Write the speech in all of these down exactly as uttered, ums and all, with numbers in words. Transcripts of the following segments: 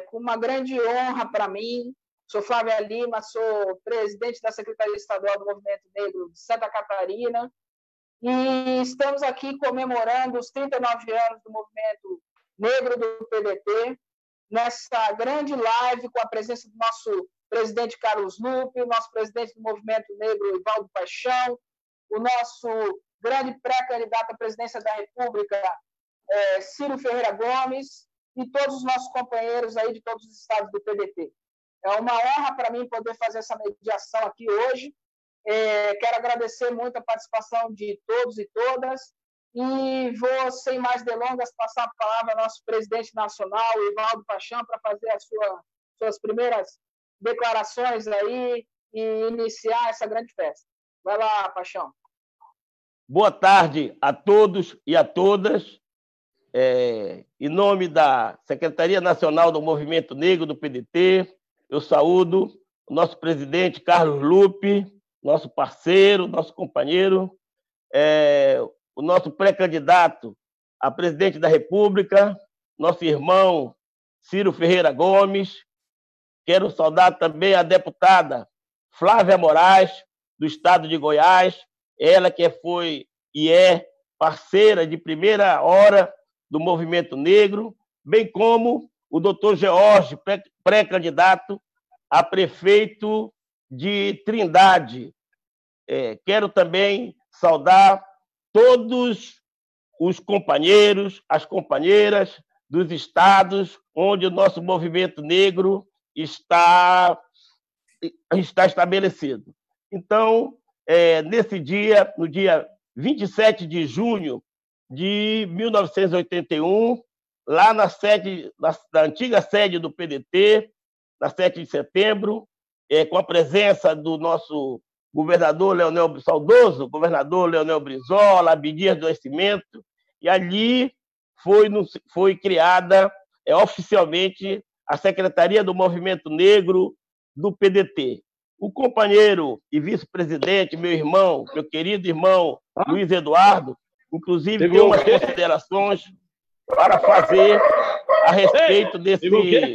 com uma grande honra para mim. Sou Flávia Lima, sou presidente da Secretaria Estadual do Movimento Negro de Santa Catarina, e estamos aqui comemorando os trinta e nove anos do Movimento Negro do P D T, nessa grande live com a presença do nosso presidente Carlos Lupe, o nosso presidente do Movimento Negro, Ivaldo Paixão, o nosso grande pré-candidato à presidência da República, é, Ciro Ferreira Gomes, e todos os nossos companheiros aí de todos os estados do P D T. É uma honra para mim poder fazer essa mediação aqui hoje. É, quero agradecer muito a participação de todos e todas, e vou, sem mais delongas, passar a palavra ao nosso presidente nacional, Ivaldo Paixão, para fazer as sua, suas primeiras declarações aí e iniciar essa grande festa. Vai lá, Paixão. Boa tarde a todos e a todas. É, em nome da Secretaria Nacional do Movimento Negro do P D T, eu saúdo o nosso presidente Carlos Lupe, nosso parceiro, nosso companheiro, é, o nosso pré-candidato a presidente da República, nosso irmão Ciro Ferreira Gomes. Quero saudar também a deputada Flávia Moraes, do estado de Goiás, ela que foi e é parceira de primeira hora do Movimento Negro, bem como o doutor George, pré-candidato a prefeito de Trindade. É, quero também saudar todos os companheiros, as companheiras dos estados onde o nosso movimento negro está, está estabelecido. Então, é, nesse dia, no dia vinte e sete de junho de mil novecentos e oitenta e um, lá na sede, na, na antiga sede do P D T, na sete de setembro, é, com a presença do nosso governador Leonel, saudoso governador Leonel Brizola, Abdias do Nascimento, e ali foi, foi criada é, oficialmente a Secretaria do Movimento Negro do P D T. O companheiro e vice-presidente, meu irmão, meu querido irmão Luiz Eduardo, inclusive tem umas considerações para fazer a respeito desse,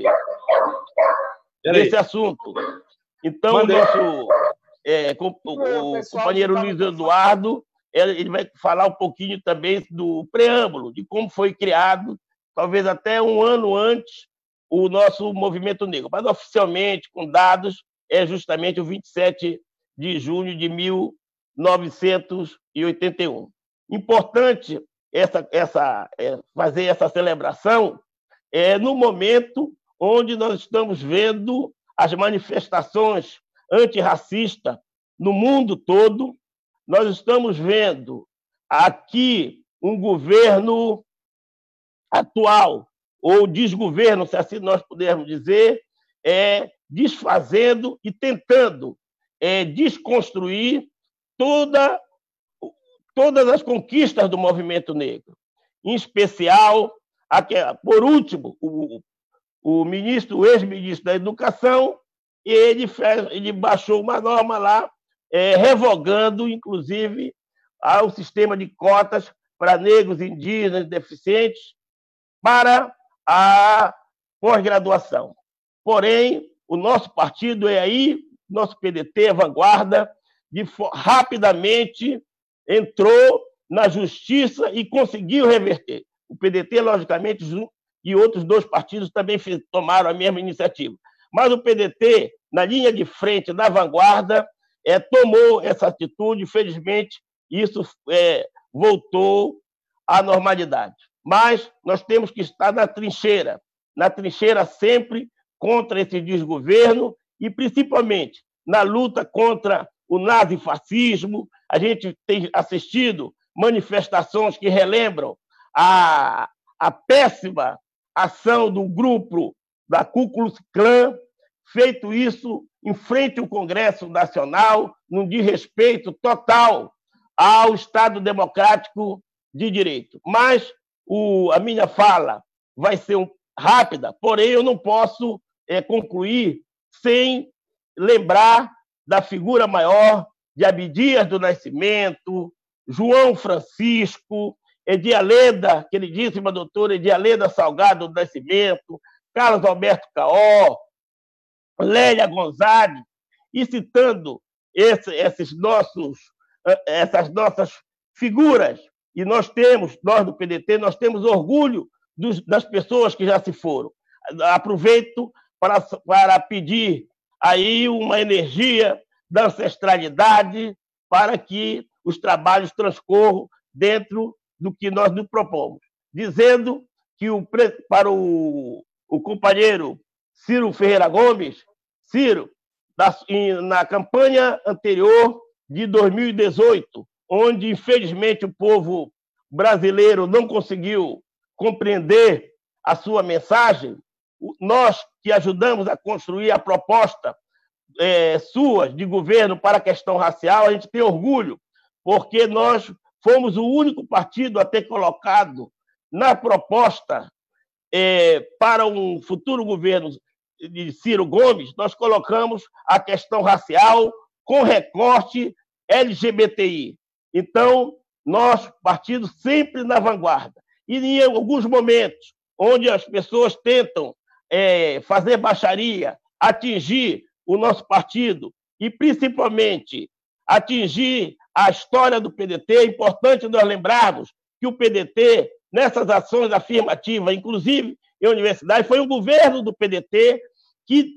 desse assunto. Então, o nosso é, com, o, o companheiro Luiz Eduardo ele vai falar um pouquinho também do preâmbulo, de como foi criado, talvez até um ano antes, o nosso movimento negro. Mas, oficialmente, com dados, é justamente o vinte e sete de junho de mil novecentos e oitenta e um. Importante essa, essa, é, fazer essa celebração é, no momento onde nós estamos vendo as manifestações antirracistas no mundo todo. Nós estamos vendo aqui um governo atual, ou desgoverno, se assim nós pudermos dizer, é, desfazendo e tentando é, desconstruir toda, todas as conquistas do movimento negro. Em especial, por último, o, o ministro, o ex-ministro da Educação, ele, fez, ele baixou uma norma lá, é, revogando, inclusive, o sistema de cotas para negros, indígenas, deficientes, para a pós-graduação. Porém, o nosso partido é aí, nosso P D T, vanguarda, de, rapidamente entrou na justiça e conseguiu reverter. O P D T, logicamente, e outros dois partidos também tomaram a mesma iniciativa. Mas o P D T, na linha de frente da vanguarda, é, tomou essa atitude, felizmente, isso é, voltou à normalidade. Mas nós temos que estar na trincheira, na trincheira sempre contra esse desgoverno e, principalmente, na luta contra o nazifascismo. A gente tem assistido manifestações que relembram a, a péssima ação do grupo da Ku Klux Klan, feito isso em frente ao Congresso Nacional, num desrespeito total ao Estado Democrático de Direito. Mas o, a minha fala vai ser um, rápida, porém eu não posso é, concluir sem lembrar da figura maior de Abdias do Nascimento, João Francisco, Edialeda, queridíssima doutora Edialeda Salgado do Nascimento, Carlos Alberto Caó, Lélia Gonzalez, e citando esse, esses nossos, essas nossas figuras. E nós temos, nós do P D T, nós temos orgulho dos, das pessoas que já se foram. Aproveito para, para pedir aí uma energia da ancestralidade para que os trabalhos transcorram dentro do que nós nos propomos. Dizendo que o, para o, o companheiro Ciro Ferreira Gomes, Ciro, na, na campanha anterior de dois mil e dezoito, onde, infelizmente, o povo brasileiro não conseguiu compreender a sua mensagem, nós que ajudamos a construir a proposta é, sua de governo para a questão racial, a gente tem orgulho, porque nós fomos o único partido a ter colocado na proposta é, para um futuro governo de Ciro Gomes, nós colocamos a questão racial com recorte L G B T I. Então, nós, partido, sempre na vanguarda. E em alguns momentos, onde as pessoas tentam é, fazer baixaria, atingir o nosso partido e, principalmente, atingir a história do P D T, é importante nós lembrarmos que o P D T, nessas ações afirmativas, inclusive em universidade, foi um governo do P D T que,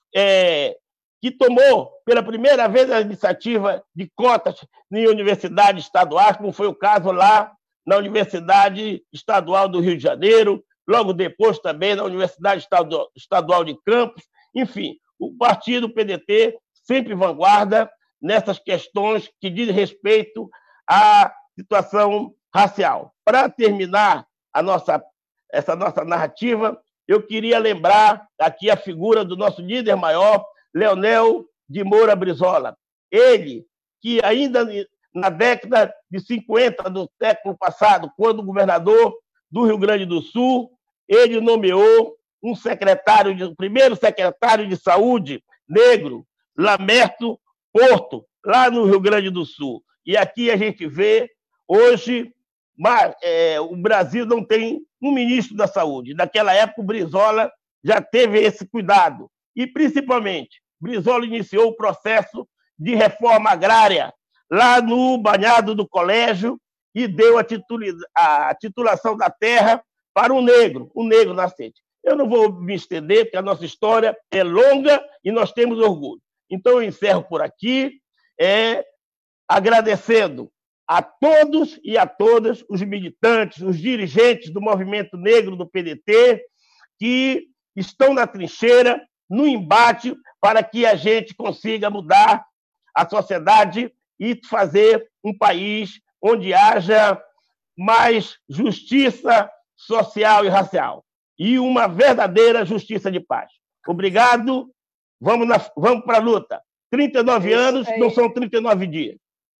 é, que tomou pela primeira vez a iniciativa de cotas em universidades estaduais, como foi o caso lá na Universidade Estadual do Rio de Janeiro, logo depois também na Universidade Estadual de Campos. Enfim, o partido P D T sempre vanguarda nessas questões que dizem respeito à situação racial. Para terminar a nossa, essa nossa narrativa, eu queria lembrar aqui a figura do nosso líder maior, Leonel de Moura Brizola. Ele, que ainda na década de cinquenta do século passado, quando governador do Rio Grande do Sul, ele nomeou um secretário, de, o primeiro secretário de saúde negro, Lamerto Porto, lá no Rio Grande do Sul. E aqui a gente vê, hoje, mas, é, o Brasil não tem um ministro da saúde. Naquela época, o Brizola já teve esse cuidado. E, principalmente, Brizola iniciou o processo de reforma agrária lá no Banhado do Colégio e deu a, titula, a titulação da terra para o negro, o negro nascente. Eu não vou me estender, porque a nossa história é longa e nós temos orgulho. Então, eu encerro por aqui, é, agradecendo a todos e a todas os militantes, os dirigentes do movimento negro do P D T, que estão na trincheira, no embate, para que a gente consiga mudar a sociedade e fazer um país onde haja mais justiça social e racial e uma verdadeira justiça de paz. Obrigado. Vamos, na, vamos para a luta. trinta e nove anos não são trinta e nove dias.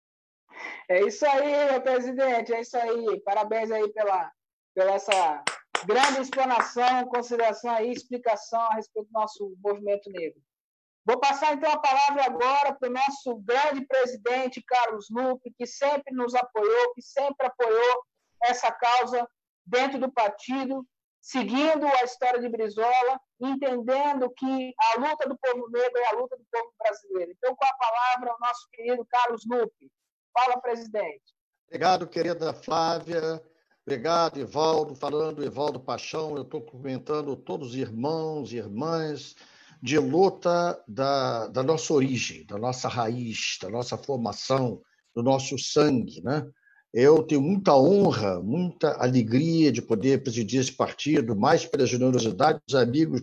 É isso aí, meu presidente, é isso aí. Parabéns aí pela, pela essa grande explanação, consideração aí, explicação a respeito do nosso movimento negro. Vou passar, então, a palavra agora para o nosso grande presidente, Carlos Lupe, que sempre nos apoiou, que sempre apoiou essa causa dentro do partido, seguindo a história de Brizola, entendendo que a luta do povo negro é a luta do povo brasileiro. Então, com a palavra, o nosso querido Carlos Lupe. Fala, presidente. Obrigado, querida Flávia. Obrigado, Evaldo. Falando Evaldo Paixão, eu estou cumprimentando todos os irmãos e irmãs de luta da, da nossa origem, da nossa raiz, da nossa formação, do nosso sangue, né? Eu tenho muita honra, muita alegria de poder presidir esse partido, mais pela generosidade dos amigos,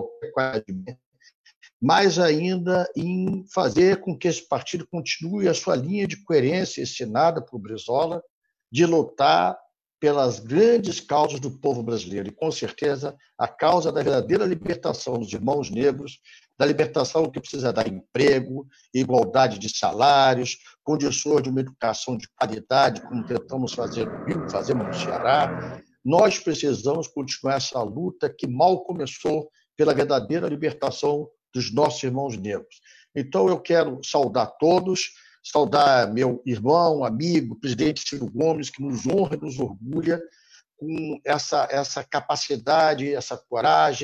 mais ainda em fazer com que esse partido continue a sua linha de coerência ensinada por Brizola, de lutar pelas grandes causas do povo brasileiro, e com certeza a causa da verdadeira libertação dos irmãos negros, da libertação que precisa dar emprego, igualdade de salários, condições de uma educação de qualidade, como tentamos fazer no Rio, fazemos no Ceará. Nós precisamos continuar essa luta que mal começou pela verdadeira libertação dos nossos irmãos negros. Então, eu quero saudar todos, saudar meu irmão, amigo, presidente Ciro Gomes, que nos honra e nos orgulha com essa, essa capacidade, essa coragem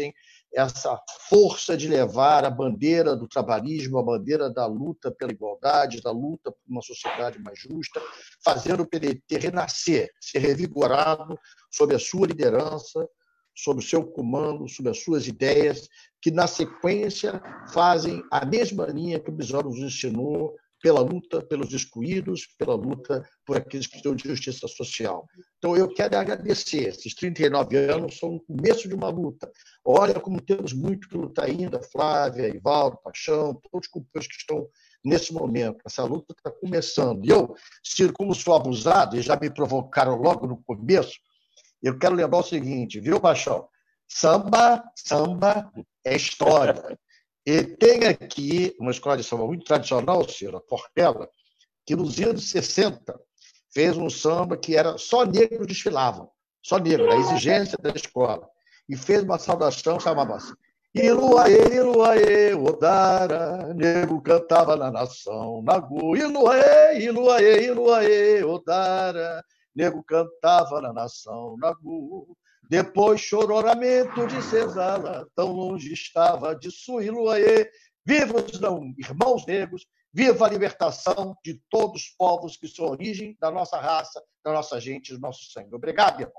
essa força de levar a bandeira do trabalhismo, a bandeira da luta pela igualdade, da luta por uma sociedade mais justa, fazendo o P D T renascer, ser revigorado sob a sua liderança, sob o seu comando, sob as suas ideias, que, na sequência, fazem a mesma linha que o Brizola nos ensinou pela luta pelos excluídos, pela luta por aqueles que precisam de justiça social. Então, eu quero agradecer. Esses trinta e nove anos são o começo de uma luta. Olha como temos muito que lutar ainda, Flávia, Ivaldo, Paixão, todos os companheiros que estão nesse momento. Essa luta está começando. E eu, Ciro, como sou abusado, e já me provocaram logo no começo, eu quero lembrar o seguinte, viu, Paixão? Samba, samba é história. E tem aqui uma escola de samba muito tradicional, Ciro, a Portela, que nos anos sessenta fez um samba que era só negros desfilavam, só negros, a exigência da escola. E fez uma saudação, chamava assim, Iluaê, Iluaê, Odara, nego cantava na nação, Nagu, Iluaê, Iluaê, Iluaê, Odara, nego cantava na nação, Nagu. Depois chororamento de Senzala, tão longe estava de Suíluaê. Viva os não, irmãos negros, viva a libertação de todos os povos que são a origem da nossa raça, da nossa gente, do nosso sangue. Obrigado, irmão.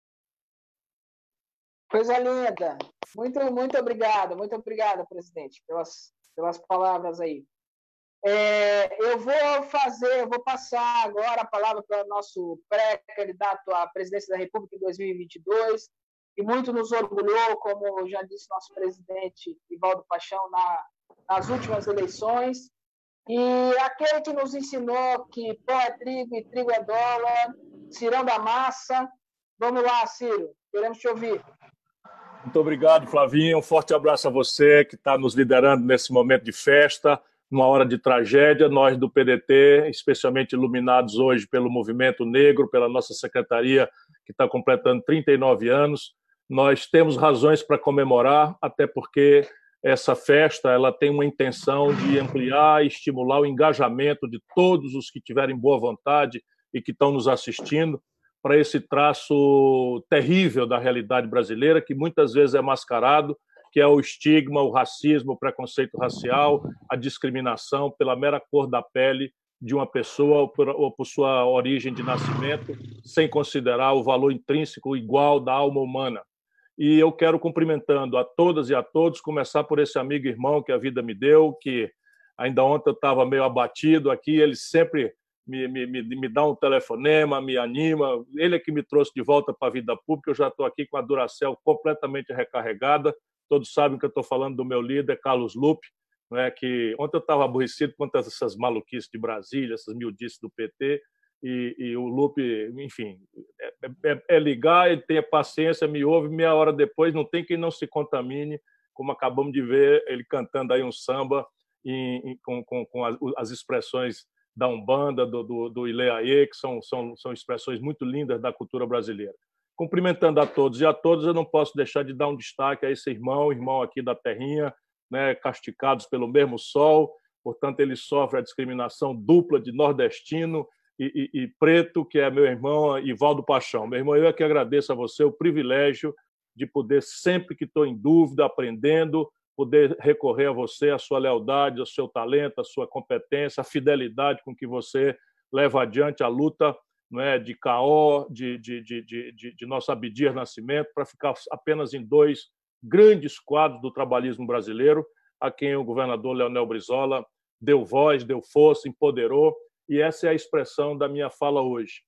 Coisa linda. Muito, muito obrigado, muito obrigada, presidente, pelas, pelas palavras aí. É, eu vou fazer, eu vou passar agora a palavra para o nosso pré-candidato à presidência da República em dois mil e vinte e dois, e muito nos orgulhou, como já disse nosso presidente Ivaldo Paixão, na, nas últimas eleições, e aquele que nos ensinou que pão é trigo e trigo é dólar, Cirão da Massa. Vamos lá, Ciro, queremos te ouvir. Muito obrigado, Flavinho. Um forte abraço a você que está nos liderando nesse momento de festa, numa hora de tragédia. Nós do P D T, especialmente iluminados hoje pelo Movimento Negro, pela nossa secretaria, que está completando trinta e nove anos, nós temos razões para comemorar, até porque essa festa ela tem uma intenção de ampliar e estimular o engajamento de todos os que tiverem boa vontade e que estão nos assistindo para esse traço terrível da realidade brasileira, que muitas vezes é mascarado, que é o estigma, o racismo, o preconceito racial, a discriminação pela mera cor da pele de uma pessoa ou por, ou por sua origem de nascimento, sem considerar o valor intrínseco igual da alma humana. E eu quero, cumprimentando a todas e a todos, começar por esse amigo e irmão que a vida me deu, que ainda ontem eu estava meio abatido aqui, ele sempre me, me, me, me dá um telefonema, me anima, ele é que me trouxe de volta para a vida pública, eu já estou aqui com a Duracell completamente recarregada. Todos sabem que eu estou falando do meu líder, Carlos Lupe, né, que ontem eu estava aborrecido com essas maluquices de Brasília, essas miudices do P T, e, e o Lupe, enfim, é, é, é ligar, ele tem paciência, me ouve, meia hora depois não tem quem não se contamine, como acabamos de ver ele cantando aí um samba em, em, com, com, com as, as expressões da Umbanda, do, do, do Ileaê, que são, são, são expressões muito lindas da cultura brasileira. Cumprimentando a todos e a todas, eu não posso deixar de dar um destaque a esse irmão, irmão aqui da terrinha, né, castigados pelo mesmo sol, portanto, ele sofre a discriminação dupla de nordestino e, e, e preto, que é meu irmão Ivaldo Paixão. Meu irmão, eu é que agradeço a você o privilégio de poder, sempre que estou em dúvida, aprendendo, poder recorrer a você, a sua lealdade, o seu talento, a sua competência, a fidelidade com que você leva adiante a luta, não é, de Caó, de, de, de, de, de nosso Abdias Nascimento, para ficar apenas em dois grandes quadros do trabalhismo brasileiro, a quem o governador Leonel Brizola deu voz, deu força, empoderou, e essa é a expressão da minha fala hoje.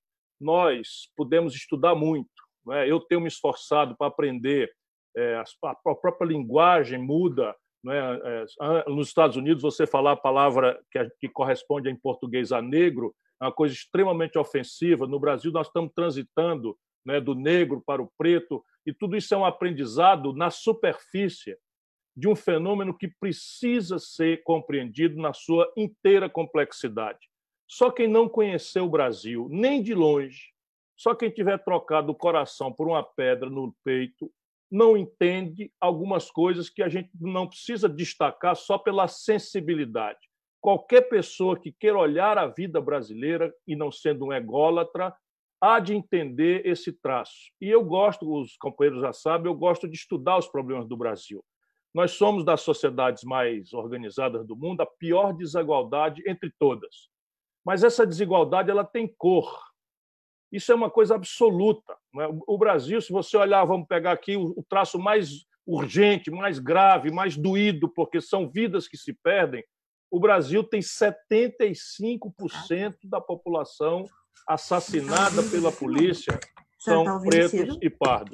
Nós podemos estudar muito, não é? Eu tenho me esforçado para aprender, é, a própria linguagem muda, não é? É, nos Estados Unidos, você falar a palavra que, é, que corresponde em português a negro, é uma coisa extremamente ofensiva. No Brasil, nós estamos transitando, né, do negro para o preto, e tudo isso é um aprendizado na superfície de um fenômeno que precisa ser compreendido na sua inteira complexidade. Só quem não conheceu o Brasil, nem de longe, só quem tiver trocado o coração por uma pedra no peito, não entende algumas coisas que a gente não precisa destacar só pela sensibilidade. Qualquer pessoa que queira olhar a vida brasileira, e não sendo um ególatra, há de entender esse traço. E eu gosto, os companheiros já sabem, eu gosto de estudar os problemas do Brasil. Nós somos das sociedades mais organizadas do mundo, a pior desigualdade entre todas. Mas essa desigualdade ela tem cor. Isso é uma coisa absoluta. O Brasil, se você olhar, vamos pegar aqui o traço mais urgente, mais grave, mais doído, porque são vidas que se perdem, o Brasil tem setenta e cinco por cento da população assassinada pela polícia são pretos e pardos.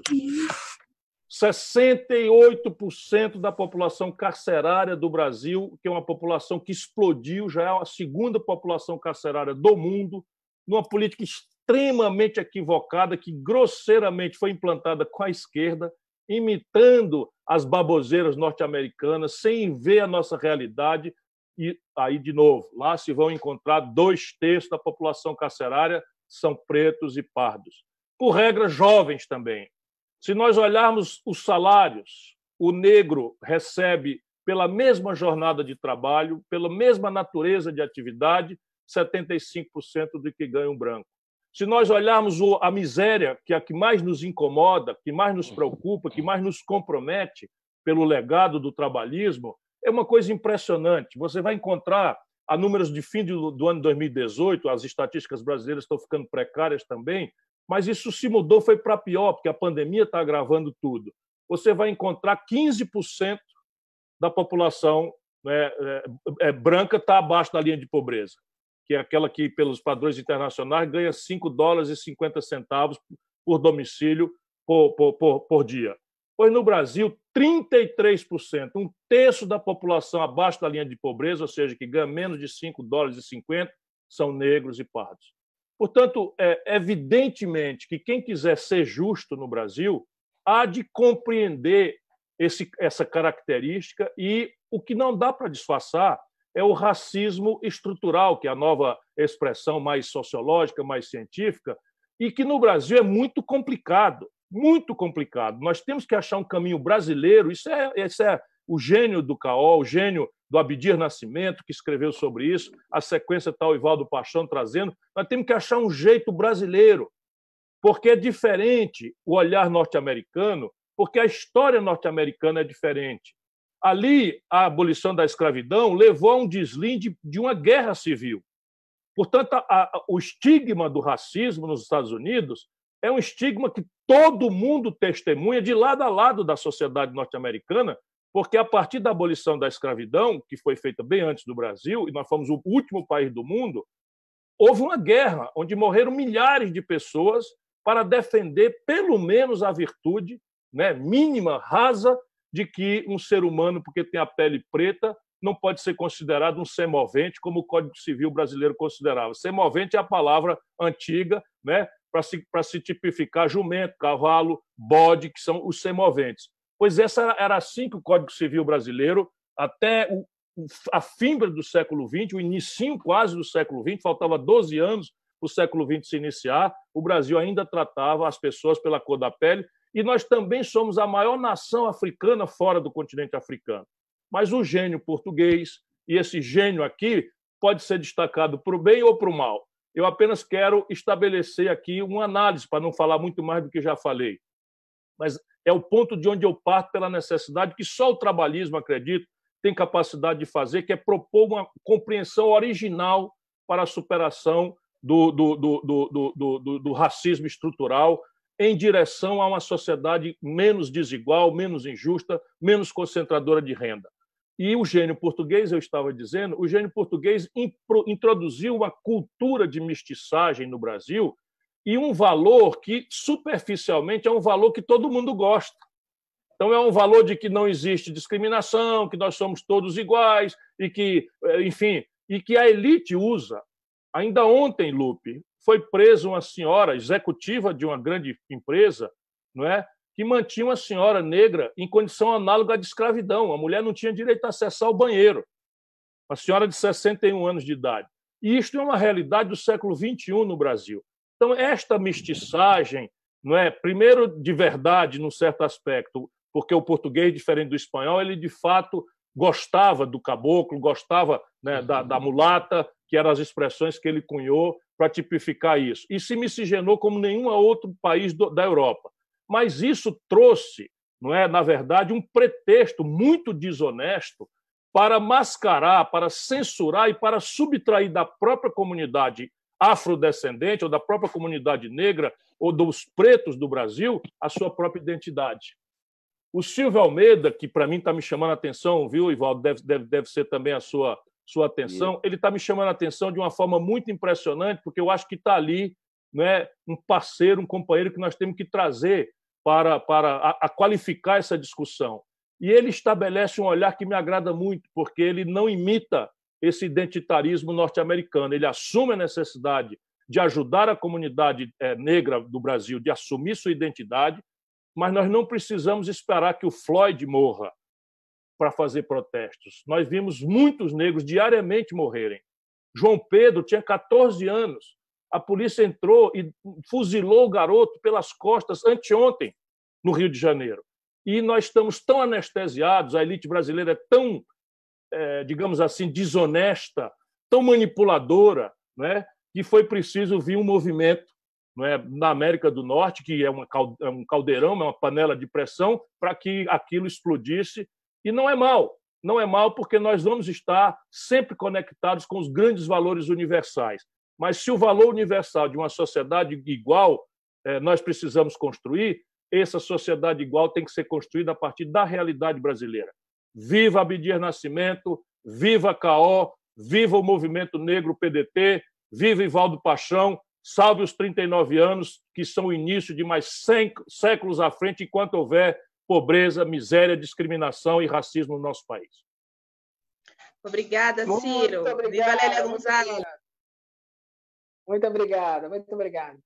sessenta e oito por cento da população carcerária do Brasil, que é uma população que explodiu, já é a segunda população carcerária do mundo, numa política extremamente equivocada, que grosseiramente foi implantada com a esquerda, imitando as baboseiras norte-americanas, sem ver a nossa realidade. E aí, de novo, lá se vão encontrar dois terços da população carcerária são pretos e pardos. Por regra, jovens também. Se nós olharmos os salários, o negro recebe, pela mesma jornada de trabalho, pela mesma natureza de atividade, setenta e cinco por cento do que ganha um branco. Se nós olharmos a miséria, que é a que mais nos incomoda, que mais nos preocupa, que mais nos compromete pelo legado do trabalhismo, é uma coisa impressionante. Você vai encontrar, a números de fim do ano dois mil e dezoito, as estatísticas brasileiras estão ficando precárias também, mas isso se mudou, foi para pior, porque a pandemia está agravando tudo. Você vai encontrar quinze por cento da população, né, é, é, branca está abaixo da linha de pobreza, que é aquela que, pelos padrões internacionais, ganha cinco dólares e cinquenta centavos por domicílio por, por, por, por dia. Pois no Brasil, trinta e três por cento, um terço da população abaixo da linha de pobreza, ou seja, que ganha menos de cinco dólares e cinquenta, são negros e pardos. Portanto, é evidentemente que quem quiser ser justo no Brasil há de compreender esse, essa característica, e o que não dá para disfarçar é o racismo estrutural, que é a nova expressão mais sociológica, mais científica, e que no Brasil é muito complicado, muito complicado. Nós temos que achar um caminho brasileiro, isso é, isso é o gênio do Caol, o gênio do Abdir Nascimento, que escreveu sobre isso, a sequência está o Ivaldo Paixão trazendo. Nós temos que achar um jeito brasileiro, porque é diferente o olhar norte-americano, porque a história norte-americana é diferente. Ali, a abolição da escravidão levou a um deslinde de uma guerra civil. Portanto, a, a, o estigma do racismo nos Estados Unidos é um estigma que todo mundo testemunha de lado a lado da sociedade norte-americana, porque a partir da abolição da escravidão, que foi feita bem antes do Brasil, e nós fomos o último país do mundo, houve uma guerra onde morreram milhares de pessoas para defender pelo menos a virtude, né, mínima, rasa, de que um ser humano, porque tem a pele preta, não pode ser considerado um semovente, como o Código Civil brasileiro considerava. Semovente é a palavra antiga, né, para se, para se tipificar jumento, cavalo, bode, que são os semoventes. Pois essa era assim que o Código Civil brasileiro, até o, a fimbre do século vinte, o início quase do século vinte, faltava doze anos para o século vinte se iniciar, o Brasil ainda tratava as pessoas pela cor da pele, e nós também somos a maior nação africana fora do continente africano. Mas o gênio português, e esse gênio aqui, pode ser destacado para o bem ou para o mal. Eu apenas quero estabelecer aqui uma análise, para não falar muito mais do que já falei. Mas é o ponto de onde eu parto pela necessidade que só o trabalhismo, acredito, tem capacidade de fazer, que é propor uma compreensão original para a superação do, do, do, do, do, do, do racismo estrutural em direção a uma sociedade menos desigual, menos injusta, menos concentradora de renda. E o gênio português, eu estava dizendo, o gênio português introduziu uma cultura de mestiçagem no Brasil e um valor que, superficialmente, é um valor que todo mundo gosta. Então, é um valor de que não existe discriminação, que nós somos todos iguais, e que, enfim, e que a elite usa. Ainda ontem, Lupe, foi presa uma senhora executiva de uma grande empresa, não é, que mantinha uma senhora negra em condição análoga de escravidão. A mulher não tinha direito a acessar o banheiro. Uma senhora de sessenta e um anos de idade. E isto é uma realidade do século vinte e um no Brasil. Então, esta mestiçagem, não é, primeiro, de verdade, num certo aspecto, porque o português, diferente do espanhol, ele, de fato, gostava do caboclo, gostava, né, da, da mulata, que eram as expressões que ele cunhou para tipificar isso, e se miscigenou como nenhum outro país do, da Europa. Mas isso trouxe, não é, na verdade, um pretexto muito desonesto para mascarar, para censurar e para subtrair da própria comunidade afrodescendente ou da própria comunidade negra ou dos pretos do Brasil a sua própria identidade. O Silvio Almeida, que para mim está me chamando a atenção, viu, Ivaldo, deve, deve, deve ser também a sua, sua atenção, ele está me chamando a atenção de uma forma muito impressionante, porque eu acho que está ali, né, um parceiro, um companheiro que nós temos que trazer para, para a, a qualificar essa discussão. E ele estabelece um olhar que me agrada muito, porque ele não imita esse identitarismo norte-americano, ele assume a necessidade de ajudar a comunidade negra do Brasil, de assumir sua identidade, mas nós não precisamos esperar que o Floyd morra para fazer protestos. Nós vimos muitos negros diariamente morrerem. João Pedro tinha catorze anos. A polícia entrou e fuzilou o garoto pelas costas anteontem, no Rio de Janeiro. E nós estamos tão anestesiados, a elite brasileira é tão, é, digamos assim, desonesta, tão manipuladora, né, que foi preciso vir um movimento, não é, na América do Norte, que é uma, é um caldeirão, é uma panela de pressão, para que aquilo explodisse. E não é mal, não é mal, porque nós vamos estar sempre conectados com os grandes valores universais. Mas se o valor universal de uma sociedade igual eh, nós precisamos construir, essa sociedade igual tem que ser construída a partir da realidade brasileira. Viva Abdias Nascimento, viva K O, viva o Movimento Negro P D T, viva Ivaldo Paixão, salve os trinta e nove anos, que são o início de mais cem séculos à frente, enquanto houver pobreza, miséria, discriminação e racismo no nosso país. Obrigada, Ciro. Muito obrigada, viva Lélia Gonzalez. Muito obrigada, muito obrigada.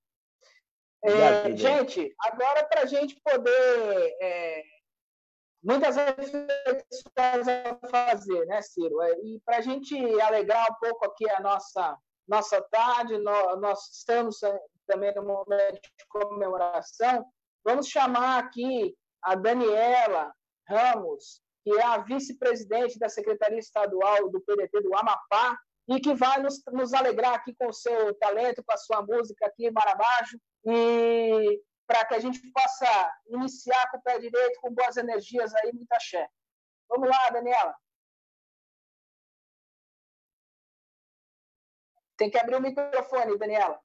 É, gente, agora para a gente poder... É, muitas reflexões a fazer, né, Ciro? E para a gente alegrar um pouco aqui a nossa, nossa tarde, nós, nós estamos também no momento de comemoração, vamos chamar aqui a Daniela Ramos, que é a vice-presidente da Secretaria Estadual do P D T do Amapá, e que vai nos, nos alegrar aqui com o seu talento, com a sua música aqui em Marabá, e para que a gente possa iniciar com o pé direito, com boas energias aí, muita axé. Vamos lá, Daniela. Tem que abrir o microfone, Daniela.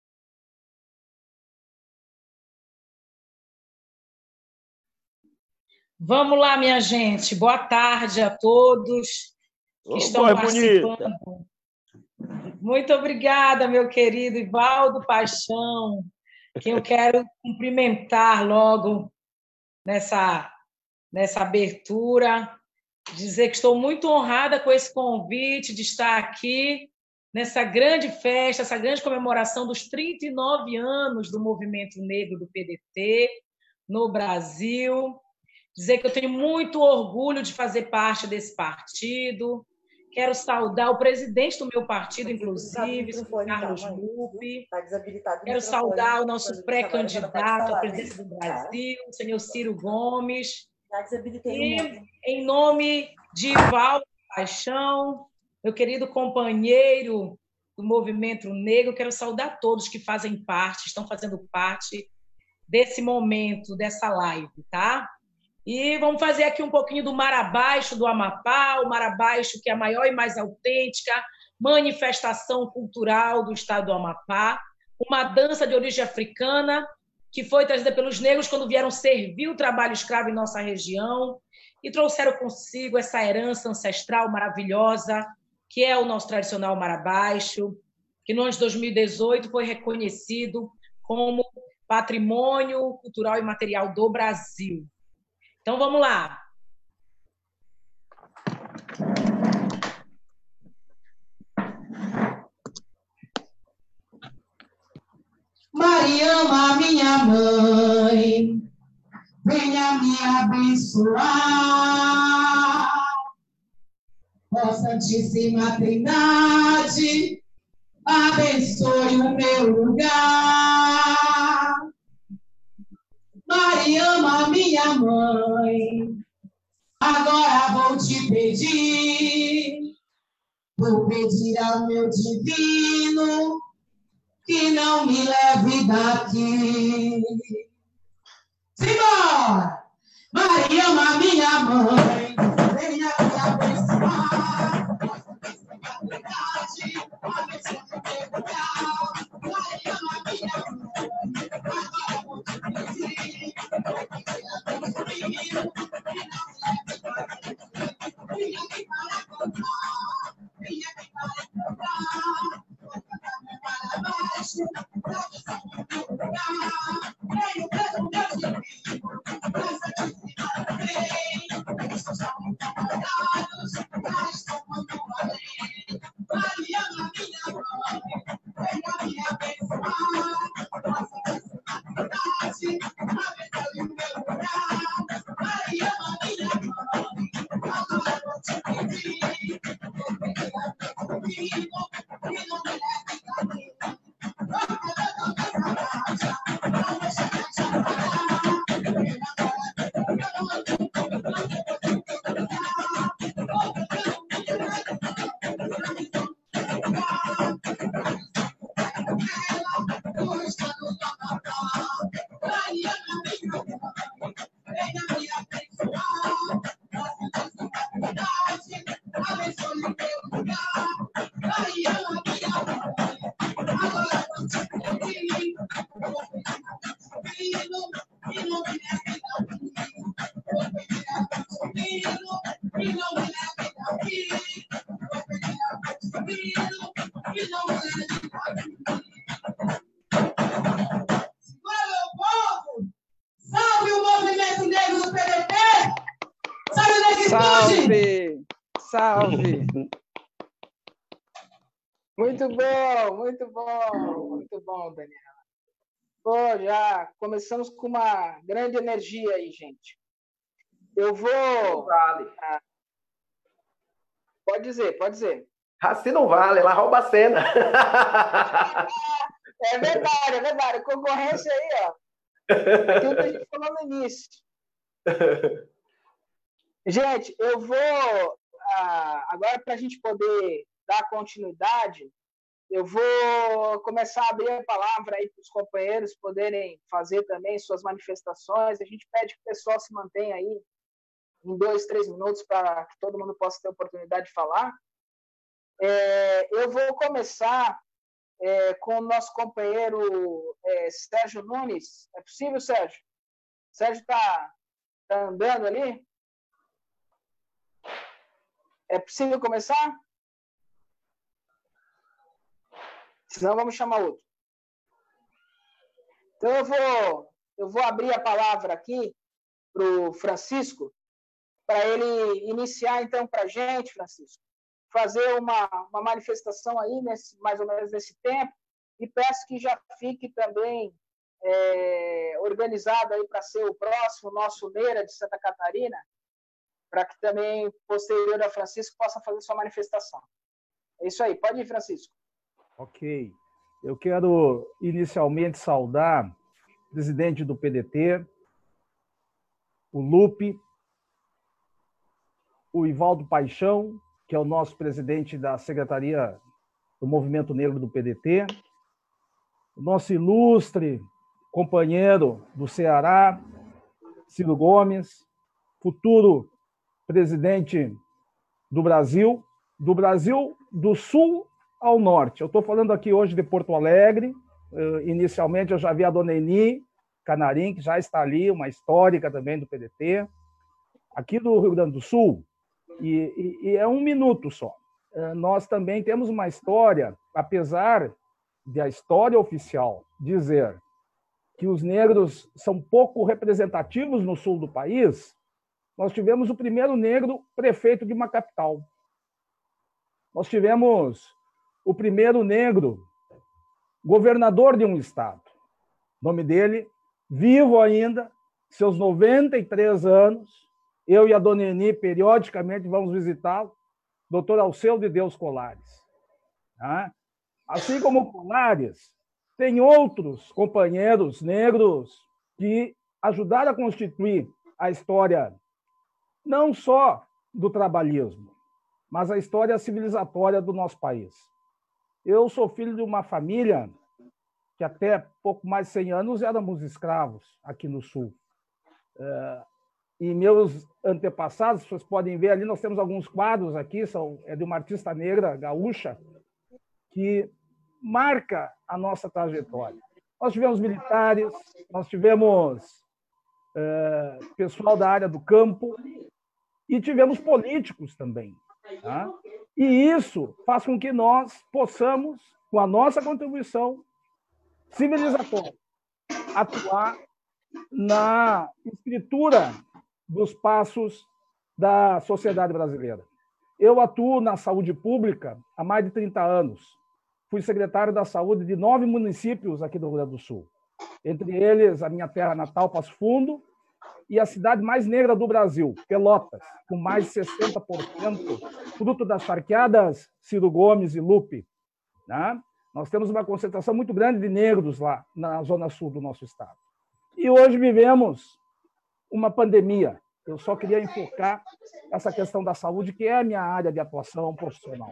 Vamos lá, minha gente. Boa tarde a todos que oh, estão participando. Bonita. Muito obrigada, meu querido Ivaldo Paixão, que eu quero cumprimentar logo nessa, nessa abertura, dizer que estou muito honrada com esse convite de estar aqui nessa grande festa, essa grande comemoração dos trinta e nove anos do Movimento Negro do P D T no Brasil. Dizer que eu tenho muito orgulho de fazer parte desse partido. Quero saudar o presidente do meu partido, inclusive, o Carlos Lupe. Quero saudar o nosso pré-candidato à presidência do Brasil, o senhor Ciro Gomes. E, em nome de Ivaldo Paixão, meu querido companheiro do Movimento Negro, quero saudar todos que fazem parte, estão fazendo parte desse momento, dessa live, tá? E vamos fazer aqui um pouquinho do Marabaixo do Amapá, o Marabaixo que é a maior e mais autêntica manifestação cultural do estado do Amapá, uma dança de origem africana que foi trazida pelos negros quando vieram servir o trabalho escravo em nossa região e trouxeram consigo essa herança ancestral maravilhosa que é o nosso tradicional Marabaixo, que no ano de dois mil e dezoito foi reconhecido como Patrimônio Cultural e Material do Brasil. Então, vamos lá. Mariama, minha mãe, venha me abençoar. Ó Santíssima Trindade, abençoe o meu lugar. Mariama, minha mãe, agora vou te pedir, vou pedir ao meu divino que não me leve daqui. Simbora! Maria, ama minha mãe, venha me abençoar. Maria, ama minha mãe, agora vou te pedir. Vinha aqui para contar, vinha aqui para contar. Para baixo, para lugar. Venho pelo meu filho, pra santificar o bem. Estes são incomodados, mas tomando a lei. Mariana, minha mãe, venha me abençoar. Nossa santidade, abençoe o meu lugar. Mariana, minha mãe, agora vou te pedir. Vou pedir a teu filho, e não me leve daqui. Salve! Salve! Muito bom, muito bom, muito bom, Daniela. Pô, já começamos com uma grande energia aí, gente. Eu vou... Vale. Ah, pode dizer, pode dizer. Assim não vale, ela rouba a cena. É verdade, é verdade. Concorrência aí, ó. Aquilo que a gente falou no início. Gente, eu vou... Ah, agora, para a gente poder dar continuidade, eu vou começar a abrir a palavra aí para os companheiros poderem fazer também suas manifestações. A gente pede que o pessoal se mantenha aí em dois, três minutos para que todo mundo possa ter a oportunidade de falar. É, eu vou começar é, com o nosso companheiro é, Sérgio Nunes. É possível, Sérgio? Sérgio está tá andando ali? É possível começar? Senão vamos chamar outro. Então eu vou, eu vou abrir a palavra aqui para o Francisco, para ele iniciar então para a gente, Francisco, fazer uma, uma manifestação aí, nesse, mais ou menos nesse tempo, e peço que já fique também é, organizado aí para ser o próximo nosso Neira de Santa Catarina, para que também, posterior a Francisco, possa fazer sua manifestação. É isso aí. Pode ir, Francisco. Ok. Eu quero inicialmente saudar o presidente do P D T, o Lupe, o Ivaldo Paixão, que é o nosso presidente da Secretaria do Movimento Negro do P D T, o nosso ilustre companheiro do Ceará, Ciro Gomes, futuro presidente do Brasil, do Brasil do Sul ao Norte. Eu estou falando aqui hoje de Porto Alegre. Inicialmente eu já vi a dona Eni Canarim, que já está ali, uma histórica também do P D T, aqui do Rio Grande do Sul, e, e, e é um minuto só. Nós também temos uma história, apesar de a história oficial dizer que os negros são pouco representativos no sul do país, nós tivemos o primeiro negro prefeito de uma capital. Nós tivemos o primeiro negro governador de um estado. O nome dele, vivo ainda, seus noventa e três anos, eu e a dona Eni, periodicamente, vamos visitá-lo, doutor Alceu de Deus Colares. Assim como o Colares, tem outros companheiros negros que ajudaram a constituir a história não só do trabalhismo, mas a história civilizatória do nosso país. Eu sou filho de uma família que até pouco mais de cem anos éramos escravos aqui no Sul. E meus antepassados, vocês podem ver ali, nós temos alguns quadros aqui, são, é de uma artista negra, gaúcha, que marca a nossa trajetória. Nós tivemos militares, nós tivemos é, pessoal da área do campo e tivemos políticos também. Tá? E isso faz com que nós possamos, com a nossa contribuição civilizatória, atuar na escritura dos passos da sociedade brasileira. Eu atuo na saúde pública há mais de trinta anos. Fui secretário da saúde de nove municípios aqui do Rio Grande do Sul. Entre eles, a minha terra natal, Passo Fundo, e a cidade mais negra do Brasil, Pelotas, com mais de sessenta por cento, fruto das charqueadas Ciro Gomes e Lupe. Né? Nós temos uma concentração muito grande de negros lá na zona sul do nosso estado. E hoje vivemos uma pandemia. Eu só queria enfocar essa questão da saúde, que é a minha área de atuação profissional.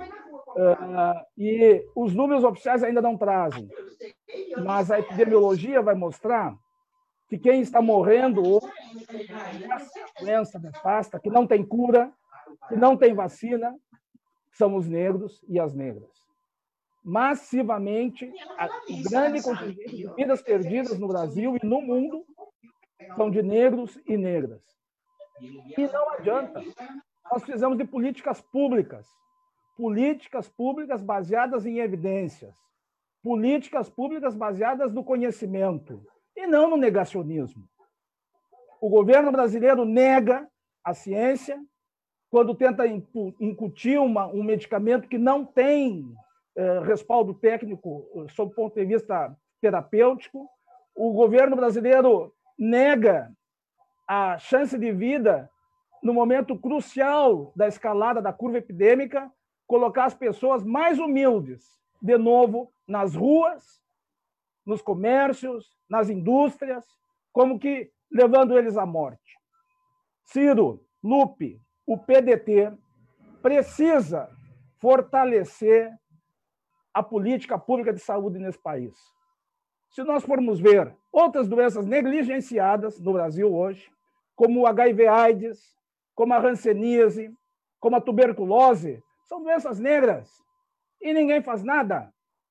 Uh, e os números oficiais ainda não trazem, mas a epidemiologia vai mostrar que quem está morrendo hoje é essa doença nefasta, que não tem cura, que não tem vacina, são os negros e as negras. Massivamente, o grande contingente de vidas perdidas no Brasil e no mundo são de negros e negras. E não adianta. Nós precisamos de políticas públicas. Políticas públicas baseadas em evidências. Políticas públicas baseadas no conhecimento e não no negacionismo. O governo brasileiro nega a ciência quando tenta incutir uma, um medicamento que não tem eh, respaldo técnico sob o ponto de vista terapêutico. O governo brasileiro nega a chance de vida no momento crucial da escalada da curva epidêmica, colocar as pessoas mais humildes, de novo, nas ruas, nos comércios, nas indústrias, como que levando eles à morte. Ciro, Lupe, o P D T precisa fortalecer a política pública de saúde nesse país. Se nós formos ver outras doenças negligenciadas no Brasil hoje, como o H I V AIDS, como a hanseníase, como a tuberculose, são doenças negras e ninguém faz nada.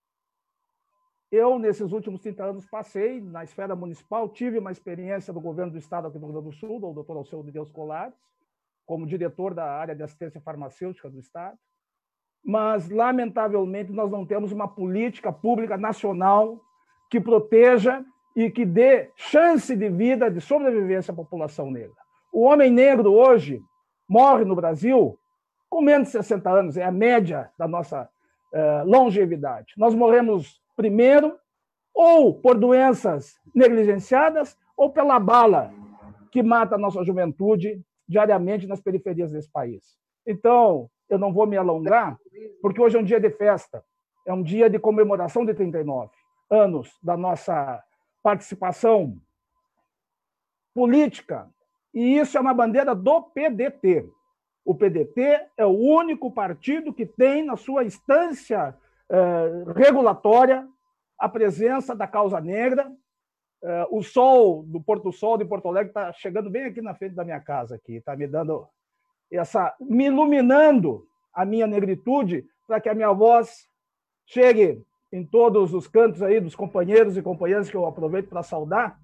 Eu, nesses últimos trinta anos, passei na esfera municipal, tive uma experiência do governo do estado aqui do Rio Grande do Sul, do doutor Alceu de Deus Colares, como diretor da área de assistência farmacêutica do estado, mas, lamentavelmente, nós não temos uma política pública nacional que proteja e que dê chance de vida, de sobrevivência à população negra. O homem negro hoje morre no Brasil com menos de sessenta anos, é a média da nossa uh, longevidade. Nós morremos primeiro ou por doenças negligenciadas ou pela bala que mata a nossa juventude diariamente nas periferias desse país. Então, eu não vou me alongar, porque hoje é um dia de festa, é um dia de comemoração de trinta e nove anos da nossa participação política, e isso é uma bandeira do P D T. O P D T é o único partido que tem na sua instância eh, regulatória a presença da causa negra. Eh, o sol do Porto Sol de Porto Alegre está chegando bem aqui na frente da minha casa, aqui, está me dando essa, me iluminando a minha negritude para que a minha voz chegue em todos os cantos aí dos companheiros e companheiras que eu aproveito para saudar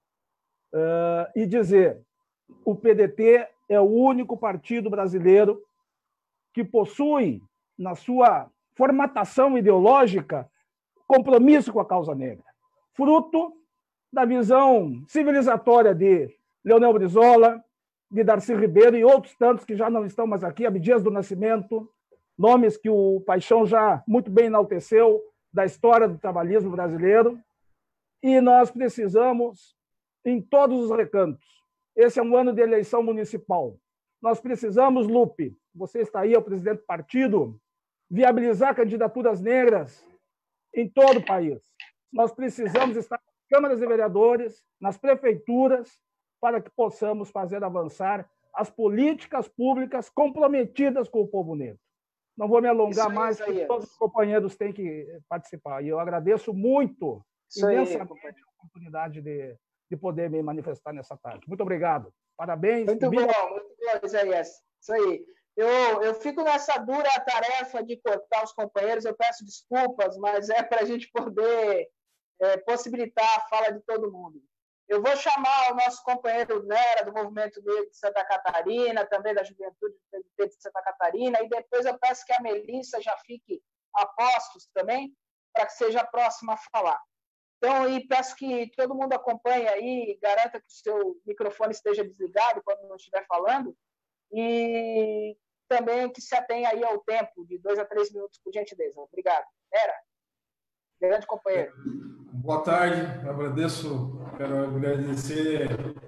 uh, e dizer: o P D T é o único partido brasileiro que possui na sua formatação ideológica compromisso com a causa negra, fruto da visão civilizatória de Leonel Brizola, de Darcy Ribeiro e outros tantos que já não estão mais aqui, Abdias do Nascimento, nomes que o Paixão já muito bem enalteceu da história do trabalhismo brasileiro, e nós precisamos, em todos os recantos, esse é um ano de eleição municipal, nós precisamos, Lupe, você está aí, é o presidente do partido, viabilizar candidaturas negras em todo o país. Nós precisamos estar nas câmaras de vereadores, nas prefeituras, para que possamos fazer avançar as políticas públicas comprometidas com o povo negro. Não vou me alongar mais, porque todos os companheiros têm que participar. E eu agradeço muito Isso aí, imensamente a oportunidade de, de poder me manifestar nessa tarde. Muito obrigado. Parabéns. Muito bom, muito bom, Isaías. Isso aí. Eu, eu fico nessa dura tarefa de cortar os companheiros, eu peço desculpas, mas é para a gente poder é, possibilitar a fala de todo mundo. Eu vou chamar o nosso companheiro Nera, do Movimento Negro de Santa Catarina, também da Juventude do P D T de Santa Catarina, e depois eu peço que a Melissa já fique a postos também, para que seja a próxima a falar. Então, e peço que todo mundo acompanhe aí, garanta que o seu microfone esteja desligado quando não estiver falando, e também que se atenha aí ao tempo, de dois a três minutos, por gentileza. Obrigado. Era, grande companheiro. Boa tarde, eu agradeço, quero agradecer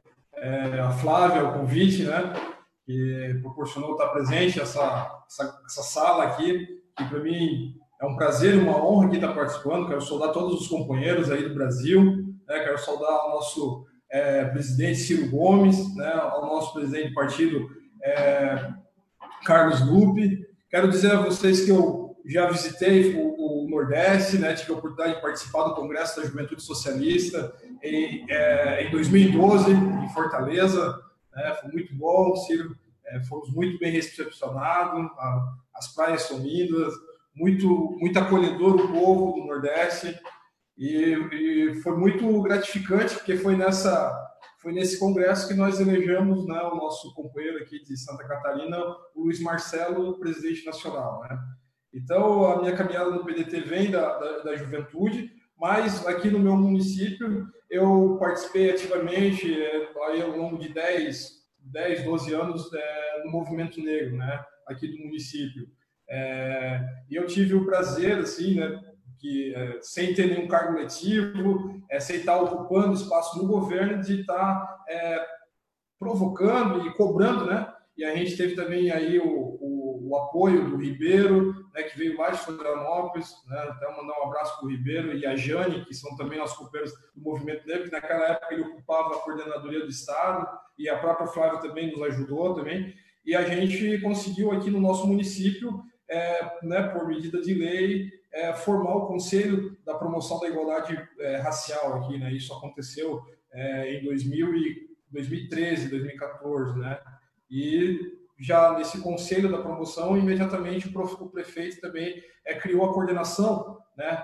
é, a Flávia, o convite, né, que proporcionou estar presente essa, essa, essa sala aqui, que para mim é um prazer e uma honra aqui estar participando. Quero saudar todos os companheiros aí do Brasil, né, quero saudar o nosso é, presidente Ciro Gomes, né, ao nosso presidente do partido, é, Carlos Lupe. Quero dizer a vocês que eu já visitei o, o Nordeste, né, tive a oportunidade de participar do Congresso da Juventude Socialista em, é, em dois mil e doze, em Fortaleza, né, foi muito bom, Ciro, é, fomos muito bem recepcionados, a, as praias são lindas, muito, muito acolhedor o povo do Nordeste, e, e foi muito gratificante, porque foi nessa... Foi nesse congresso que nós elegemos, né, o nosso companheiro aqui de Santa Catarina, o Luiz Marcelo, presidente nacional, né? Então, a minha caminhada no P D T vem da, da, da juventude, mas aqui no meu município eu participei ativamente é, aí, ao longo de dez, doze anos é, no movimento negro, né, aqui do município. É, e eu tive o prazer, assim, né, que, é, sem ter nenhum cargo letivo, é, sem estar ocupando espaço no governo, de estar é, provocando e cobrando, né? E a gente teve também aí o, o, o apoio do Ribeiro, né, que veio lá de Florianópolis, né? Até mandar um abraço para o Ribeiro e a Jane, que são também nossos companheiros do Movimento Negro, que naquela época ele ocupava a coordenadoria do Estado, e a própria Flávia também nos ajudou também. E a gente conseguiu aqui no nosso município, é, né, por medida de lei, é, formar o Conselho da Promoção da Igualdade é, Racial aqui, né? Isso aconteceu é, em dois mil e treze, dois mil e quatorze, né? E já nesse Conselho da Promoção, imediatamente o prefeito também é, criou a coordenação, né,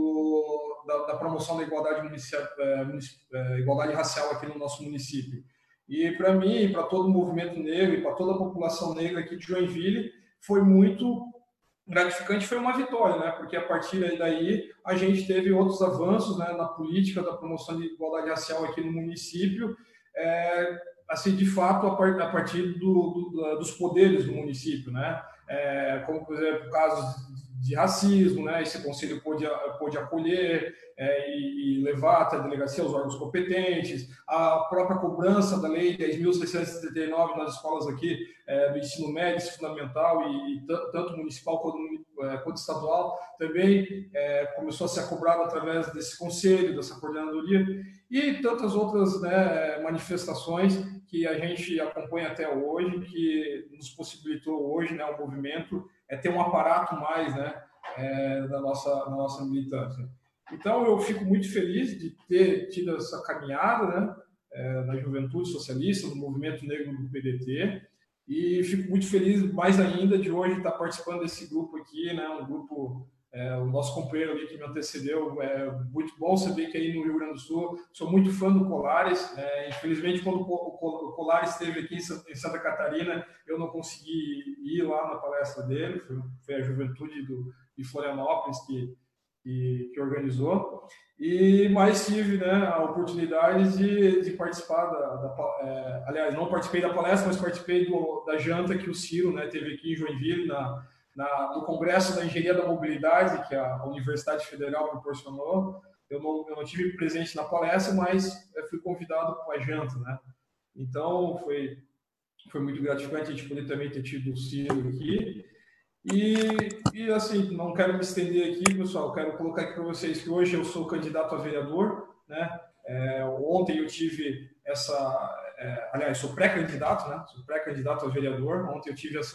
do, da, da promoção da igualdade, municipal, é, é, igualdade racial aqui no nosso município. E para mim, para todo o movimento negro e para toda a população negra aqui de Joinville, foi muito gratificante, foi uma vitória, né? Porque a partir daí a gente teve outros avanços, né, na política da promoção de igualdade racial aqui no município, é, assim, de fato, a partir do, do, dos poderes do município, né? É, como, por exemplo, casos de racismo, né? Esse conselho pôde, pôde acolher é, e, e levar até a delegacia os órgãos competentes, a própria cobrança da lei dez mil seiscentos e setenta e nove nas escolas aqui é, do ensino médio, fundamental, e, e tanto municipal quanto, é, quanto estadual, também é, começou a ser cobrado através desse conselho, dessa coordenadoria, e tantas outras, né, manifestações que a gente acompanha até hoje, que nos possibilitou hoje, né, o movimento, é ter um aparato mais, né, é, da nossa, da nossa militância. Então, eu fico muito feliz de ter tido essa caminhada, né, é, na Juventude Socialista, no Movimento Negro do P D T, e fico muito feliz, mais ainda, de hoje estar participando desse grupo aqui, né, um grupo, é, o nosso companheiro ali que me antecedeu, é muito bom saber que aí no Rio Grande do Sul, sou muito fã do Colares, é, infelizmente quando o Colares esteve aqui em Santa Catarina, eu não consegui ir lá na palestra dele, foi, foi a Juventude do, de Florianópolis que, que, que organizou, e mais tive, né, a oportunidade de, de participar da, da é, aliás, não participei da palestra, mas participei do, da janta que o Ciro, né, teve aqui em Joinville, na Na, no Congresso da Engenharia da Mobilidade, que a Universidade Federal proporcionou. Eu não, eu não tive presente na palestra, mas fui convidado para a janta, né? Então, foi, foi muito gratificante a gente poder também ter tido o Ciro aqui. E, e, assim, não quero me estender aqui, pessoal, quero colocar aqui para vocês que hoje eu sou candidato a vereador, né? É, ontem eu tive essa... É, aliás, sou pré-candidato, né? Sou pré-candidato a vereador. Ontem eu tive essa...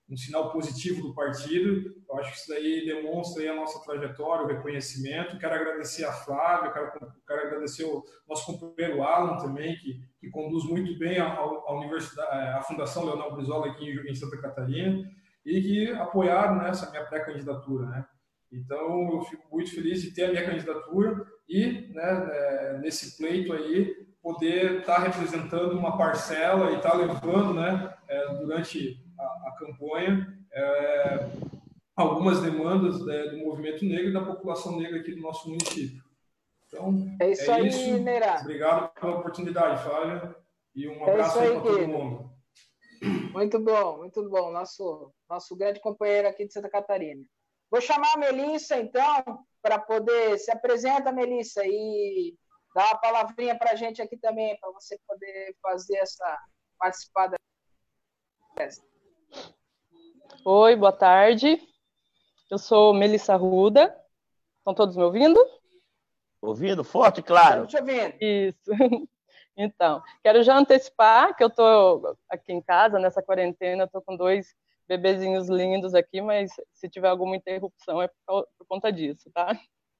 um sinal positivo do partido. Eu acho que isso daí demonstra aí a nossa trajetória, o reconhecimento. Quero agradecer a Flávia, quero, quero agradecer o nosso companheiro Alan também, que, que conduz muito bem a, a, universidade, a Fundação Leonel Brizola aqui em, em Santa Catarina, e que apoiaram nessa minha pré-candidatura, né? Então, eu fico muito feliz de ter a minha candidatura e, né, nesse pleito aí, poder estar representando uma parcela e estar levando, né, durante a, a campanha, é, algumas demandas, né, do movimento negro e da população negra aqui do nosso município. Então, é isso é aí, isso. Neira. Obrigado pela oportunidade, Flávia, e um É abraço aí, aí para todo querido. mundo. Muito bom, muito bom. Nosso, nosso grande companheiro aqui de Santa Catarina. Vou chamar a Melissa, então, para poder... Se apresenta, Melissa, e dá uma palavrinha para a gente aqui também, para você poder fazer essa... participar da festa. Oi, boa tarde. Eu sou Melissa Arruda. Estão todos me ouvindo? Ouvindo? Forte e claro. Estamos te ouvindo. Isso. Então, quero já antecipar que eu estou aqui em casa, nessa quarentena, estou com dois bebezinhos lindos aqui, mas se tiver alguma interrupção é por, por conta disso, tá?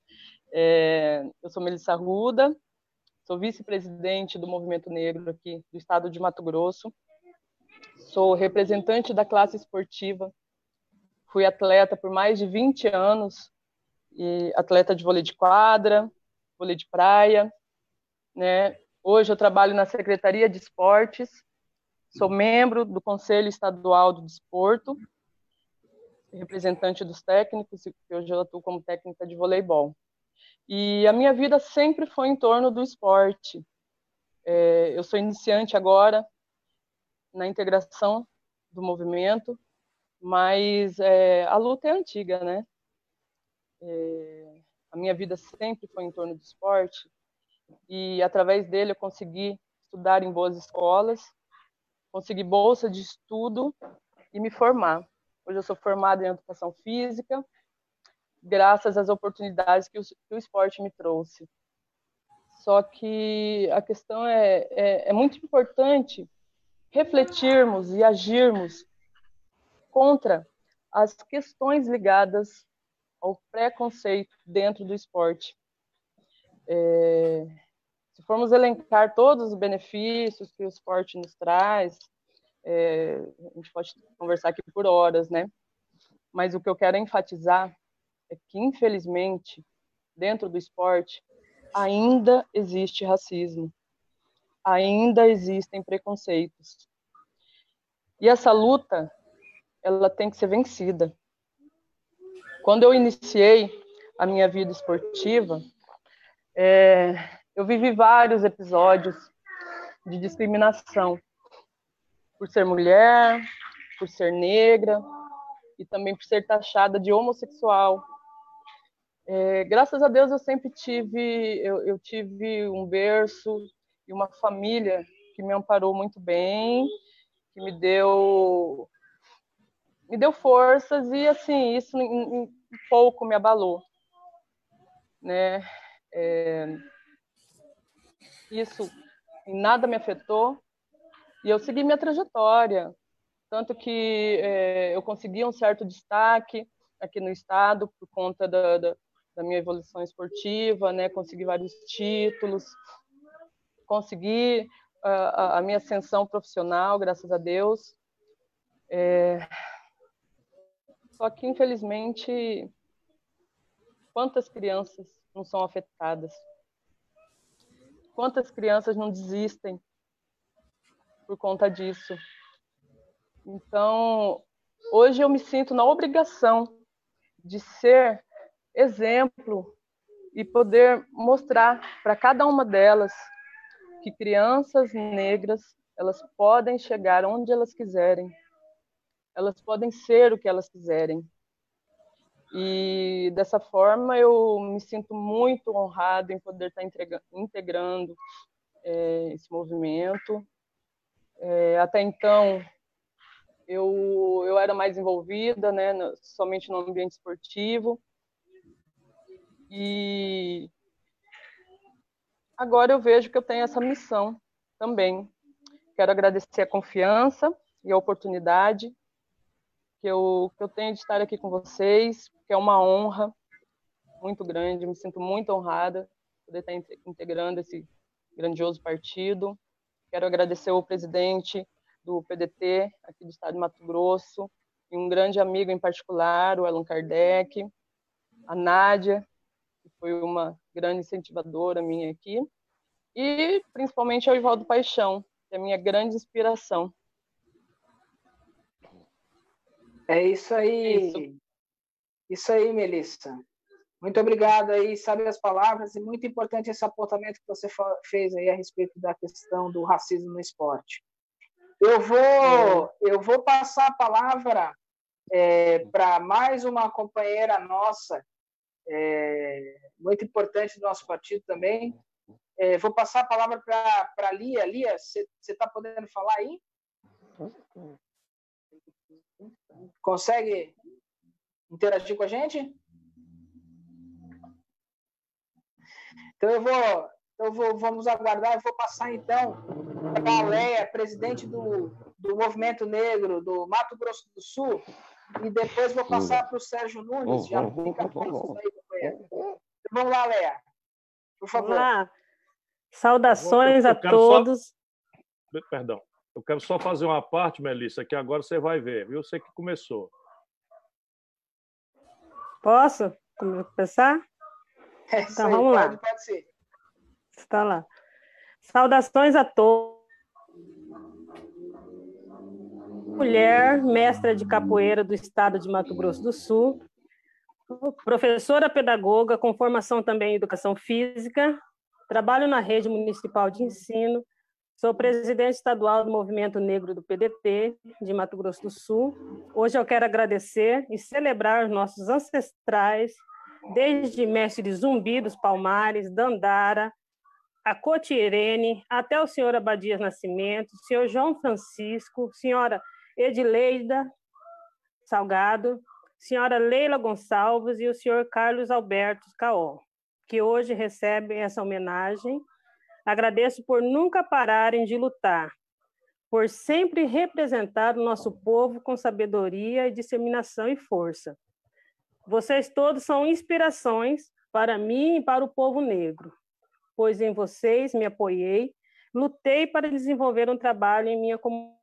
É, eu sou Melissa Arruda, sou vice-presidente do Movimento Negro aqui do estado de Mato Grosso, sou representante da classe esportiva, fui atleta por mais de vinte anos, e atleta de vôlei de quadra, vôlei de praia, né? Hoje eu trabalho na Secretaria de Esportes, sou membro do Conselho Estadual do Desporto, representante dos técnicos, e hoje eu atuo como técnica de voleibol. E a minha vida sempre foi em torno do esporte. É, eu sou iniciante agora na integração do movimento, mas é, a luta é antiga, né? É, a minha vida sempre foi em torno do esporte, e através dele eu consegui estudar em boas escolas, consegui bolsa de estudo e me formar. Hoje eu sou formada em educação física, graças às oportunidades que o, que o esporte me trouxe. Só que a questão é, é, é muito importante refletirmos e agirmos contra as questões ligadas ao preconceito dentro do esporte. É, se formos elencar todos os benefícios que o esporte nos traz, é, a gente pode conversar aqui por horas, né? Mas o que eu quero enfatizar é que, infelizmente, dentro do esporte, ainda existe racismo, ainda existem preconceitos. E essa luta, ela tem que ser vencida. Quando eu iniciei a minha vida esportiva, é, eu vivi vários episódios de discriminação por ser mulher, por ser negra e também por ser taxada de homossexual. É, graças a Deus eu sempre tive, eu, eu tive um berço e uma família que me amparou muito bem, que me deu, me deu forças, e assim, isso um pouco me abalou, né? É, isso em nada me afetou, e eu segui minha trajetória, tanto que é, eu consegui um certo destaque aqui no estado por conta da, da, da minha evolução esportiva, né? Consegui vários títulos, consegui a, a minha ascensão profissional, graças a Deus. É, só que, infelizmente, quantas crianças não são afetadas? Quantas crianças não desistem por conta disso? Então, hoje eu me sinto na obrigação de ser exemplo e poder mostrar para cada uma delas que crianças negras, elas podem chegar onde elas quiserem, elas podem ser o que elas quiserem. E dessa forma eu me sinto muito honrado em poder estar integrando é, esse movimento. É, até então eu, eu era mais envolvida, né, no, somente no ambiente esportivo, e agora eu vejo que eu tenho essa missão também. Quero agradecer a confiança e a oportunidade que eu, que eu tenho de estar aqui com vocês, que é uma honra muito grande, me sinto muito honrada poder estar integrando esse grandioso partido. Quero agradecer ao presidente do P D T, aqui do estado de Mato Grosso, e um grande amigo em particular, o Allan Kardec, a Nádia, que foi uma grande incentivadora minha aqui, e principalmente ao Ivaldo Paixão, que é a minha grande inspiração. É isso aí. É isso. Isso aí, Melissa. Muito obrigado aí, sabe as palavras, e muito importante esse apontamento que você fez aí a respeito da questão do racismo no esporte. Eu vou, eu vou passar a palavra é, para mais uma companheira nossa, é, muito importante do nosso partido também. É, vou passar a palavra para a Lia. Lia, você está podendo falar aí? Consegue interagir com a gente? Então, eu vou, eu vou vamos aguardar. Eu vou passar, então, para a Leia, presidente do, do Movimento Negro do Mato Grosso do Sul, e depois vou passar para o Sérgio Nunes. Já fica fácil aí, companheiro. Então, vamos lá, Leia. Por favor. Olá. Saudações a todos. Só... Perdão. Eu quero só fazer uma parte, Melissa, que agora você vai ver, viu? Você que começou. Posso começar? É, então, aí, vamos lá. Pode, pode ser. Está lá. Saudações a todos. Mulher, mestra de capoeira do estado de Mato Grosso do Sul, professora pedagoga com formação também em educação física, trabalho na rede municipal de ensino, sou presidente estadual do Movimento Negro do P D T de Mato Grosso do Sul. Hoje eu quero agradecer e celebrar os nossos ancestrais, desde mestre Zumbi dos Palmares, Dandara, a Cotirene, até o senhor Abadias Nascimento, senhor João Francisco, senhora Edileida Salgado, senhora Leila Gonçalves e o senhor Carlos Alberto Caó, que hoje recebem essa homenagem. Agradeço por nunca pararem de lutar, por sempre representar o nosso povo com sabedoria e disseminação e força. Vocês todos são inspirações para mim e para o povo negro, pois em vocês me apoiei, lutei para desenvolver um trabalho em minha comunidade.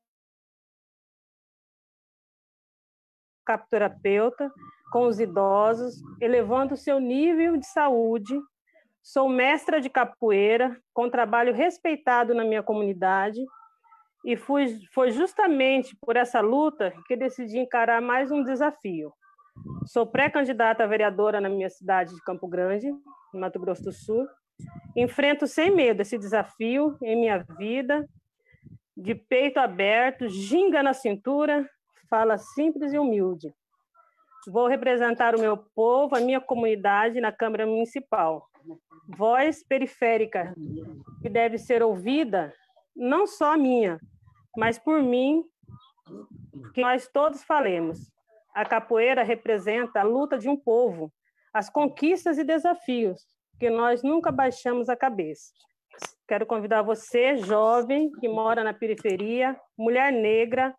Capoterapeuta com os idosos, elevando o seu nível de saúde. Sou mestra de capoeira, com trabalho respeitado na minha comunidade, e fui, foi justamente por essa luta que decidi encarar mais um desafio. Sou pré-candidata a vereadora na minha cidade de Campo Grande, em Mato Grosso do Sul. Enfrento sem medo esse desafio em minha vida, de peito aberto, ginga na cintura, fala simples e humilde. Vou representar o meu povo, a minha comunidade na Câmara Municipal. Voz periférica, que deve ser ouvida, não só a minha, mas por mim, que nós todos falemos. A capoeira representa a luta de um povo, as conquistas e desafios, que nós nunca baixamos a cabeça. Quero convidar você, jovem, que mora na periferia, mulher negra,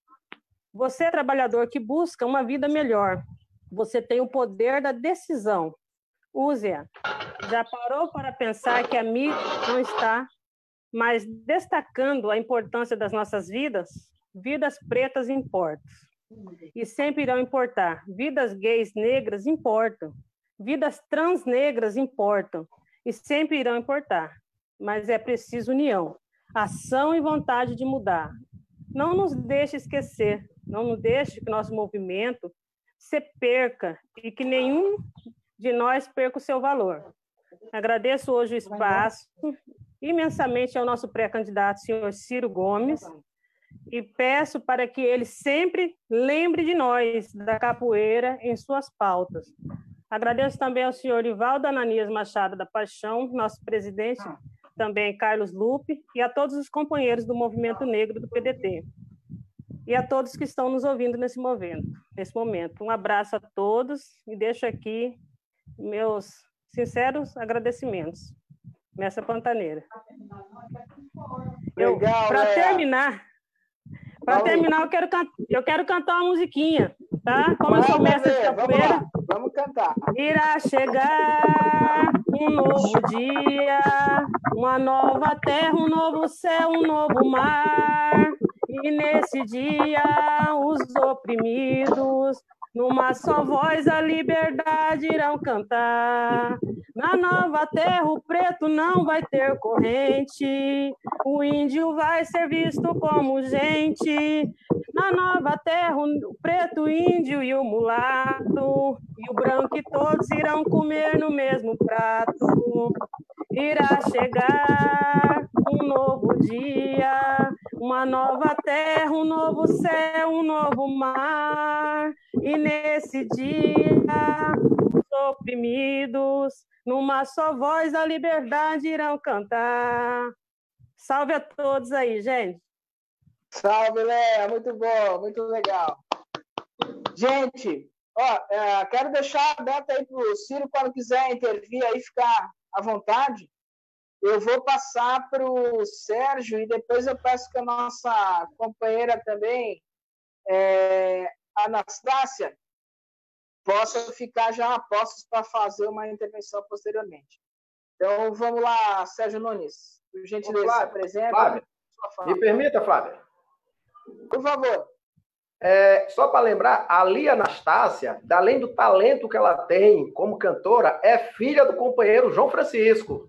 você, trabalhador que busca uma vida melhor, você tem o poder da decisão. Use-a. Já parou para pensar que a mídia não está mais destacando a importância das nossas vidas? Vidas pretas importam. E sempre irão importar. Vidas gays negras importam. Vidas trans negras importam. E sempre irão importar. Mas é preciso união, ação e vontade de mudar. Não nos deixe esquecer. Não nos deixe que nosso movimento se perca e que nenhum de nós perca o seu valor. Agradeço hoje o espaço imensamente ao nosso pré-candidato, senhor Ciro Gomes, e peço para que ele sempre lembre de nós, da capoeira, em suas pautas. Agradeço também ao senhor Ivaldo Ananias Machado da Paixão, nosso presidente, também Carlos Lupe, e a todos os companheiros do Movimento Negro do P D T. E a todos que estão nos ouvindo nesse momento. Nesse momento. Um abraço a todos e deixo aqui meus sinceros agradecimentos. Messa Pantaneira. Para terminar, Para terminar, eu quero, can... eu quero cantar uma musiquinha, tá? Como eu sou mestre de capoeira. Vamos, vamos cantar. Irá chegar um novo dia, uma nova terra, um novo céu, um novo mar. E nesse dia, os oprimidos, numa só voz, a liberdade irão cantar. Na nova terra, o preto não vai ter corrente, o índio vai ser visto como gente. Na nova terra, o preto, o índio e o mulato, e o branco e todos irão comer no mesmo prato. Irá chegar um novo dia, uma nova terra, um novo céu, um novo mar. E nesse dia, os oprimidos, numa só voz, a liberdade irão cantar. Salve a todos aí, gente. Salve, Léa, muito bom, muito legal. Gente, ó, é, quero deixar aberto aí para o Ciro, quando quiser intervir aí, ficar à vontade. Eu vou passar para o Sérgio e depois eu peço que a nossa companheira também, é, Anastácia, possa ficar já a postos para fazer uma intervenção posteriormente. Então, vamos lá, Sérgio Nunes. Por gentileza, se apresenta. Flávio, me permita, Flávio. Por favor. É, só para lembrar, a Lia Anastácia, além do talento que ela tem como cantora, é filha do companheiro João Francisco.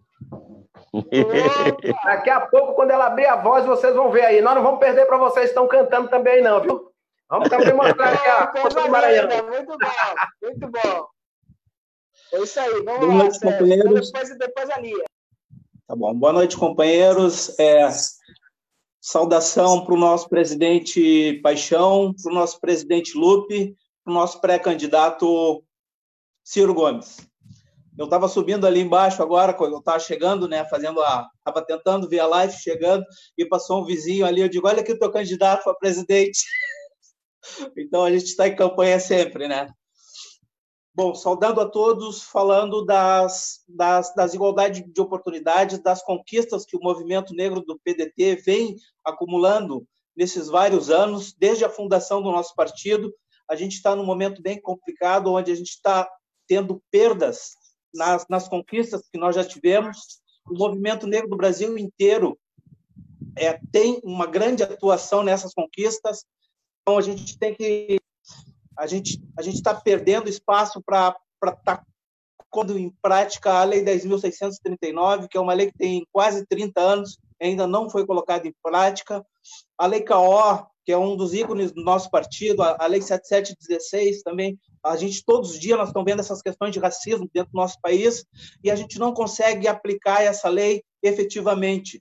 Daqui a pouco, quando ela abrir a voz, vocês vão ver aí. Nós não vamos perder para vocês que estão cantando também, não, viu? Vamos também mostrar aqui a força do Maranhão. Muito bom, muito bom. É isso aí, vamos Boa lá, noite, Sérgio. companheiros. Depois, depois a Lia. Tá bom. Boa noite, companheiros. É, saudação para o nosso presidente Paixão, para o nosso presidente Lupe, para o nosso pré-candidato Ciro Gomes. Eu estava subindo ali embaixo agora, quando eu estava chegando, né, fazendo a... Estava tentando ver a live, chegando, e passou um vizinho ali, eu digo, olha aqui o teu candidato para presidente. Então, a gente está em campanha sempre, né? Bom, saudando a todos, falando das, das, das igualdades de oportunidades, das conquistas que o movimento negro do P D T vem acumulando nesses vários anos, desde a fundação do nosso partido. A gente está num momento bem complicado, onde a gente está tendo perdas nas, nas conquistas que nós já tivemos. O movimento negro do Brasil inteiro é, tem uma grande atuação nessas conquistas. Então, a gente tem que... A gente a gente está perdendo espaço para estar tá pondo em prática a Lei dez mil seiscentos e trinta e nove, que é uma lei que tem quase trinta anos, ainda não foi colocada em prática. A Lei K O, que é um dos ícones do nosso partido, a, a Lei setenta e sete dezesseis também. A gente, todos os dias, nós estamos vendo essas questões de racismo dentro do nosso país e a gente não consegue aplicar essa lei efetivamente.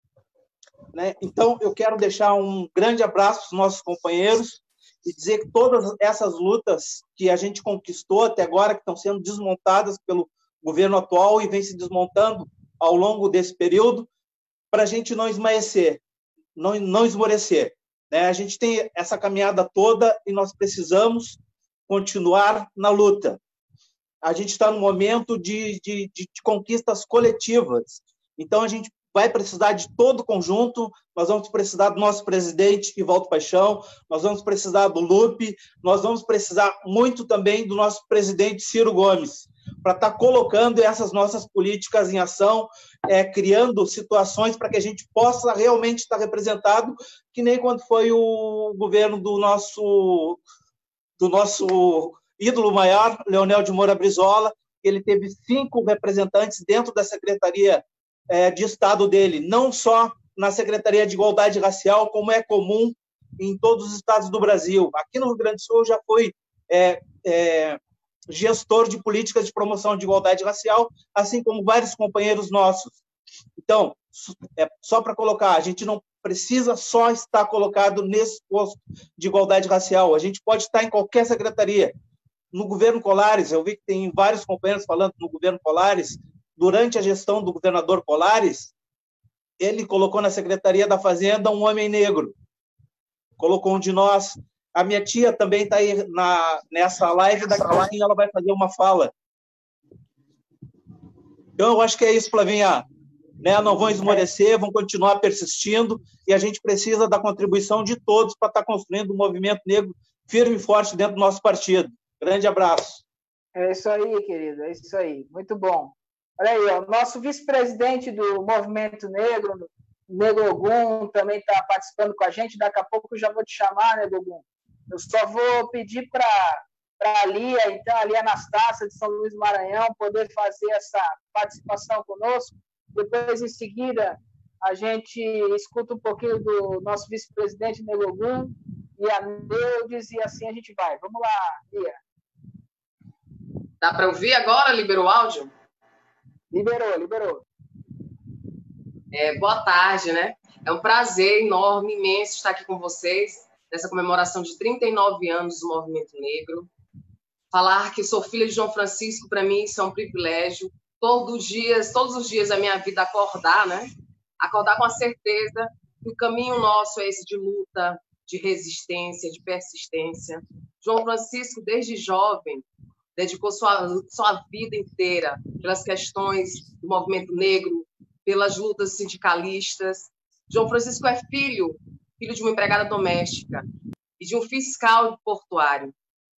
Né? Então, eu quero deixar um grande abraço para os nossos companheiros e dizer que todas essas lutas que a gente conquistou até agora, que estão sendo desmontadas pelo governo atual e vem se desmontando ao longo desse período, para a gente não esmaecer, não, não esmorecer. Né? A gente tem essa caminhada toda e nós precisamos continuar na luta. A gente está num momento de, de, de, de conquistas coletivas, então a gente vai precisar de todo o conjunto, nós vamos precisar do nosso presidente, Ivaldo Paixão, nós vamos precisar do Lupe, nós vamos precisar muito também do nosso presidente Ciro Gomes, para estar tá colocando essas nossas políticas em ação, é, criando situações para que a gente possa realmente estar representado, que nem quando foi o governo do nosso, do nosso ídolo maior, Leonel de Moura Brizola, ele teve cinco representantes dentro da Secretaria É, de Estado dele, não só na Secretaria de Igualdade Racial, como é comum em todos os estados do Brasil. Aqui no Rio Grande do Sul já foi é, é, gestor de políticas de promoção de igualdade racial, assim como vários companheiros nossos. Então, é, só para colocar, a gente não precisa só estar colocado nesse posto de igualdade racial, a gente pode estar em qualquer secretaria. No governo Colares, eu vi que tem vários companheiros falando no governo Colares. Durante a gestão do governador Colares, ele colocou na Secretaria da Fazenda um homem negro. Colocou um de nós. A minha tia também está aí na, nessa live, daqui a pouquinho ela vai fazer uma fala. Então, eu acho que é isso, Flavinha. né? Não vão esmorecer, vão continuar persistindo, e a gente precisa da contribuição de todos para estar construindo um movimento negro firme e forte dentro do nosso partido. Grande abraço. É isso aí, querido, é isso aí. Muito bom. Olha aí, ó, o nosso vice-presidente do Movimento Negro, Negro Ogum, também está participando com a gente. Daqui a pouco eu já vou te chamar, Negro Ogum. Eu só vou pedir para a Lia, então, a Lia Anastácia, de São Luís do Maranhão, poder fazer essa participação conosco. Depois, em seguida, a gente escuta um pouquinho do nosso vice-presidente, Negro Ogum, e a Neudes, e assim a gente vai. Vamos lá, Lia. Dá para ouvir agora? Liberou o áudio? Liberou, liberou. É, boa tarde, né? É um prazer enorme, imenso estar aqui com vocês nessa comemoração de trinta e nove anos do Movimento Negro. Falar que sou filha de João Francisco, para mim, isso é um privilégio. Todos os dias, todos os dias da minha vida, acordar, né? Acordar com a certeza que o caminho nosso é esse de luta, de resistência, de persistência. João Francisco, desde jovem, dedicou sua, sua vida inteira pelas questões do movimento negro, pelas lutas sindicalistas. João Francisco é filho, filho de uma empregada doméstica e de um fiscal portuário.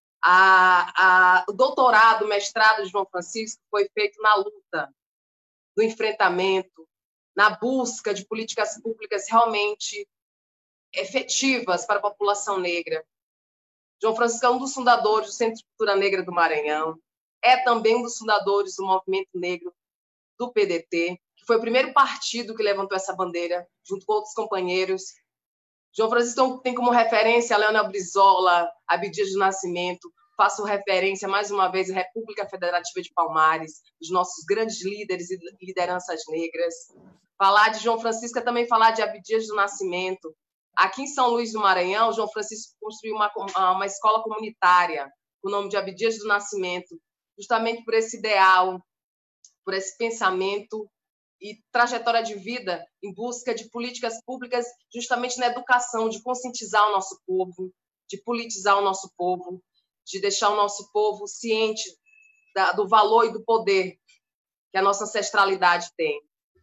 A, a, o doutorado, o mestrado de João Francisco foi feito na luta, no enfrentamento, na busca de políticas públicas realmente efetivas para a população negra. João Francisco é um dos fundadores do Centro de Cultura Negra do Maranhão, é também um dos fundadores do Movimento Negro do P D T, que foi o primeiro partido que levantou essa bandeira, junto com outros companheiros. João Francisco tem como referência a Leonel Brizola, Abdias do Nascimento, faço referência, mais uma vez, à República Federativa de Palmares, os nossos grandes líderes e lideranças negras. Falar de João Francisco é também falar de Abdias do Nascimento. Aqui em São Luís do Maranhão, João Francisco construiu uma, uma escola comunitária com o nome de Abdias do Nascimento, justamente por esse ideal, por esse pensamento e trajetória de vida em busca de políticas públicas justamente na educação, de conscientizar o nosso povo, de politizar o nosso povo, de deixar o nosso povo ciente da, do valor e do poder que a nossa ancestralidade tem.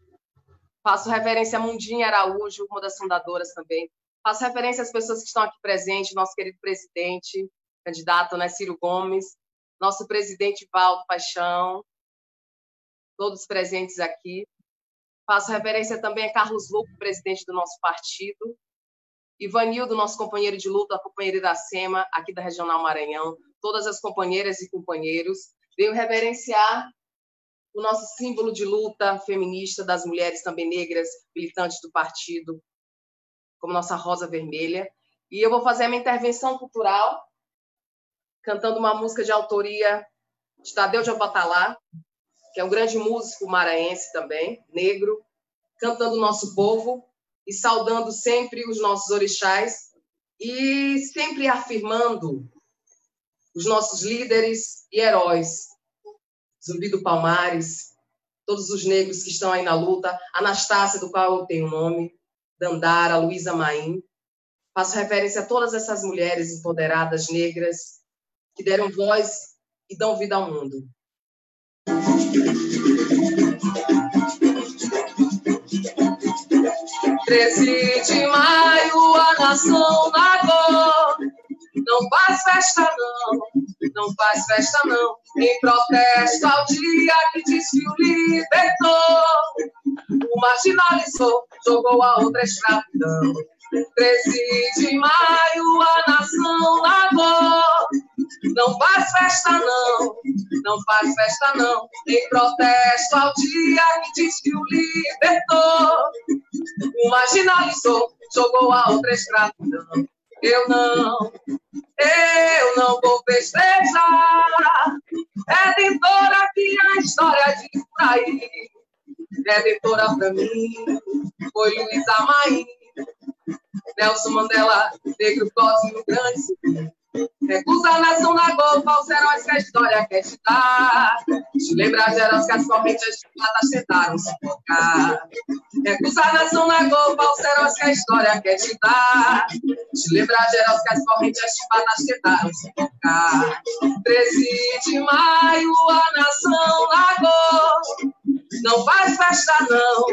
Faço referência a Mundinha Araújo, uma das fundadoras também. Faço referência às pessoas que estão aqui presentes, nosso querido presidente, candidato, né, Ciro Gomes, nosso presidente Valdo Paixão, todos presentes aqui. Faço referência também a Carlos Luco, presidente do nosso partido, Ivanildo, nosso companheiro de luta, a companheira Iracema, aqui da Regional Maranhão, todas as companheiras e companheiros. Venho reverenciar o nosso símbolo de luta feminista das mulheres também negras, militantes do partido, como nossa Rosa Vermelha. E eu vou fazer a minha intervenção cultural cantando uma música de autoria de Tadeu de Albatalá, que é um grande músico maranhense também, negro, cantando o nosso povo e saudando sempre os nossos orixás e sempre afirmando os nossos líderes e heróis. Zumbi do Palmares, todos os negros que estão aí na luta, Anastácia, do qual eu tenho o nome, Dandara, Luísa Maim. Faço referência a todas essas mulheres empoderadas, negras, que deram voz e dão vida ao mundo. treze de maio, a nação na cor. Não faz festa, não, não faz festa, não, em protesto ao dia que diz que o libertou, o marginalizou, jogou a outra escravidão. treze de maio, a nação largou. Não faz festa, não, não faz festa, não, em protesto ao dia que diz que o libertou, o marginalizou, jogou a outra escravidão. Eu não, eu não vou festejar. Redentora que a história diz por aí. Redentora pra mim foi Luísa Maim, Nelson Mandela, negro cósmico grande. Recusa a nação na golfa aos heróis que a história quer te dar. Te lembrar de heróis que as correntes estimadas tentaram sufocar. Recusa a nação na golfa aos heróis que a história quer te dar. Te lembrar de heróis que as correntes estimadas tentaram sufocar. treze de maio, a nação largou. Não faz festa, não,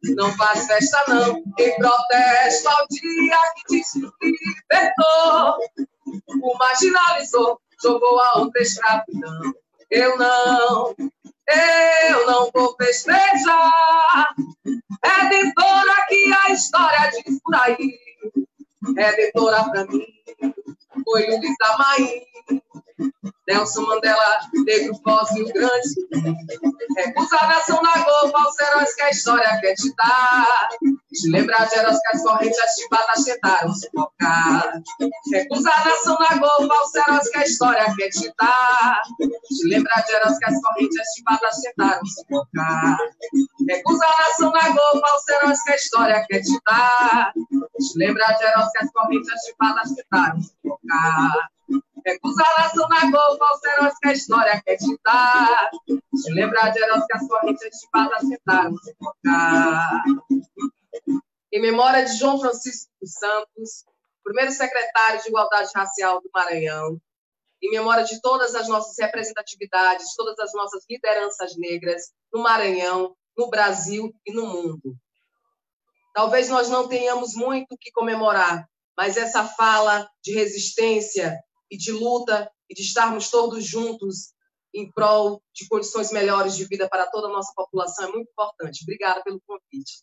Não faz festa não, em protesto ao dia que te libertou. O marginalizou, jogou a outra escravidão. Eu não, eu não vou festejar. Redentora que a história diz por aí. Redentora pra mim foi Luiz Amaim, Nelson Mandela, Negro Foz e o Grande Sul. Recusa a nação na Globo aos heróis que a história quer te dar. Te lembrar de heróis que as correntes as chibatas tentaram sufocar. Recusa a nação na Globo aos heróis que a história quer te dar. Te lembrar de heróis que as correntes as chibatas tentaram sufocar. Recusa a nação na Globo aos heróis que a história quer te dar. Te lembrar de heróis que as correntes as chibatas tentaram sufocar. Recusa a nação na Globo aos heróis que a história quer te dar. Te lembrar de heróis que as correntes as chibatas tentaram sufocar. Em memória de João Francisco dos Santos, primeiro secretário de Igualdade Racial do Maranhão, em memória de todas as nossas representatividades, todas as nossas lideranças negras no Maranhão, no Brasil e no mundo. Talvez nós não tenhamos muito o que comemorar, mas essa fala de resistência e de luta e de estarmos todos juntos em prol de condições melhores de vida para toda a nossa população é muito importante. Obrigada pelo convite.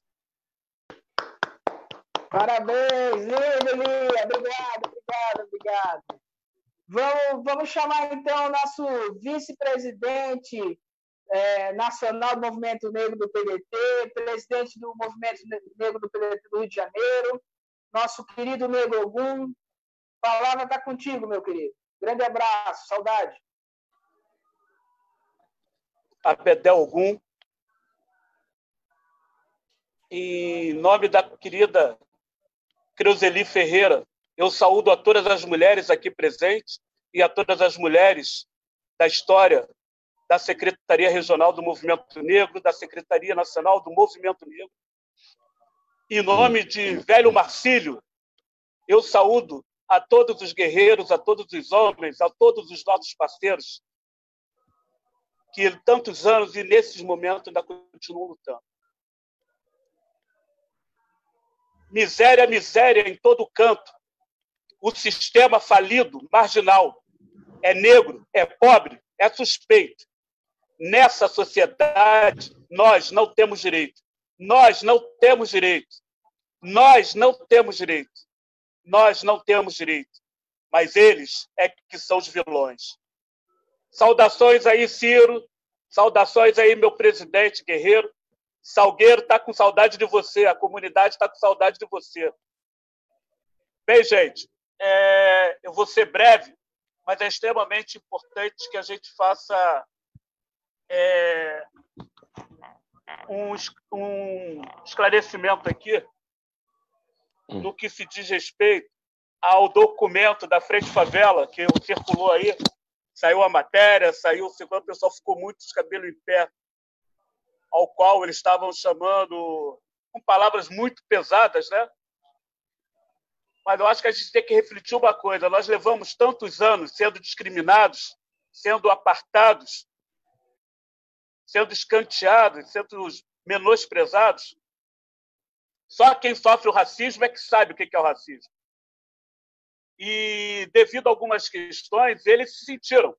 Parabéns, Lília, obrigado, obrigado, obrigado. Vamos, vamos chamar, então, o nosso vice-presidente é, nacional do Movimento Negro do P D T, presidente do Movimento Negro do P D T do Rio de Janeiro, nosso querido Negro Ogum. A palavra está contigo, meu querido. Grande abraço, saudade. Abedel Ogum, em nome da querida Creuzeli Ferreira, eu saúdo a todas as mulheres aqui presentes e a todas as mulheres da história da Secretaria Regional do Movimento Negro, da Secretaria Nacional do Movimento Negro. Em nome de Velho Marcílio, eu saúdo a todos os guerreiros, a todos os homens, a todos os nossos parceiros que tantos anos e nesses momentos ainda continuam lutando. Miséria, miséria em todo canto. O sistema falido, marginal, é negro, é pobre, é suspeito. Nessa sociedade, nós não temos direito. Nós não temos direito. Nós não temos direito. Nós não temos direito. Mas eles é que são os vilões. Saudações aí, Ciro. Saudações aí, meu presidente guerreiro. Salgueiro está com saudade de você. A comunidade está com saudade de você. Bem, gente, é... eu vou ser breve, mas é extremamente importante que a gente faça é... um, um esclarecimento aqui no que se diz respeito ao documento da Frente Favela, que circulou aí, saiu a matéria, saiu, o pessoal ficou muito de cabelo em pé, ao qual eles estavam chamando, com palavras muito pesadas, né? Mas eu acho que a gente tem que refletir uma coisa, nós levamos tantos anos sendo discriminados, sendo apartados, sendo escanteados, sendo menosprezados. Só quem sofre o racismo é que sabe o que é o racismo. E, devido a algumas questões, eles se sentiram.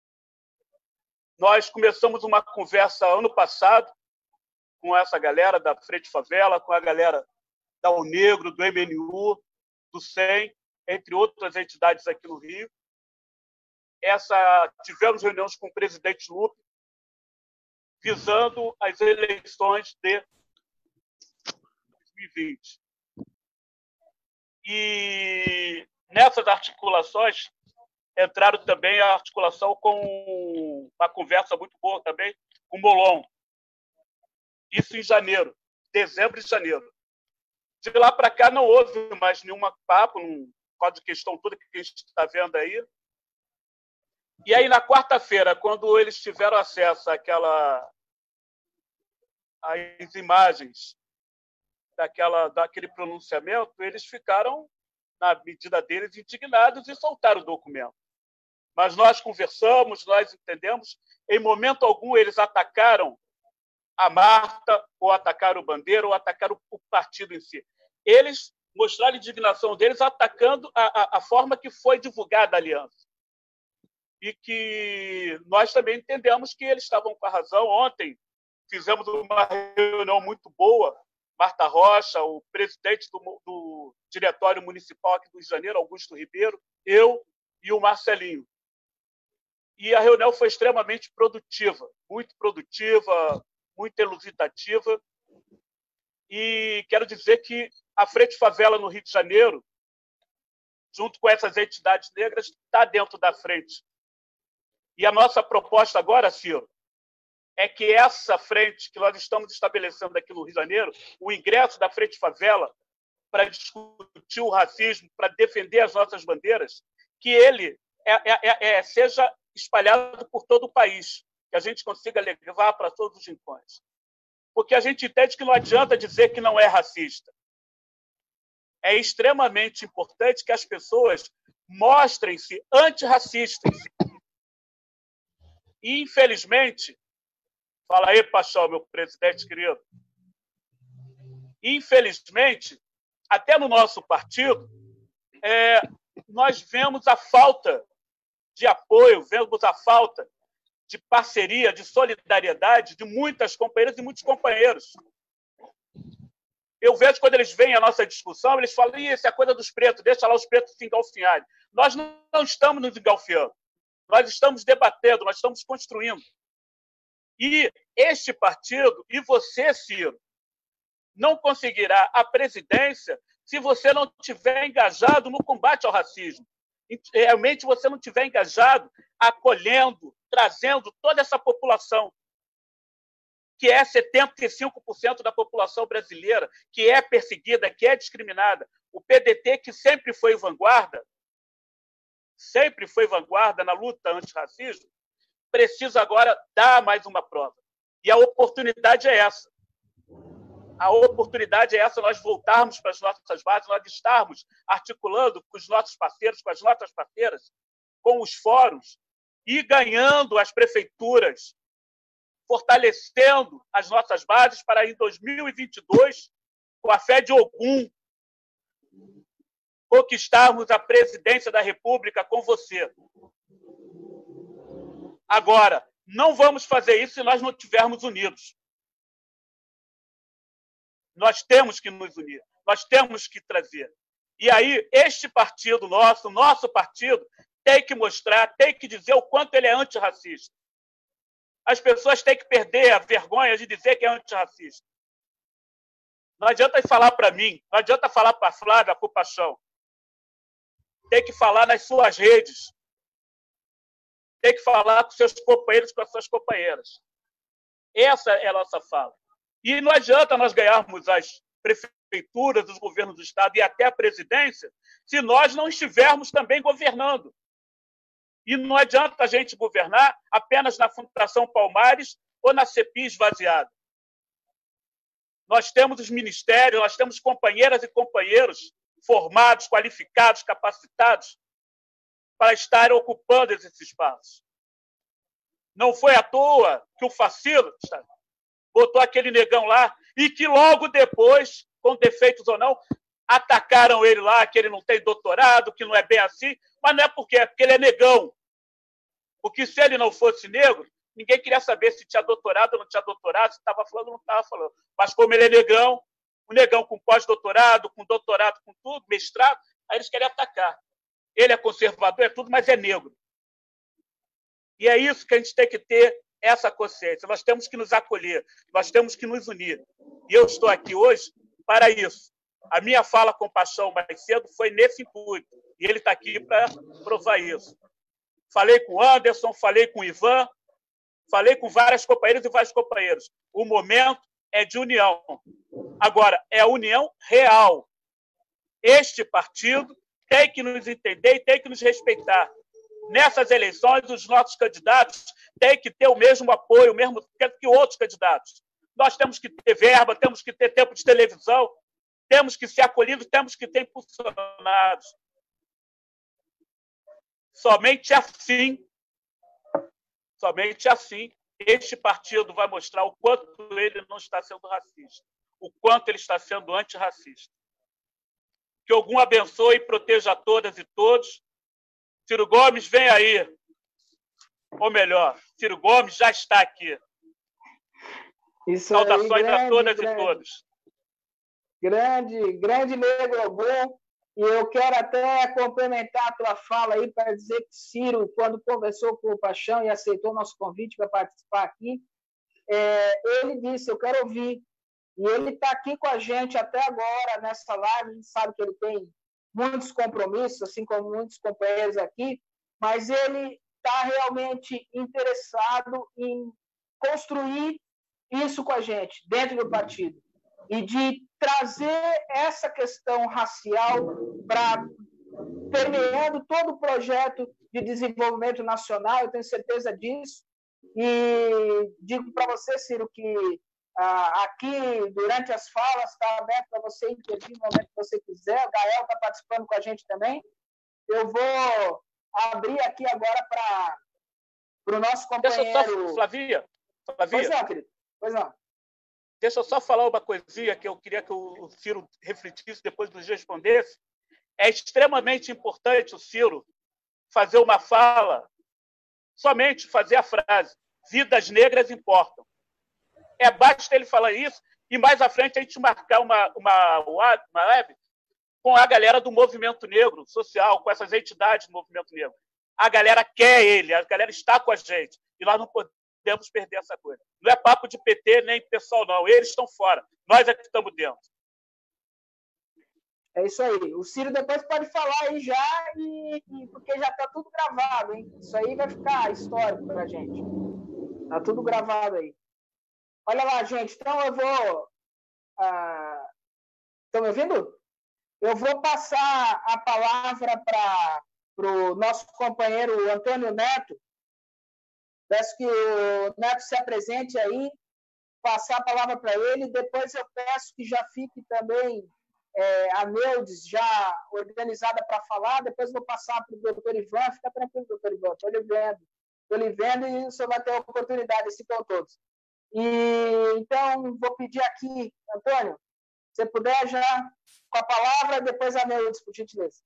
Nós começamos uma conversa ano passado com essa galera da Frente Favela, com a galera da O Negro, do M N U, do S E M, entre outras entidades aqui no Rio. Essa, tivemos reuniões com o presidente Lupe, visando as eleições de dois mil e vinte. E nessas articulações entraram também a articulação com uma conversa muito boa também com o Molon. Isso em janeiro, dezembro e janeiro. De lá para cá não houve mais nenhum papo, por causa de questão toda que a gente está vendo aí. E aí, na quarta-feira, quando eles tiveram acesso àquela, às imagens daquela, daquele pronunciamento, eles ficaram, na medida deles, indignados e soltaram o documento. Mas nós conversamos, nós entendemos, em momento algum eles atacaram a Marta, ou atacaram o Bandeira, ou atacaram o partido em si. Eles mostraram a indignação deles atacando a, a, a forma que foi divulgada a aliança. E que nós também entendemos que eles estavam com a razão. Ontem fizemos uma reunião muito boa, Marta Rocha, o presidente do, do Diretório Municipal aqui do Rio de Janeiro, Augusto Ribeiro, eu e o Marcelinho. E a reunião foi extremamente produtiva, muito produtiva, muito elucidativa. E quero dizer que a Frente Favela no Rio de Janeiro, junto com essas entidades negras, está dentro da frente. E a nossa proposta agora, Ciro, é que essa frente que nós estamos estabelecendo aqui no Rio de Janeiro, o ingresso da Frente Favela para discutir o racismo, para defender as nossas bandeiras, que ele é, é, é, seja espalhado por todo o país, que a gente consiga levar para todos os rincões. Porque a gente entende que não adianta dizer que não é racista. É extremamente importante que as pessoas mostrem-se antirracistas. E, infelizmente, fala aí, Paixão, meu presidente querido, infelizmente, até no nosso partido, é, nós vemos a falta de apoio, vemos a falta de parceria, de solidariedade de muitas companheiras e muitos companheiros. Eu vejo quando eles veem a nossa discussão, eles falam, isso é coisa dos pretos, deixa lá os pretos se engalfinharem. Nós não estamos nos engalfinhando, nós estamos debatendo, nós estamos construindo. E este partido, e você, Ciro, não conseguirá a presidência se você não estiver engajado no combate ao racismo. Realmente você não estiver engajado, acolhendo, trazendo toda essa população, que é setenta e cinco por cento da população brasileira, que é perseguida, que é discriminada. O P D T, que sempre foi vanguarda, sempre foi vanguarda na luta antirracismo, precisa agora dar mais uma prova. E a oportunidade é essa. A oportunidade é essa, nós voltarmos para as nossas bases, nós estarmos articulando com os nossos parceiros, com as nossas parceiras, com os fóruns, e ganhando as prefeituras, fortalecendo as nossas bases para, em dois mil e vinte e dois, com a fé de Ogum, conquistarmos a presidência da República com você. Agora, não vamos fazer isso se nós não estivermos unidos. Nós temos que nos unir, nós temos que trazer. E aí, este partido nosso, nosso partido, tem que mostrar, tem que dizer o quanto ele é antirracista. As pessoas têm que perder a vergonha de dizer que é antirracista. Não adianta falar para mim, não adianta falar para a Flávia, para o Paixão. Tem que falar nas suas redes. Tem que falar com seus companheiros, com as suas companheiras. Essa é a nossa fala. E não adianta nós ganharmos as prefeituras, os governos do Estado e até a presidência se nós não estivermos também governando. E não adianta a gente governar apenas na Fundação Palmares ou na CEPI esvaziada. Nós temos os ministérios, nós temos companheiras e companheiros formados, qualificados, capacitados para estarem ocupando esses espaços. Não foi à toa que o fascista botou aquele negão lá e que logo depois, com defeitos ou não, atacaram ele lá, que ele não tem doutorado, que não é bem assim, mas não é porque é porque ele é negão. Porque se ele não fosse negro, ninguém queria saber se tinha doutorado ou não tinha doutorado, se estava falando ou não estava falando. Mas como ele é negão, um negão com pós-doutorado, com doutorado, com tudo, mestrado, aí eles querem atacar. Ele é conservador, é tudo, mas é negro. E é isso que a gente tem que ter, essa consciência. Nós temos que nos acolher, nós temos que nos unir. E eu estou aqui hoje para isso. A minha fala com Paixão mais cedo foi nesse intuito. E ele está aqui para provar isso. Falei com o Anderson, falei com o Ivan, falei com várias companheiras e vários companheiros. O momento é de união. Agora, é a união real. Este partido tem que nos entender e tem que nos respeitar. Nessas eleições, os nossos candidatos têm que ter o mesmo apoio, o mesmo que outros candidatos. Nós temos que ter verba, temos que ter tempo de televisão, temos que ser acolhidos, temos que ter impulsionados. Somente assim, somente assim, este partido vai mostrar o quanto ele não está sendo racista, o quanto ele está sendo antirracista. Que algum abençoe e proteja a todas e todos. Ciro Gomes, vem aí. Ou melhor, Ciro Gomes já está aqui. Isso Saudações aí, grande, a todas grande, e todos. Grande, grande Negro Ogum. E eu quero até complementar a tua fala aí para dizer que Ciro, quando conversou com o Paixão e aceitou nosso convite para participar aqui, é, ele disse, eu quero ouvir. E ele está aqui com a gente até agora, nessa live. A gente sabe que ele tem muitos compromissos, assim como muitos companheiros aqui, mas ele está realmente interessado em construir isso com a gente, dentro do partido, e de trazer essa questão racial para permeando todo o projeto de desenvolvimento nacional, eu tenho certeza disso, e digo para você, Ciro, que ah, aqui, durante as falas, está aberto para você intervir no momento que você quiser, o Gael está participando com a gente também, eu vou abrir aqui agora para o nosso companheiro... Deixa eu só, Flavia, Flavia. Pois não, querido, pois não. Deixa eu só falar uma coisinha que eu queria que o Ciro refletisse depois nos respondesse. É extremamente importante o Ciro fazer uma fala, somente fazer a frase, vidas negras importam. É, basta ele falar isso e mais à frente a gente marcar uma, uma, uma live com a galera do movimento negro social, com essas entidades do movimento negro. A galera quer ele, a galera está com a gente e nós não podemos perder essa coisa. Não é papo de P T nem pessoal, não. Eles estão fora. Nós é que estamos dentro. É isso aí. O Ciro depois pode falar aí já, e, e porque já está tudo gravado, hein? Isso aí vai ficar histórico para a gente. Está tudo gravado aí. Olha lá, gente. Então eu vou... Ah, estão me ouvindo? Eu vou passar a palavra para o nosso companheiro Antônio Neto. Peço que o Neto se apresente aí, passar a palavra para ele. Depois eu peço que já fique também é, a Neudes já organizada para falar. Depois vou passar para o doutor Ivan. Fica tranquilo, doutor Ivan. Estou lhe vendo. Estou lhe vendo e o senhor vai ter a oportunidade, assim com todos. E, então, vou pedir aqui, Antônio, se você puder já com a palavra, depois a Neudes, por gentileza.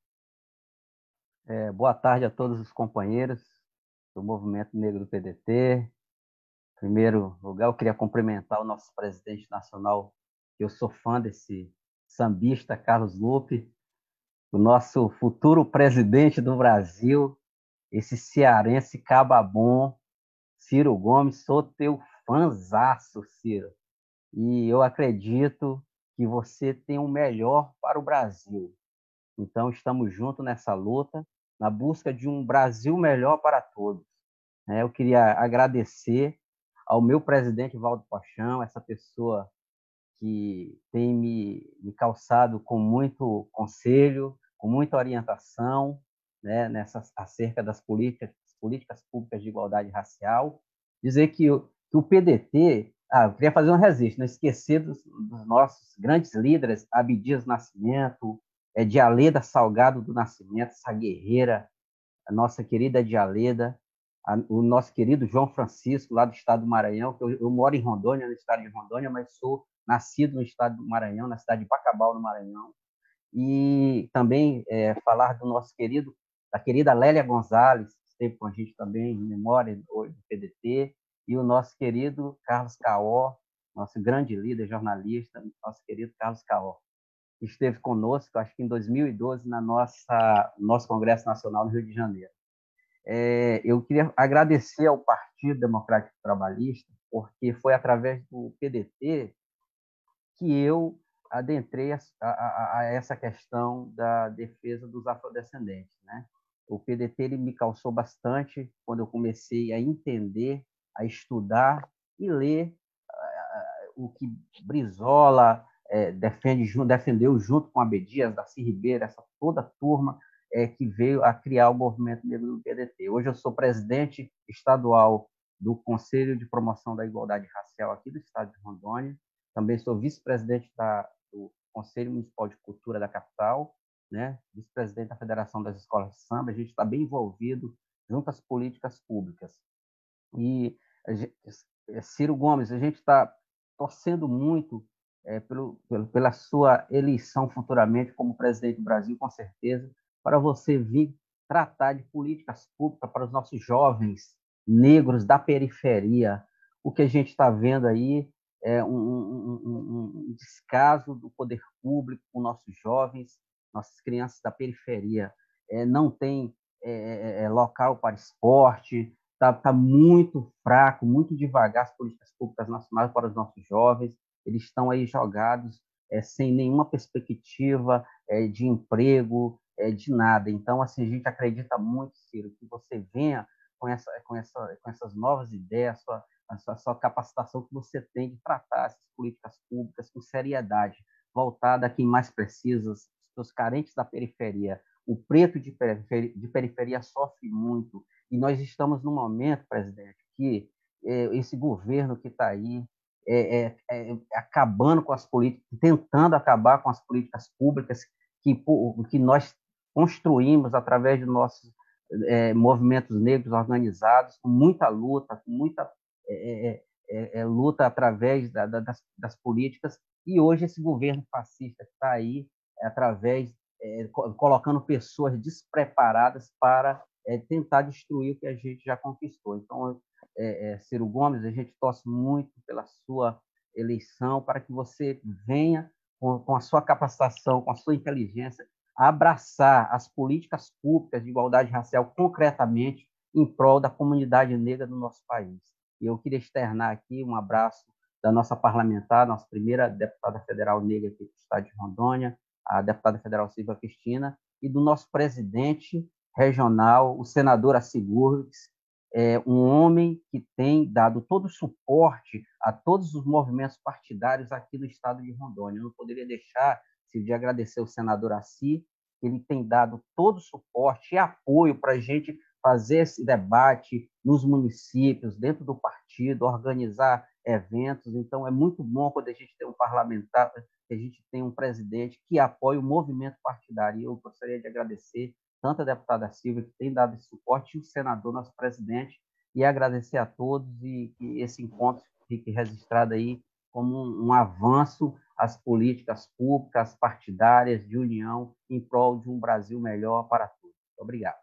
É, boa tarde a todos os companheiros do Movimento Negro do P D T. Em primeiro lugar, eu queria cumprimentar o nosso presidente nacional, que eu sou fã desse sambista, Carlos Lupe, o nosso futuro presidente do Brasil, esse cearense cababom, Ciro Gomes. Sou teu fãzaço, Ciro, e eu acredito que você tem o melhor para o Brasil. Então, estamos juntos nessa luta, na busca de um Brasil melhor para todos. Eu queria agradecer ao meu presidente, Valdo Paixão, essa pessoa que tem me, me calçado com muito conselho, com muita orientação, né, nessa, acerca das políticas, políticas públicas de igualdade racial. Dizer que, que o P D T... Ah, eu queria fazer um registro, não esquecer dos, dos nossos grandes líderes, Abdias Nascimento, é, Dialeda Salgado do Nascimento, essa guerreira, a nossa querida Dialeda, a, o nosso querido João Francisco, lá do estado do Maranhão, que eu, eu moro em Rondônia, no estado de Rondônia, mas sou nascido no estado do Maranhão, na cidade de Bacabal, no Maranhão. E também é, falar do nosso querido, da querida Lélia Gonzalez, que esteve com a gente também, em memória do P D T, e o nosso querido Carlos Caó, nosso grande líder jornalista, nosso querido Carlos Caó, que esteve conosco, acho que em dois mil e doze, na nossa nosso Congresso Nacional no Rio de Janeiro. É, eu queria agradecer ao Partido Democrático Trabalhista, porque foi através do P D T que eu adentrei a, a, a essa questão da defesa dos afrodescendentes, né? O P D T ele me calçou bastante quando eu comecei a entender, a estudar e ler uh, o que Brizola é, defende, defendeu junto com Abdias, Darcy Ribeiro, essa toda a turma é, que veio a criar o movimento negro do P D T. Hoje eu sou presidente estadual do Conselho de Promoção da Igualdade Racial aqui do estado de Rondônia, também sou vice-presidente do Conselho Municipal de Cultura da capital, né? Vice-presidente da Federação das Escolas de Samba. A gente está bem envolvido junto às políticas públicas. E Ciro Gomes, a gente está torcendo muito é, pelo, pelo, pela sua eleição futuramente como presidente do Brasil, com certeza, para você vir tratar de políticas públicas para os nossos jovens negros da periferia. O que a gente está vendo aí é um, um, um, um descaso do poder público com nossos jovens, nossas crianças da periferia. É, não tem é, é, local para esporte, está tá muito fraco, muito devagar as políticas públicas nacionais para os nossos jovens. Eles estão aí jogados é, sem nenhuma perspectiva é, de emprego, é, de nada. Então, assim, a gente acredita muito, Ciro, que você venha com, essa, com, essa, com essas novas ideias, sua, a sua, a sua capacitação que você tem de tratar essas políticas públicas com seriedade, voltada a quem mais precisa, os carentes da periferia. O preto de periferia, de periferia sofre muito. E nós estamos num momento, presidente, que é, esse governo que está aí é, é, é, acabando com as políticas, tentando acabar com as políticas públicas que, que nós construímos através de nossos é, movimentos negros organizados, com muita luta, com muita é, é, é, luta através da, da, das, das políticas. E hoje esse governo fascista que está aí, é, através, é, colocando pessoas despreparadas para é, tentar destruir o que a gente já conquistou. Então, é, é, Ciro Gomes, a gente torce muito pela sua eleição, para que você venha com, com a sua capacitação, com a sua inteligência, a abraçar as políticas públicas de igualdade racial concretamente em prol da comunidade negra do nosso país. E eu queria externar aqui um abraço da nossa parlamentar, nossa primeira deputada federal negra aqui do estado de Rondônia, a deputada federal Silvia Cristina, e do nosso presidente regional, o senador Assigurdes, é um homem que tem dado todo o suporte a todos os movimentos partidários aqui no estado de Rondônia. Eu não poderia deixar de agradecer o senador Assi, que ele tem dado todo o suporte e apoio para a gente fazer esse debate nos municípios, dentro do partido, organizar eventos. Então, é muito bom quando a gente tem um parlamentar, que a gente tem um presidente que apoia o movimento partidário. E eu gostaria de agradecer tanto a deputada Silvia, que tem dado esse suporte, e o senador, nosso presidente, e agradecer a todos e que esse encontro fique registrado aí como um, um avanço às políticas públicas, partidárias, de união, em prol de um Brasil melhor para todos. Obrigado.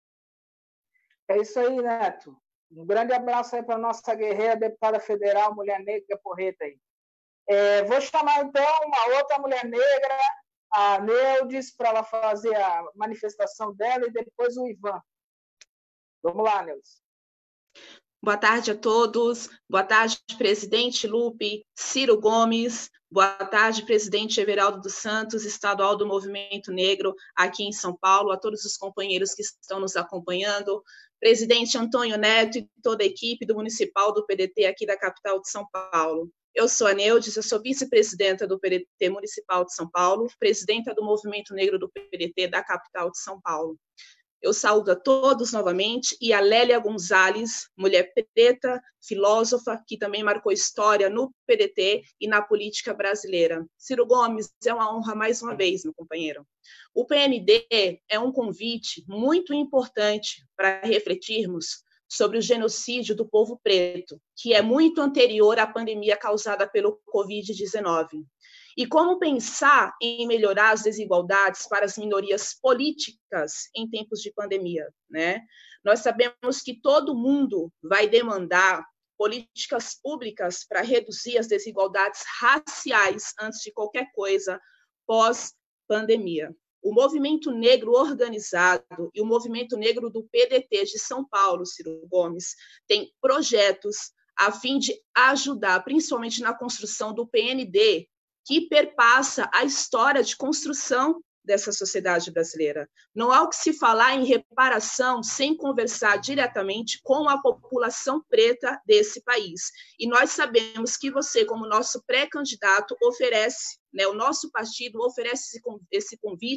É isso aí, Neto. Um grande abraço aí para a nossa guerreira, deputada federal, mulher negra, porreta aí. É, vou chamar, então, uma outra mulher negra, a Neudes, para ela fazer a manifestação dela, e depois o Ivan. Vamos lá, Neudes. Boa tarde a todos. Boa tarde, presidente Lupe, Ciro Gomes. Boa tarde, presidente Everaldo dos Santos, estadual do Movimento Negro aqui em São Paulo, a todos os companheiros que estão nos acompanhando, presidente Antônio Neto e toda a equipe do Municipal do P D T aqui da capital de São Paulo. Eu sou a Neudes, eu sou vice-presidenta do P D T Municipal de São Paulo, presidenta do Movimento Negro do P D T da capital de São Paulo. Eu saúdo a todos novamente, e a Lélia Gonzalez, mulher preta, filósofa, que também marcou história no P D T e na política brasileira. Ciro Gomes, é uma honra mais uma vez, meu companheiro. O P N D é um convite muito importante para refletirmos sobre o genocídio do povo preto, que é muito anterior à pandemia causada pelo covid dezenove. E como pensar em melhorar as desigualdades para as minorias políticas em tempos de pandemia, né? Nós sabemos que todo mundo vai demandar políticas públicas para reduzir as desigualdades raciais antes de qualquer coisa pós-pandemia. O movimento negro organizado e o movimento negro do P D T de São Paulo, Ciro Gomes, tem projetos a fim de ajudar, principalmente na construção do P N D, que perpassa a história de construção dessa sociedade brasileira. Não há o que se falar em reparação sem conversar diretamente com a população preta desse país. E nós sabemos que você, como nosso pré-candidato, oferece, né, o nosso partido oferece esse convite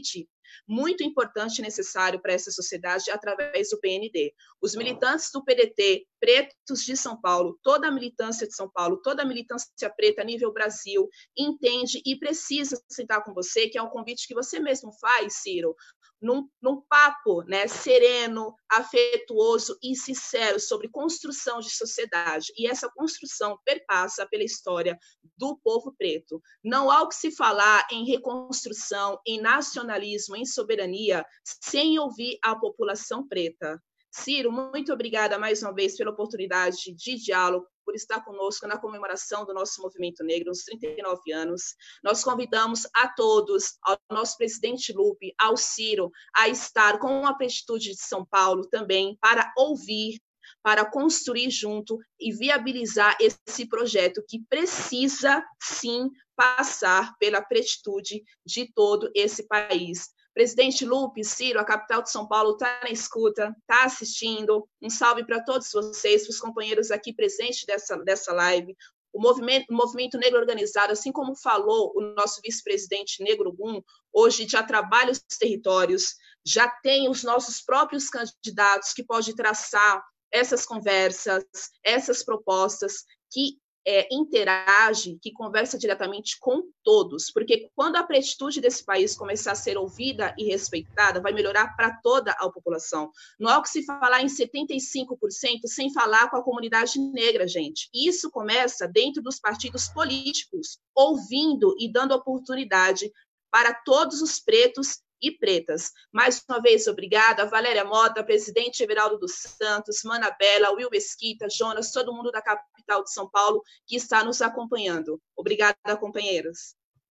muito importante e necessário para essa sociedade através do P N D. Os militantes do P D T, pretos de São Paulo, toda a militância de São Paulo, toda a militância preta a nível Brasil, entende e precisa sentar com você, que é um convite que você mesmo faz, Ciro, num, num papo, né, sereno, afetuoso e sincero sobre construção de sociedade. E essa construção perpassa pela história do povo preto. Não há o que se falar em reconstrução, em nacionalismo, em soberania, sem ouvir a população preta. Ciro, muito obrigada mais uma vez pela oportunidade de diálogo, por estar conosco na comemoração do nosso movimento negro, nos trinta e nove anos. Nós convidamos a todos, ao nosso presidente Lupe, ao Ciro, a estar com a Plenitude de São Paulo também, para ouvir, para construir junto e viabilizar esse projeto que precisa, sim, passar pela plenitude de todo esse país. Presidente Lupe, Ciro, a capital de São Paulo está na escuta, está assistindo. Um salve para todos vocês, para os companheiros aqui presentes dessa, dessa live. O movimento, o movimento negro organizado, assim como falou o nosso vice-presidente Negro Gum, hoje já trabalha os territórios, já tem os nossos próprios candidatos que podem traçar essas conversas, essas propostas que É, interage, que conversa diretamente com todos, porque quando a plenitude desse país começar a ser ouvida e respeitada, vai melhorar para toda a população. Não há o que se falar em setenta e cinco por cento sem falar com a comunidade negra, gente. Isso começa dentro dos partidos políticos, ouvindo e dando oportunidade para todos os pretos e pretas. Mais uma vez, obrigada. Valéria Mota, presidente Everaldo dos Santos, Mana Bela, Will Mesquita, Jonas, todo mundo da capital de São Paulo que está nos acompanhando. Obrigada, companheiros.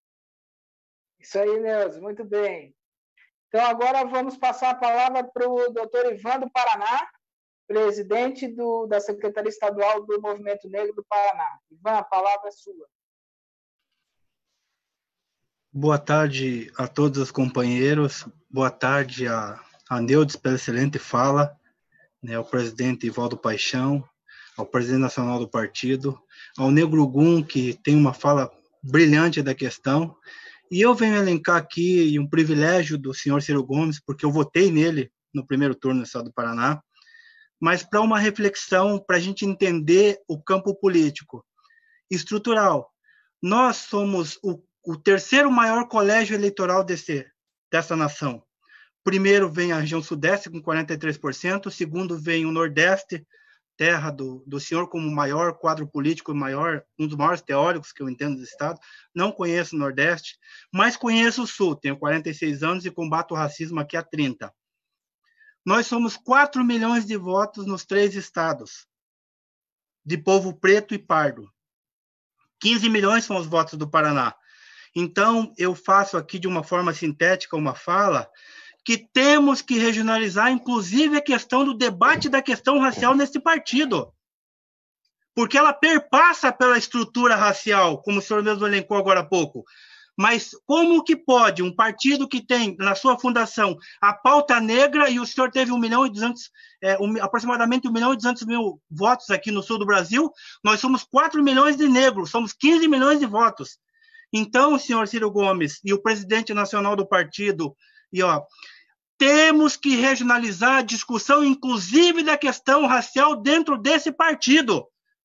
Isso aí, Neuza, muito bem. Então, agora vamos passar a palavra para o doutor Ivan do Paraná, presidente do, da Secretaria Estadual do Movimento Negro do Paraná. Ivan, a palavra é sua. Boa tarde a todos os companheiros, boa tarde a, a Neudes pela excelente fala, né, ao presidente Ivaldo Paixão, ao presidente nacional do partido, ao Negro Gum, que tem uma fala brilhante da questão, e eu venho elencar aqui um privilégio do senhor Ciro Gomes, porque eu votei nele no primeiro turno no estado do Paraná, mas para uma reflexão, para a gente entender o campo político estrutural. Nós somos o o terceiro maior colégio eleitoral desse, dessa nação. Primeiro vem a região sudeste, com quarenta e três por cento. Segundo vem o nordeste, terra do, do senhor como maior quadro político, maior, um dos maiores teóricos que eu entendo do estado. Não conheço o nordeste, mas conheço o sul. Tenho quarenta e seis anos e combato o racismo aqui há trinta. Nós somos quatro milhões de votos nos três estados, de povo preto e pardo. quinze milhões são os votos do Paraná. Então, eu faço aqui de uma forma sintética uma fala que temos que regionalizar, inclusive, a questão do debate da questão racial nesse partido. Porque ela perpassa pela estrutura racial, como o senhor mesmo elencou agora há pouco. Mas como que pode um partido que tem na sua fundação a pauta negra, e o senhor teve um milhão e duzentos, é, um, aproximadamente um milhão e duzentos mil votos aqui no sul do Brasil, nós somos quatro milhões de negros, somos quinze milhões de votos. Então, senhor Ciro Gomes e o presidente nacional do partido, e, ó, temos que regionalizar a discussão, inclusive da questão racial dentro desse partido.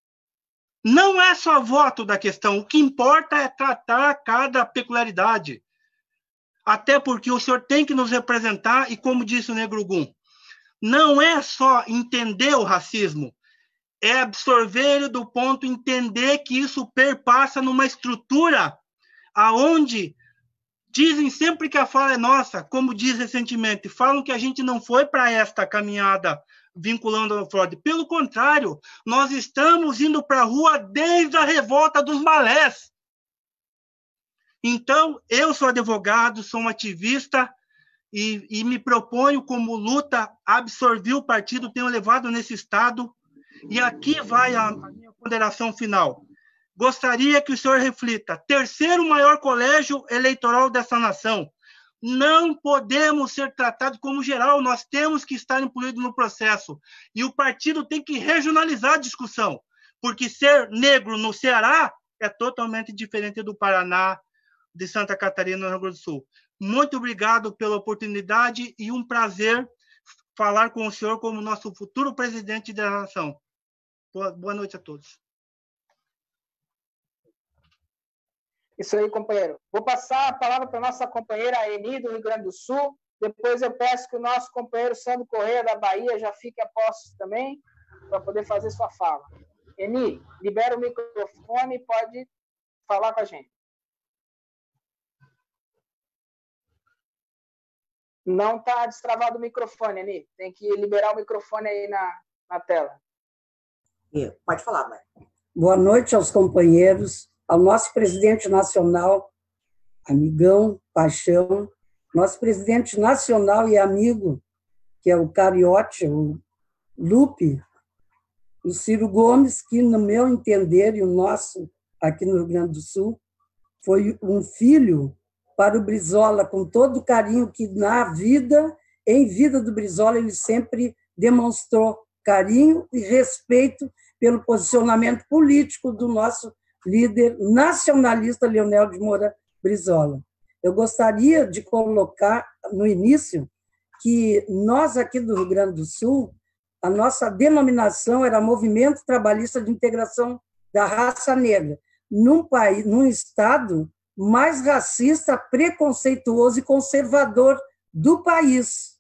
Não é só voto da questão, o que importa é tratar cada peculiaridade. Até porque o senhor tem que nos representar, e como disse o Negro Gum, não é só entender o racismo, é absorver ele do ponto, entender que isso perpassa numa estrutura aonde dizem sempre que a fala é nossa, como diz recentemente, falam que a gente não foi para esta caminhada vinculando ao Freud. Pelo contrário, nós estamos indo para a rua desde a revolta dos malés. Então, eu sou advogado, sou um ativista e, e me proponho como luta absorver o partido, tenho levado nesse estado, e aqui vai a, a minha ponderação final. Gostaria que o senhor reflita. Terceiro maior colégio eleitoral dessa nação. Não podemos ser tratados como geral, nós temos que estar incluídos no processo. E o partido tem que regionalizar a discussão, porque ser negro no Ceará é totalmente diferente do Paraná, de Santa Catarina, no Rio Grande do Sul. muito obrigado pela oportunidade e um prazer falar com o senhor como nosso futuro presidente da nação. Boa, boa noite a todos. Isso aí, companheiro. Vou passar a palavra para a nossa companheira Eni, do Rio Grande do Sul. Depois eu peço que o nosso companheiro Sandro Correia, da Bahia, já fique a postos também, para poder fazer sua fala. Eni, libera o microfone e pode falar com a gente. Não está destravado o microfone, Eni. Tem que liberar o microfone aí na, na tela. Pode falar, mãe. Boa noite aos companheiros, ao nosso presidente nacional, amigão, paixão, nosso presidente nacional e amigo, que é o Cariote, o Lupe, o Ciro Gomes, que, no meu entender, e o nosso aqui no Rio Grande do Sul, foi um filho para o Brizola, com todo o carinho que na vida, em vida do Brizola, ele sempre demonstrou carinho e respeito pelo posicionamento político do nosso líder nacionalista Leonel de Moura Brizola. Eu gostaria de colocar no início que nós aqui do Rio Grande do Sul, a nossa denominação era Movimento Trabalhista de Integração da Raça Negra, num país, num estado mais racista, preconceituoso e conservador do país.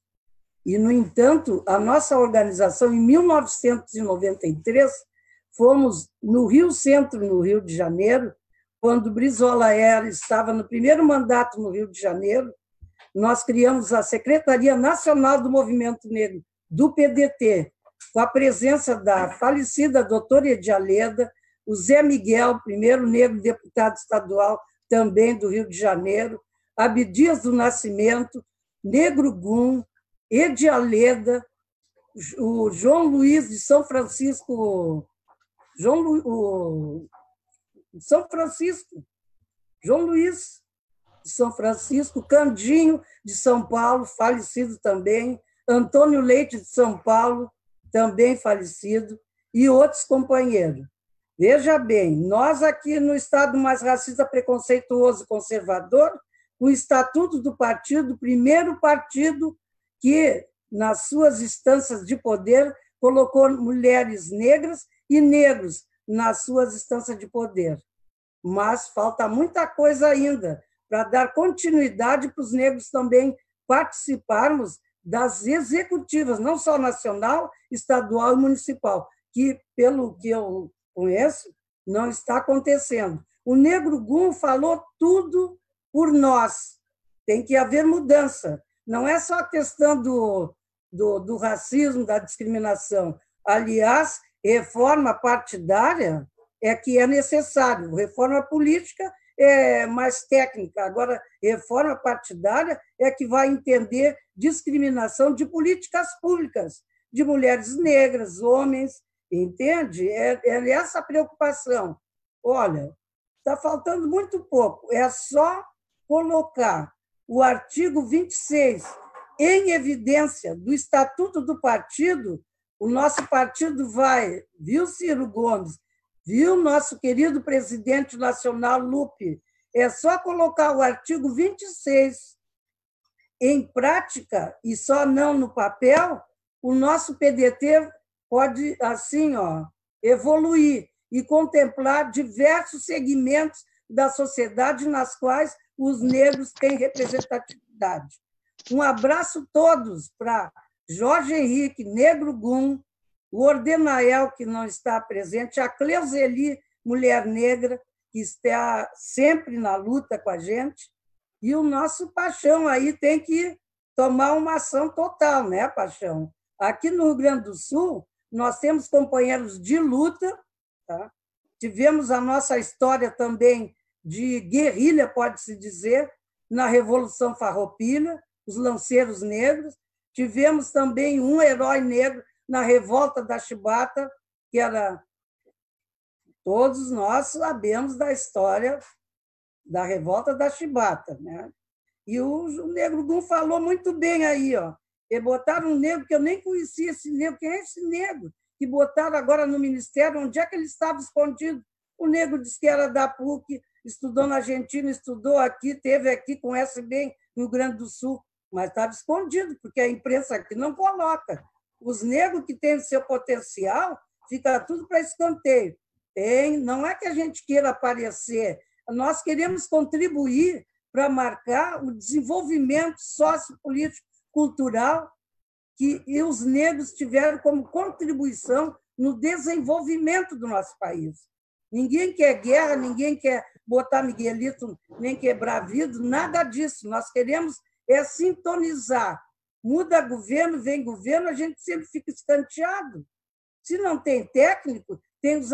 E, no entanto, a nossa organização, em mil novecentos e noventa e três, fomos no Rio Centro, no Rio de Janeiro, quando Brizola era, estava no primeiro mandato no Rio de Janeiro, nós criamos a Secretaria Nacional do Movimento Negro, do P D T, com a presença da falecida doutora Edialeda, o Zé Miguel, primeiro negro deputado estadual também do Rio de Janeiro, Abdias do Nascimento, Negro Gum, Edialeda, o João Luiz de São Francisco, João Lu, o, São Francisco, João Luiz de São Francisco, Candinho de São Paulo, falecido também, Antônio Leite de São Paulo, também falecido, e outros companheiros. Veja bem, nós aqui no estado mais racista, preconceituoso e conservador, o Estatuto do Partido, o primeiro partido que, nas suas instâncias de poder, colocou mulheres negras e negros nas suas instâncias de poder. Mas falta muita coisa ainda para dar continuidade para os negros também participarmos das executivas, não só nacional, estadual e municipal, que, pelo que eu conheço, não está acontecendo. O Negro Gum falou tudo por nós. Tem que haver mudança. Não é só a questão do, do, do racismo, da discriminação. Aliás, reforma partidária é que é necessário. Reforma política é mais técnica. Agora, reforma partidária é que vai entender discriminação de políticas públicas, de mulheres negras, homens, entende? É, é essa preocupação. Olha, está faltando muito pouco. É só colocar o artigo vinte e seis em evidência do Estatuto do Partido, o nosso partido vai, viu, Ciro Gomes, viu, nosso querido presidente nacional, Lupe, é só colocar o artigo vinte e seis em prática, e só não no papel, o nosso P D T pode, assim, ó, evoluir e contemplar diversos segmentos da sociedade nas quais os negros têm representatividade. Um abraço a todos para Jorge Henrique, Negro Gum, o Ordenael, que não está presente, a Cleuzeli, mulher negra, que está sempre na luta com a gente, e o nosso Paixão aí tem que tomar uma ação total, né, Paixão? Aqui no Rio Grande do Sul, nós temos companheiros de luta, tá? Tivemos a nossa história também de guerrilha, pode-se dizer, na Revolução Farroupilha, os lanceiros negros. Tivemos também um herói negro na Revolta da Chibata, que era... Todos nós sabemos da história da Revolta da Chibata, né? E o, o Negro Gum falou muito bem aí, ó. E botaram um negro que eu nem conhecia esse negro. Quem é esse negro? Que botaram agora no Ministério, onde é que ele estava escondido? O negro disse que era da P U C, estudou na Argentina, estudou aqui, teve aqui, conhece bem o Rio Grande do Sul, mas estava escondido, porque a imprensa aqui não coloca. Os negros que têm o seu potencial, fica tudo para escanteio. Tem, não é que a gente queira aparecer, nós queremos contribuir para marcar o desenvolvimento sociopolítico, cultural, que os negros tiveram como contribuição no desenvolvimento do nosso país. Ninguém quer guerra, ninguém quer botar Miguelito, nem quebrar vidro, nada disso. Nós queremos é sintonizar. Muda governo, vem governo, a gente sempre fica escanteado. Se não tem técnico, tem os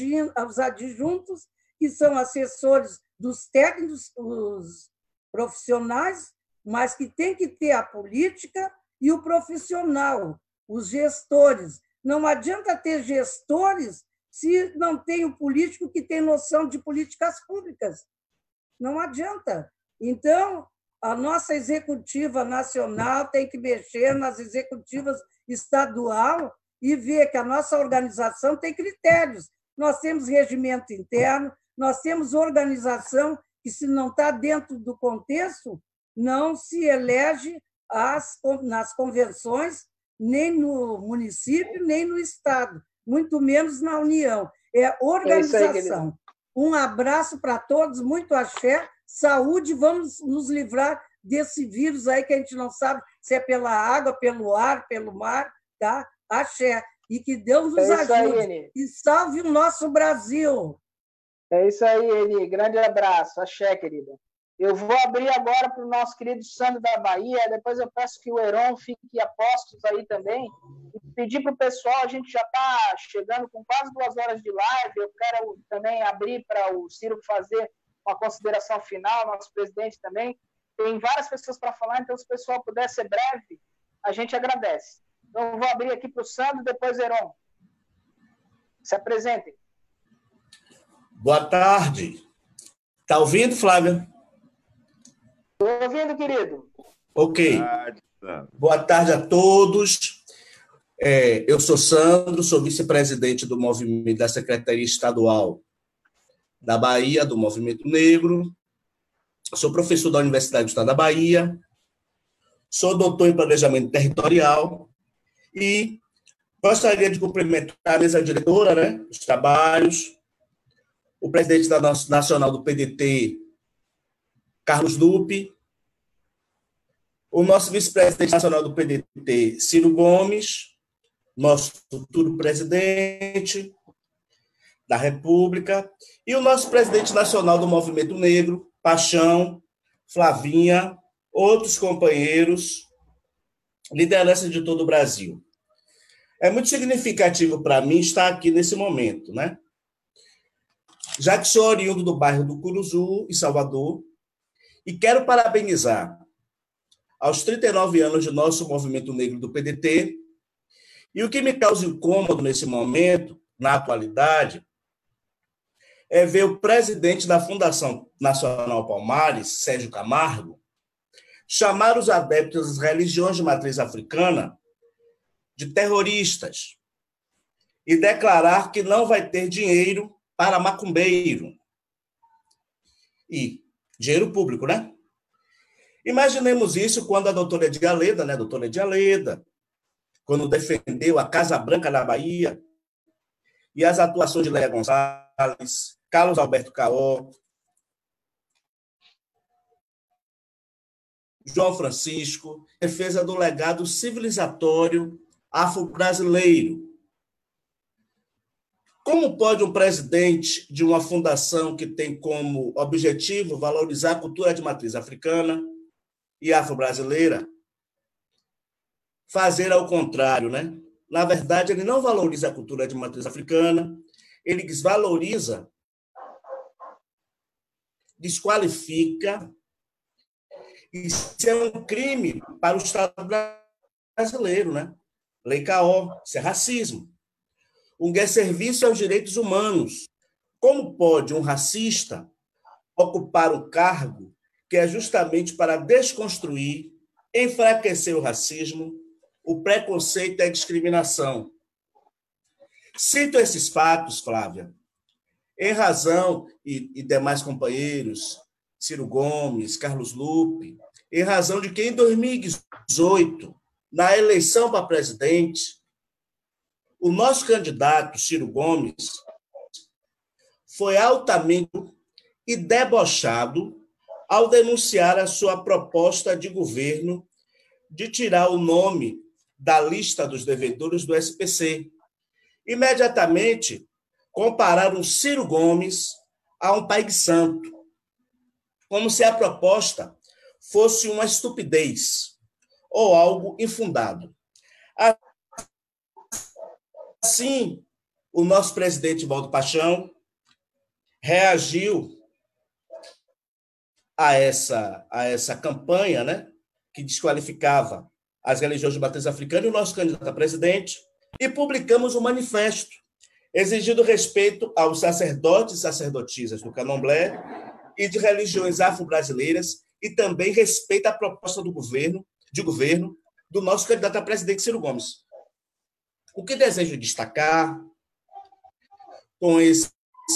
adjuntos, que são assessores dos técnicos, os profissionais, mas que tem que ter a política e o profissional, os gestores. Não adianta ter gestores se não tem o político que tem noção de políticas públicas. Não adianta. Então, a nossa executiva nacional tem que mexer nas executivas estadual e ver que a nossa organização tem critérios. Nós temos regimento interno, nós temos organização que, se não está dentro do contexto, não se elege as, nas convenções, nem no município, nem no Estado, muito menos na União. É organização. É aí, um abraço para todos, muito axé, saúde, vamos nos livrar desse vírus aí que a gente não sabe se é pela água, pelo ar, pelo mar, tá? Axé. E que Deus nos é ajude aí, e salve o nosso Brasil. É isso aí, Eni. Grande abraço. Axé, querida. Eu vou abrir agora para o nosso querido Sandro da Bahia, depois eu peço que o Heron fique a postos aí também, e pedir para o pessoal, a gente já está chegando com quase duas horas de live, eu quero também abrir para o Ciro fazer uma consideração final, nosso presidente também, tem várias pessoas para falar, então se o pessoal puder ser breve, a gente agradece. Então eu vou abrir aqui para o Sandro, depois Heron. Se apresentem. Boa tarde. Está ouvindo, Flávia? Estou ouvindo, querido. Ok. Boa tarde a todos. É, eu sou Sandro, sou vice-presidente do movimento da Secretaria Estadual da Bahia, do Movimento Negro. Sou professor da Universidade do Estado da Bahia. Sou doutor em Planejamento Territorial e gostaria de cumprimentar a mesa diretora, né, dos trabalhos, o presidente da Nacional do P D T, Carlos Lupe, o nosso vice-presidente nacional do P D T, Ciro Gomes, nosso futuro presidente da República, e o nosso presidente nacional do Movimento Negro, Paixão, Flavinha, outros companheiros, liderança de todo o Brasil. É muito significativo para mim estar aqui nesse momento, né? Já que sou oriundo do bairro do Curuzu, em Salvador, e quero parabenizar aos trinta e nove anos de nosso movimento negro do P D T, e o que me causa incômodo nesse momento, na atualidade, é ver o presidente da Fundação Nacional Palmares, Sérgio Camargo, chamar os adeptos das religiões de matriz africana de terroristas e declarar que não vai ter dinheiro para macumbeiro. E dinheiro público, né? Imaginemos isso quando a doutora Edgar Leda, né, doutora Edgar Leda, quando defendeu a Casa Branca na Bahia, e as atuações de Léa Gonçalves, Carlos Alberto Caó, João Francisco, defesa do legado civilizatório afro-brasileiro. Como pode um presidente de uma fundação que tem como objetivo valorizar a cultura de matriz africana e afro-brasileira fazer ao contrário, né? Na verdade, ele não valoriza a cultura de matriz africana, ele desvaloriza, desqualifica, isso é um crime para o Estado brasileiro, né? Lei Caó, isso é racismo. Um desserviço aos direitos humanos. Como pode um racista ocupar um cargo que é justamente para desconstruir, enfraquecer o racismo, o preconceito e a discriminação? Cito esses fatos, Flávia, em razão, e, e demais companheiros, Ciro Gomes, Carlos Lupe, em razão de que em dois mil e dezoito, na eleição para presidente, o nosso candidato, Ciro Gomes, foi altamente e debochado ao denunciar a sua proposta de governo de tirar o nome da lista dos devedores do S P C. Imediatamente, compararam Ciro Gomes a um pai de santo, como se a proposta fosse uma estupidez ou algo infundado. Assim, o nosso presidente Valdo Paixão reagiu a essa, a essa campanha, né, que desqualificava as religiões de matriz africana e o nosso candidato a presidente, e publicamos um manifesto exigindo respeito aos sacerdotes e sacerdotisas do candomblé e de religiões afro-brasileiras e também respeito à proposta do governo, de governo do nosso candidato a presidente, Ciro Gomes. O que desejo destacar com esse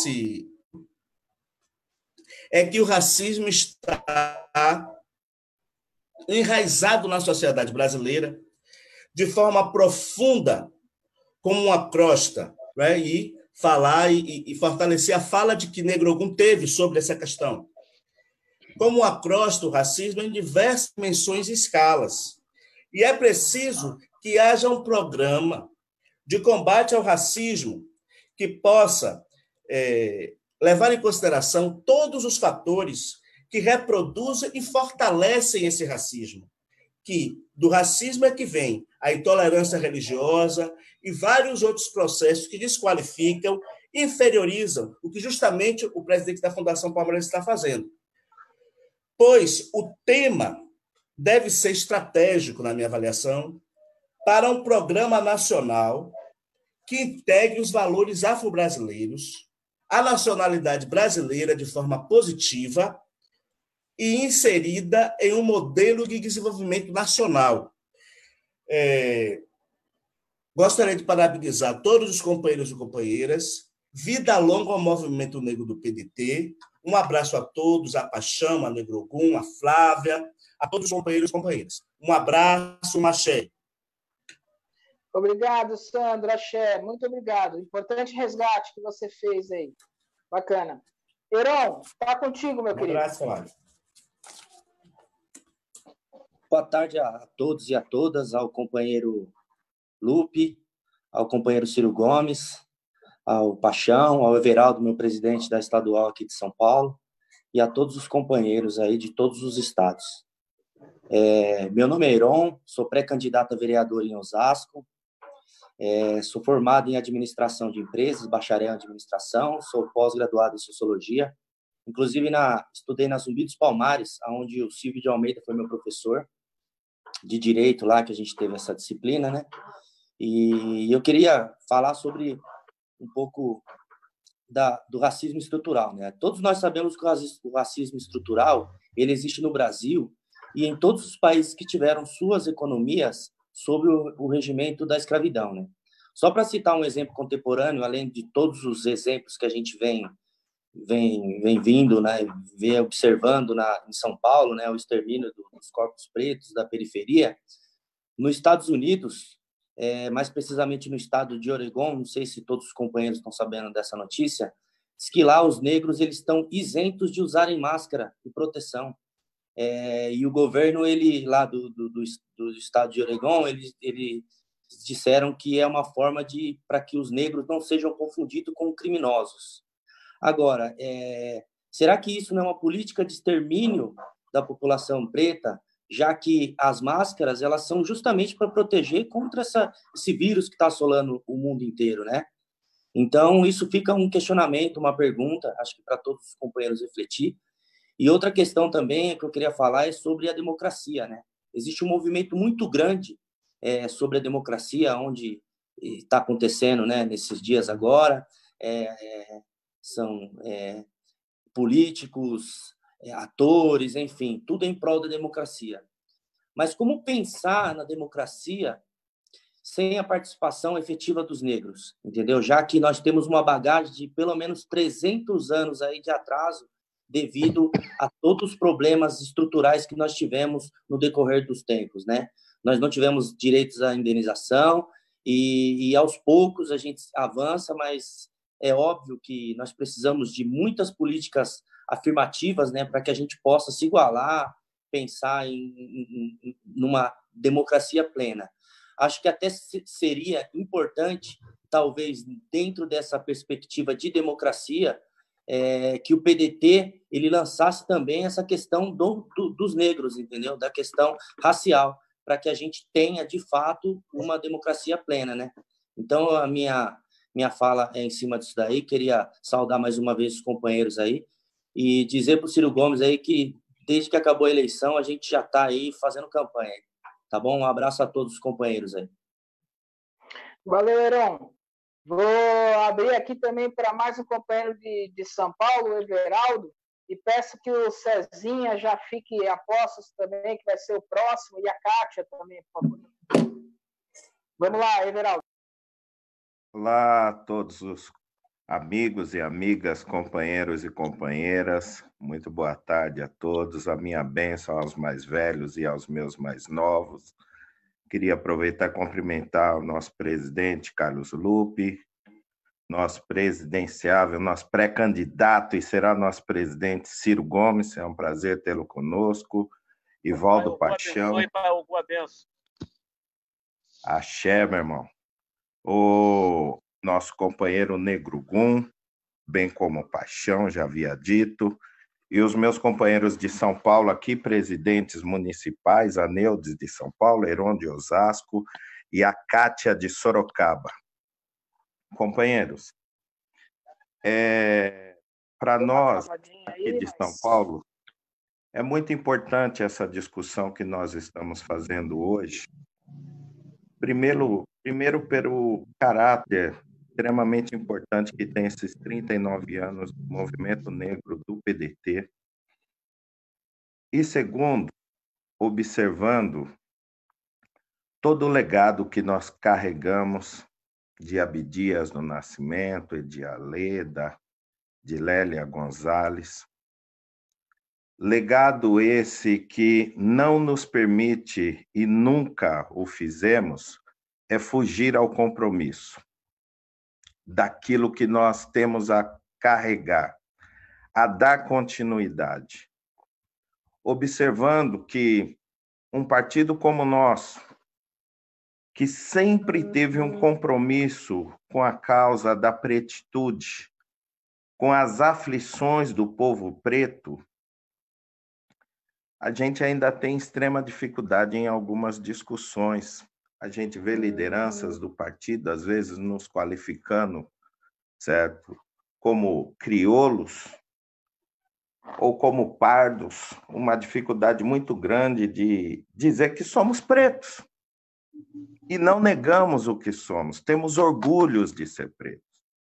é que o racismo está enraizado na sociedade brasileira de forma profunda, como uma crosta, né? E falar e, e fortalecer a fala de que Negro Ogum teve sobre essa questão. Como uma crosta, o racismo em diversas dimensões e escalas. E é preciso que haja um programa de combate ao racismo que possa é, levar em consideração todos os fatores que reproduzem e fortalecem esse racismo. Que do racismo é que vem a intolerância religiosa e vários outros processos que desqualificam, inferiorizam o que justamente o presidente da Fundação Palmeiras está fazendo. Pois o tema deve ser estratégico, na minha avaliação, para um programa nacional que integre os valores afro-brasileiros, a nacionalidade brasileira de forma positiva e inserida em um modelo de desenvolvimento nacional. É, gostaria de parabenizar todos os companheiros e companheiras. Vida longa ao Movimento Negro do P D T. Um abraço a todos, a Paixão, a Negro Ogum, a Flávia, a todos os companheiros e companheiras. Um abraço, um axé. Obrigado, Sandra, axé. Muito obrigado. Importante resgate que você fez aí. Bacana. Heron, está contigo, meu querido. Um abraço, Flávio. Boa tarde a todos e a todas, ao companheiro Lupe, ao companheiro Ciro Gomes, ao Paixão, ao Everaldo, meu presidente da estadual aqui de São Paulo, e a todos os companheiros aí de todos os estados. É, meu nome é Heron, sou pré-candidato a vereador em Osasco, é, sou formado em administração de empresas, bacharel em administração, sou pós-graduado em sociologia, inclusive na, estudei na Zumbi dos Palmares, onde o Silvio de Almeida foi meu professor de direito lá, que a gente teve essa disciplina, né? E eu queria falar sobre um pouco da, do racismo estrutural, né? Todos nós sabemos que o racismo estrutural, ele existe no Brasil e em todos os países que tiveram suas economias sob o, o regimento da escravidão, né? Só para citar um exemplo contemporâneo, além de todos os exemplos que a gente vem vem vem vindo, né, vem observando na em São Paulo, né, o extermínio dos corpos pretos da periferia, nos Estados Unidos, é, mais precisamente no estado de Oregon, não sei se todos os companheiros estão sabendo dessa notícia, diz que lá os negros eles estão isentos de usarem máscara de proteção. É, e o governo ele lá do, do, do, do estado de Oregon, eles ele disseram que é uma forma de para que os negros não sejam confundidos com criminosos. Agora, é, será que isso não é uma política de extermínio da população preta, já que as máscaras elas são justamente para proteger contra essa, esse vírus que está assolando o mundo inteiro, né? Então, isso fica um questionamento, uma pergunta, acho que para todos os companheiros refletir. E outra questão também que eu queria falar é sobre a democracia, né? Existe um movimento muito grande é, sobre a democracia, onde está acontecendo, né, nesses dias agora, é, é, são é, políticos, é, atores, enfim, tudo em prol da democracia. Mas como pensar na democracia sem a participação efetiva dos negros, entendeu? Já que nós temos uma bagagem de pelo menos trezentos anos aí de atraso devido a todos os problemas estruturais que nós tivemos no decorrer dos tempos, né? Nós não tivemos direitos à indenização e, e aos poucos a gente avança, mas é óbvio que nós precisamos de muitas políticas afirmativas, né, para que a gente possa se igualar, pensar em, em, em numa democracia plena. Acho que até seria importante, talvez, dentro dessa perspectiva de democracia, é, que o P D T ele lançasse também essa questão do, do, dos negros, entendeu? Da questão racial, para que a gente tenha, de fato, uma democracia plena, né? Então, a minha, minha fala é em cima disso daí. Queria saudar mais uma vez os companheiros aí e dizer para o Ciro Gomes aí que, desde que acabou a eleição, a gente já está aí fazendo campanha. Tá bom? Um abraço a todos os companheiros aí. Valeu, Heron. Vou abrir aqui também para mais um companheiro de, de São Paulo, o Everaldo, e peço que o Cezinha já fique a postos também, que vai ser o próximo, e a Kátia também, por favor. Vamos lá, Everaldo. Olá a todos os amigos e amigas, companheiros e companheiras, muito boa tarde a todos, a minha bênção aos mais velhos e aos meus mais novos. Queria aproveitar e cumprimentar o nosso presidente, Carlos Lupe, nosso presidenciável, nosso pré-candidato e será nosso presidente, Ciro Gomes, é um prazer tê-lo conosco, Ivaldo Paixão. Oi, boa benção. Axé, meu irmão. O nosso companheiro Negro Gum, bem como Paixão, já havia dito, e os meus companheiros de São Paulo aqui, presidentes municipais, a Neudes de São Paulo, Heron de Osasco e a Kátia de Sorocaba. Companheiros, é, para nós aqui de São Paulo, é muito importante essa discussão que nós estamos fazendo hoje. Primeiro, primeiro pelo caráter extremamente importante que tem esses trinta e nove anos do movimento negro do P D T. E segundo, observando todo o legado que nós carregamos de Abdias do Nascimento, de Aleda, de Lélia Gonzalez. Legado esse que não nos permite, e nunca o fizemos, é fugir ao compromisso daquilo que nós temos a carregar, a dar continuidade. Observando que um partido como o nosso, que sempre teve um compromisso com a causa da pretitude, com as aflições do povo preto, a gente ainda tem extrema dificuldade em algumas discussões. A gente vê lideranças do partido, às vezes, nos qualificando, certo, como crioulos ou como pardos, uma dificuldade muito grande de dizer que somos pretos. E não negamos o que somos, temos orgulhos de ser pretos.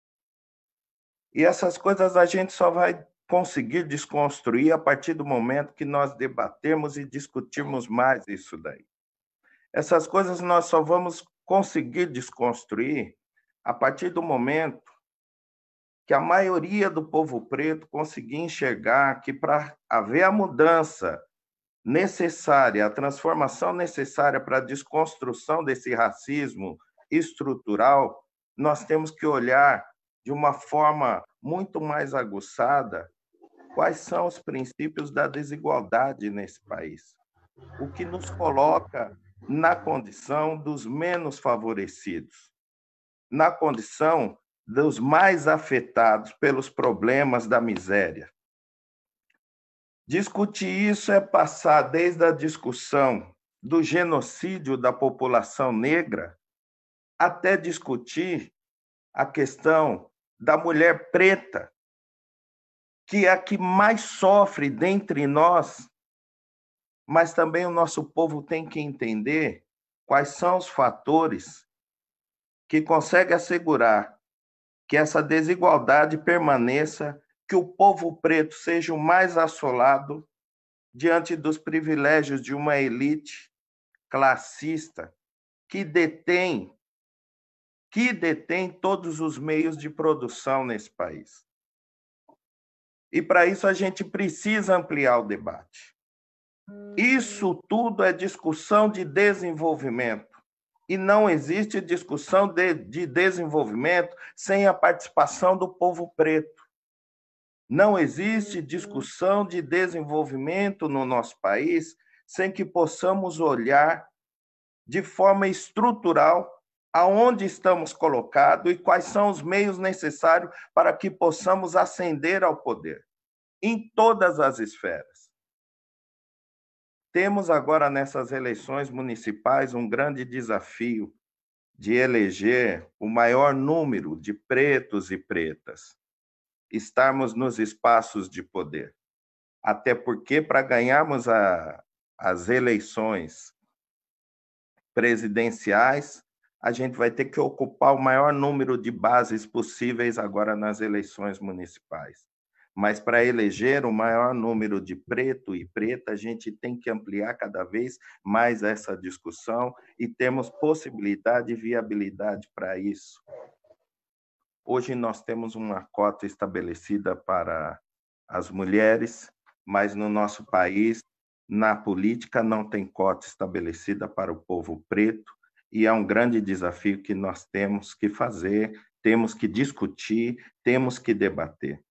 E essas coisas a gente só vai conseguir desconstruir a partir do momento que nós debatermos e discutirmos mais isso daí. Essas coisas nós só vamos conseguir desconstruir a partir do momento que a maioria do povo preto conseguir enxergar que para haver a mudança necessária, a transformação necessária para a desconstrução desse racismo estrutural, nós temos que olhar de uma forma muito mais aguçada quais são os princípios da desigualdade nesse país, o que nos coloca na condição dos menos favorecidos, na condição dos mais afetados pelos problemas da miséria. Discutir isso é passar desde a discussão do genocídio da população negra até discutir a questão da mulher preta, que é a que mais sofre dentre nós, mas também o nosso povo tem que entender quais são os fatores que conseguem assegurar que essa desigualdade permaneça, que o povo preto seja o mais assolado diante dos privilégios de uma elite classista que detém, que detém todos os meios de produção nesse país. E, para isso, a gente precisa ampliar o debate. Isso tudo é discussão de desenvolvimento. E não existe discussão de, de desenvolvimento sem a participação do povo preto. Não existe discussão de desenvolvimento no nosso país sem que possamos olhar de forma estrutural aonde estamos colocados e quais são os meios necessários para que possamos ascender ao poder, em todas as esferas. Temos agora, nessas eleições municipais, um grande desafio de eleger o maior número de pretos e pretas, estarmos nos espaços de poder. Até porque, para ganharmos a, as eleições presidenciais, a gente vai ter que ocupar o maior número de bases possíveis agora nas eleições municipais. Mas para eleger o maior número de preto e preta, a gente tem que ampliar cada vez mais essa discussão e temos possibilidade e viabilidade para isso. Hoje nós temos uma cota estabelecida para as mulheres, mas no nosso país, na política, não tem cota estabelecida para o povo preto, e é um grande desafio que nós temos que fazer, temos que discutir, temos que debater.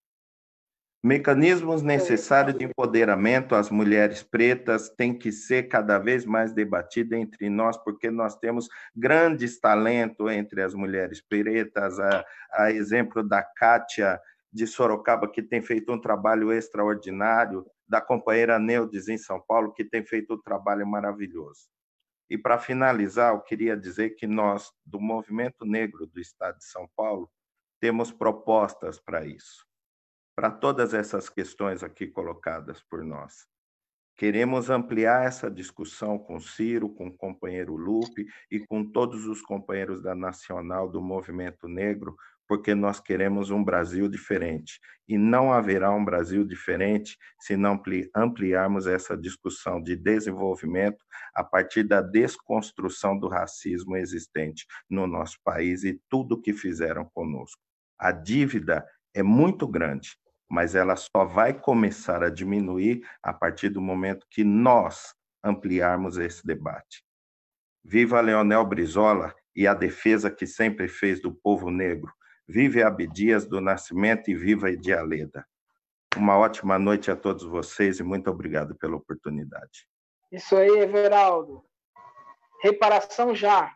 Mecanismos necessários de empoderamento às mulheres pretas têm que ser cada vez mais debatido entre nós, porque nós temos grandes talentos entre as mulheres pretas, a, a exemplo da Kátia de Sorocaba, que tem feito um trabalho extraordinário, da companheira Neudes em São Paulo, que tem feito um trabalho maravilhoso. E, para finalizar, eu queria dizer que nós, do Movimento Negro do Estado de São Paulo, temos propostas para isso, para todas essas questões aqui colocadas por nós. Queremos ampliar essa discussão com o Ciro, com o companheiro Lupe e com todos os companheiros da Nacional do Movimento Negro, porque nós queremos um Brasil diferente. E não haverá um Brasil diferente se não ampliarmos essa discussão de desenvolvimento a partir da desconstrução do racismo existente no nosso país e tudo que fizeram conosco. A dívida é muito grande, mas ela só vai começar a diminuir a partir do momento que nós ampliarmos esse debate. Viva Leonel Brizola e a defesa que sempre fez do povo negro. Vive Abdias do Nascimento e viva Edialeda. Uma ótima noite a todos vocês e muito obrigado pela oportunidade. Isso aí, Everaldo. Reparação já.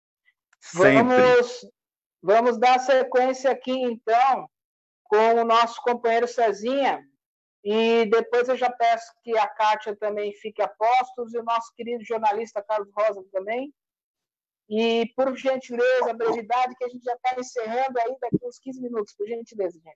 Sempre. Vamos, vamos dar sequência aqui, então, com o nosso companheiro Cezinha, e depois eu já peço que a Kátia também fique a postos, e o nosso querido jornalista Carlos Rosa também. E, por gentileza, brevidade, que a gente já está encerrando aí daqui uns quinze minutos, por gentileza, gente.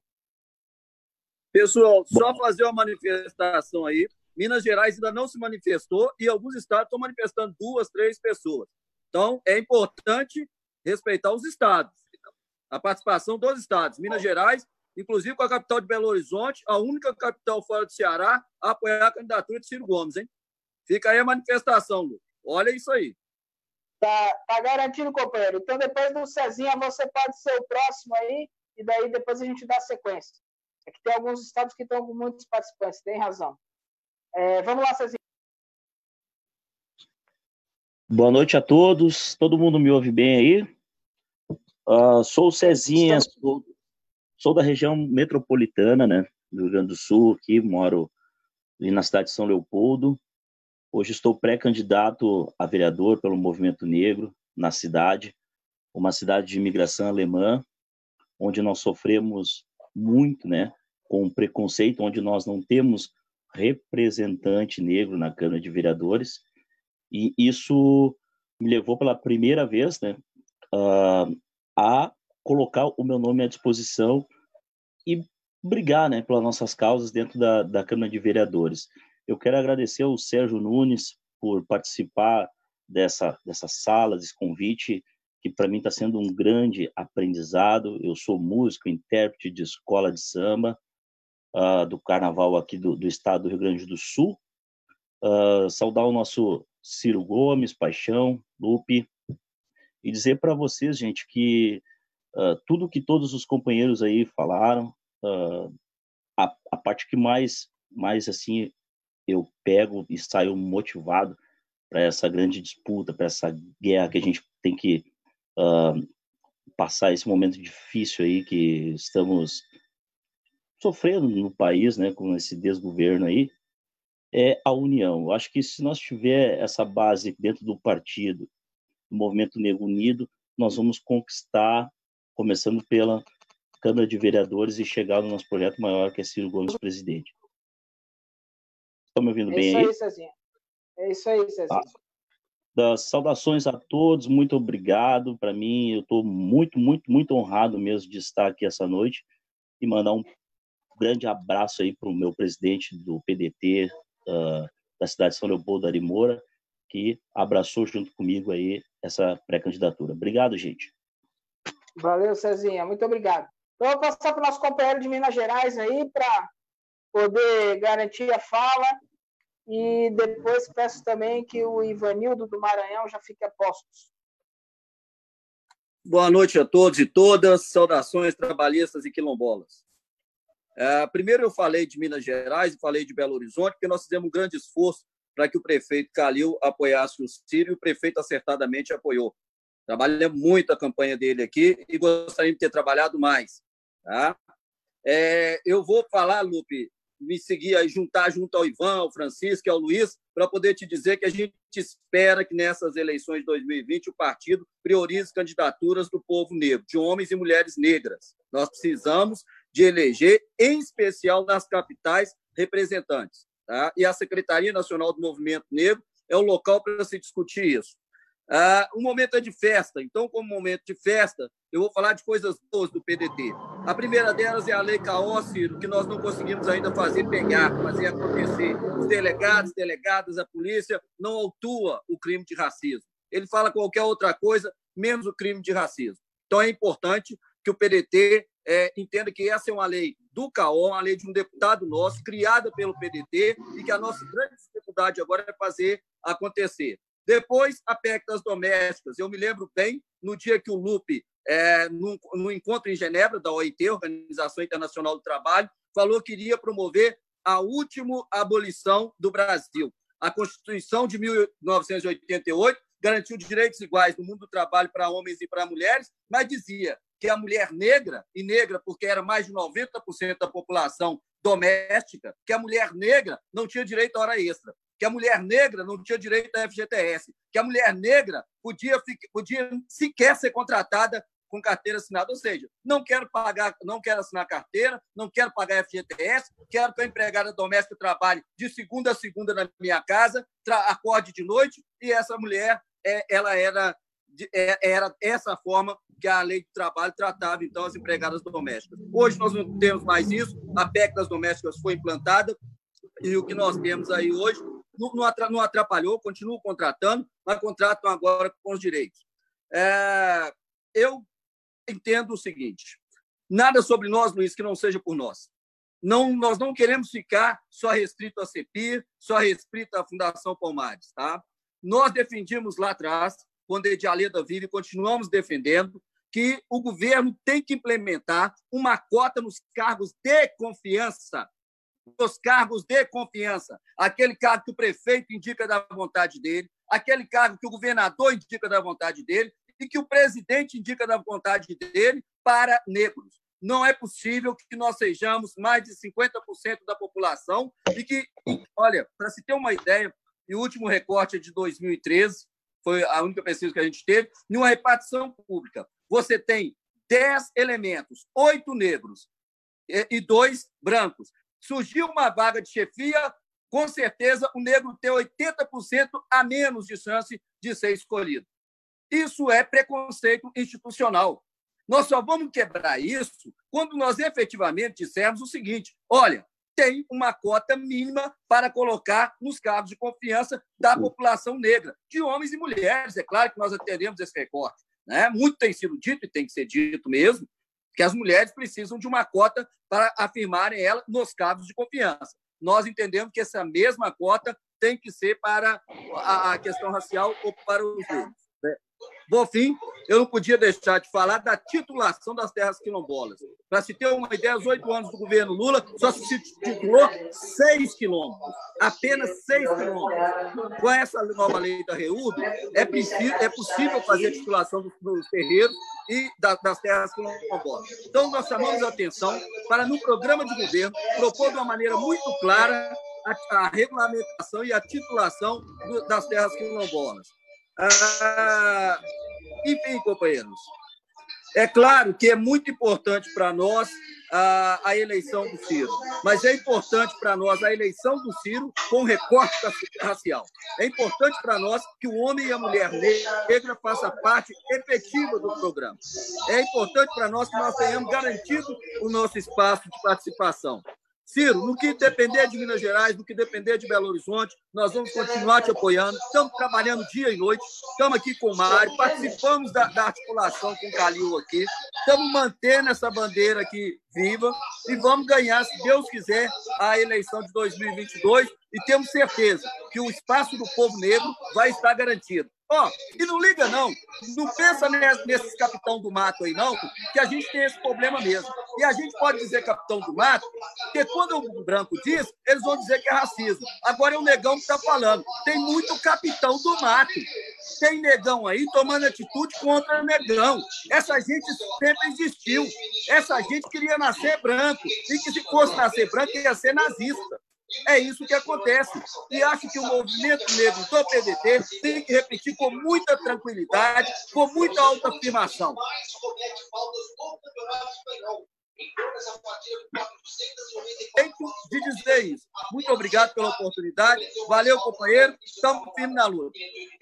Pessoal, só fazer uma manifestação aí. Minas Gerais ainda não se manifestou e alguns estados estão manifestando duas, três pessoas. Então, é importante respeitar os estados, a participação dos estados. Minas Gerais, inclusive com a capital de Belo Horizonte, a única capital fora do Ceará a apoiar a candidatura de Ciro Gomes, hein? Fica aí a manifestação, Lu. Olha isso aí. Tá, tá garantido, companheiro. Então, depois do Cezinha, você pode ser o próximo aí, e daí depois a gente dá sequência. É que tem alguns estados que estão com muitos participantes, tem razão. É, vamos lá, Cezinha. Boa noite a todos. Todo mundo me ouve bem aí? Uh, sou o Cezinha, sou, sou da região metropolitana, né, do Rio Grande do Sul, aqui, moro ali na cidade de São Leopoldo. Hoje estou pré-candidato a vereador pelo Movimento Negro na cidade, uma cidade de imigração alemã, onde nós sofremos muito, né, com preconceito, onde nós não temos representante negro na Câmara de Vereadores, e isso me levou pela primeira vez, né, uh, a colocar o meu nome à disposição e brigar, né, pelas nossas causas dentro da, da Câmara de Vereadores. Eu quero agradecer ao Sérgio Nunes por participar dessa, dessa sala, desse convite, que para mim está sendo um grande aprendizado. Eu sou músico, intérprete de escola de samba, uh, do carnaval aqui do, do estado do Rio Grande do Sul. Uh, saudar o nosso Ciro Gomes, Paixão, Lupe, e dizer para vocês, gente, que uh, tudo que todos os companheiros aí falaram, uh, a, a parte que mais, mais assim, eu pego e saio motivado para essa grande disputa, para essa guerra que a gente tem que uh, passar esse momento difícil aí que estamos sofrendo no país, né, com esse desgoverno aí, é a união. Eu acho que se nós tiver essa base dentro do partido, do Movimento Negro Unido, nós vamos conquistar, começando pela Câmara de Vereadores e chegar no nosso projeto maior, que é Ciro Gomes presidente. Estão me ouvindo é bem isso aí? aí, Cezinha. É isso aí, Cezinha. Tá. Das saudações a todos, muito obrigado. Para mim, eu estou muito, muito, muito honrado mesmo de estar aqui essa noite e mandar um grande abraço aí para o meu presidente do P D T, uh, da cidade de São Leopoldo, Ari Moura, que abraçou junto comigo aí essa pré-candidatura. Obrigado, gente. Valeu, Cezinha. Muito obrigado. Então, eu vou passar para o nosso companheiro de Minas Gerais aí, para poder garantir a fala. E depois peço também que o Ivanildo do Maranhão já fique a postos. Boa noite a todos e todas. Saudações trabalhistas e quilombolas. É, primeiro eu falei de Minas Gerais e falei de Belo Horizonte, porque nós fizemos um grande esforço para que o prefeito Calil apoiasse o Ciro, e o prefeito acertadamente apoiou. Trabalhamos muito a campanha dele aqui e gostaríamos de ter trabalhado mais. Tá? É, eu vou falar, Lupe, me seguir aí, juntar junto ao Ivan, ao Francisco e ao Luiz, para poder te dizer que a gente espera que nessas eleições de dois mil e vinte o partido priorize candidaturas do povo negro, de homens e mulheres negras. Nós precisamos de eleger, em especial nas capitais, representantes. Tá? E a Secretaria Nacional do Movimento Negro é o local para se discutir isso. Ah, um momento é de festa, então, como momento de festa, eu vou falar de coisas boas do P D T. A primeira delas é a Lei Caó, Ciro, que nós não conseguimos ainda fazer pegar, fazer acontecer. Os delegados, delegadas, a polícia não autua o crime de racismo. Ele fala qualquer outra coisa, menos o crime de racismo. Então, é importante que o P D T é, entenda que essa é uma lei do Caó, uma lei de um deputado nosso, criada pelo P D T, e que a nossa grande dificuldade agora é fazer acontecer. Depois, a P E C das domésticas. Eu me lembro bem, no dia que o Lupe, é, no, no encontro em Genebra, da O I T, Organização Internacional do Trabalho, falou que iria promover a última abolição do Brasil. A Constituição de mil novecentos e oitenta e oito garantiu direitos iguais no mundo do trabalho para homens e para mulheres, mas dizia que a mulher negra, e negra porque era mais de noventa por cento da população doméstica, que a mulher negra não tinha direito à hora extra, que a mulher negra não tinha direito à F G T S, que a mulher negra podia, podia sequer ser contratada com carteira assinada, ou seja, não quero pagar, não quero assinar carteira, não quero pagar F G T S, quero que a empregada doméstica trabalhe de segunda a segunda na minha casa, acorde de noite, e essa mulher, ela era, era essa forma que a lei do trabalho tratava, então, as empregadas domésticas. Hoje nós não temos mais isso, a P E C das domésticas foi implantada, e o que nós temos aí hoje não atrapalhou, continuam contratando, mas contratam agora com os direitos. É, eu entendo o seguinte, nada sobre nós, Luiz, que não seja por nós. Não, nós não queremos ficar só restrito à CEPIR, só restrito à Fundação Palmares. Tá? Nós defendíamos lá atrás, quando Edialeda vive, continuamos defendendo que o governo tem que implementar uma cota nos cargos de confiança, os cargos de confiança, aquele cargo que o prefeito indica da vontade dele, aquele cargo que o governador indica da vontade dele e que o presidente indica da vontade dele para negros. Não é possível que nós sejamos mais de cinquenta por cento da população e que, olha, para se ter uma ideia, e o último recorte é de dois mil e treze, foi a única pesquisa que a gente teve, numa repartição pública, você tem dez elementos, oito negros e dois brancos. Surgiu uma vaga de chefia, com certeza o negro tem oitenta por cento a menos de chance de ser escolhido. Isso é preconceito institucional. Nós só vamos quebrar isso quando nós efetivamente dissermos o seguinte, olha, tem uma cota mínima para colocar nos cargos de confiança da população negra, de homens e mulheres. É claro que nós atendemos esse recorte. Né? Muito tem sido dito, e tem que ser dito mesmo, que as mulheres precisam de uma cota para afirmarem ela nos cargos de confiança. Nós entendemos que essa mesma cota tem que ser para a questão racial ou para os negros. Por fim, eu não podia deixar de falar da titulação das terras quilombolas. Para se ter uma ideia, aos oito anos do governo Lula, só se titulou seis quilômetros, apenas seis quilômetros. Com essa nova lei da REURB, é, preciso, é possível fazer a titulação dos, dos terreiros e da, das terras quilombolas. Então, nós chamamos a atenção para, no programa de governo, propor de uma maneira muito clara a, a regulamentação e a titulação do, das terras quilombolas. Ah, enfim, companheiros, é claro que é muito importante para nós a, a eleição do Ciro, mas é importante para nós a eleição do Ciro com recorte racial. É importante para nós que o homem e a mulher negra façam parte efetiva do programa. É importante para nós que nós tenhamos garantido o nosso espaço de participação. Ciro, no que depender de Minas Gerais, no que depender de Belo Horizonte, nós vamos continuar te apoiando. Estamos trabalhando dia e noite, estamos aqui com o Mário, participamos da, da articulação com o Calil aqui, estamos mantendo essa bandeira aqui viva e vamos ganhar, se Deus quiser, a eleição de dois mil e vinte e dois e temos certeza que o espaço do povo negro vai estar garantido. Ó, oh, e não liga, não. Não pensa nesses capitão do mato aí, não, que a gente tem esse problema mesmo. E a gente pode dizer capitão do mato, porque quando o branco diz, eles vão dizer que é racismo. Agora é o negão que está falando. Tem muito capitão do mato. Tem negão aí tomando atitude contra o negão. Essa gente sempre existiu. Essa gente queria nascer branco. E que se fosse nascer branco, ia ser nazista. É isso que acontece. E acho que o movimento negro do P D T tem que repetir com muita tranquilidade, com muita autoafirmação. De dizer isso. Muito obrigado pela oportunidade. Valeu, companheiro. Estamos firmes na luta.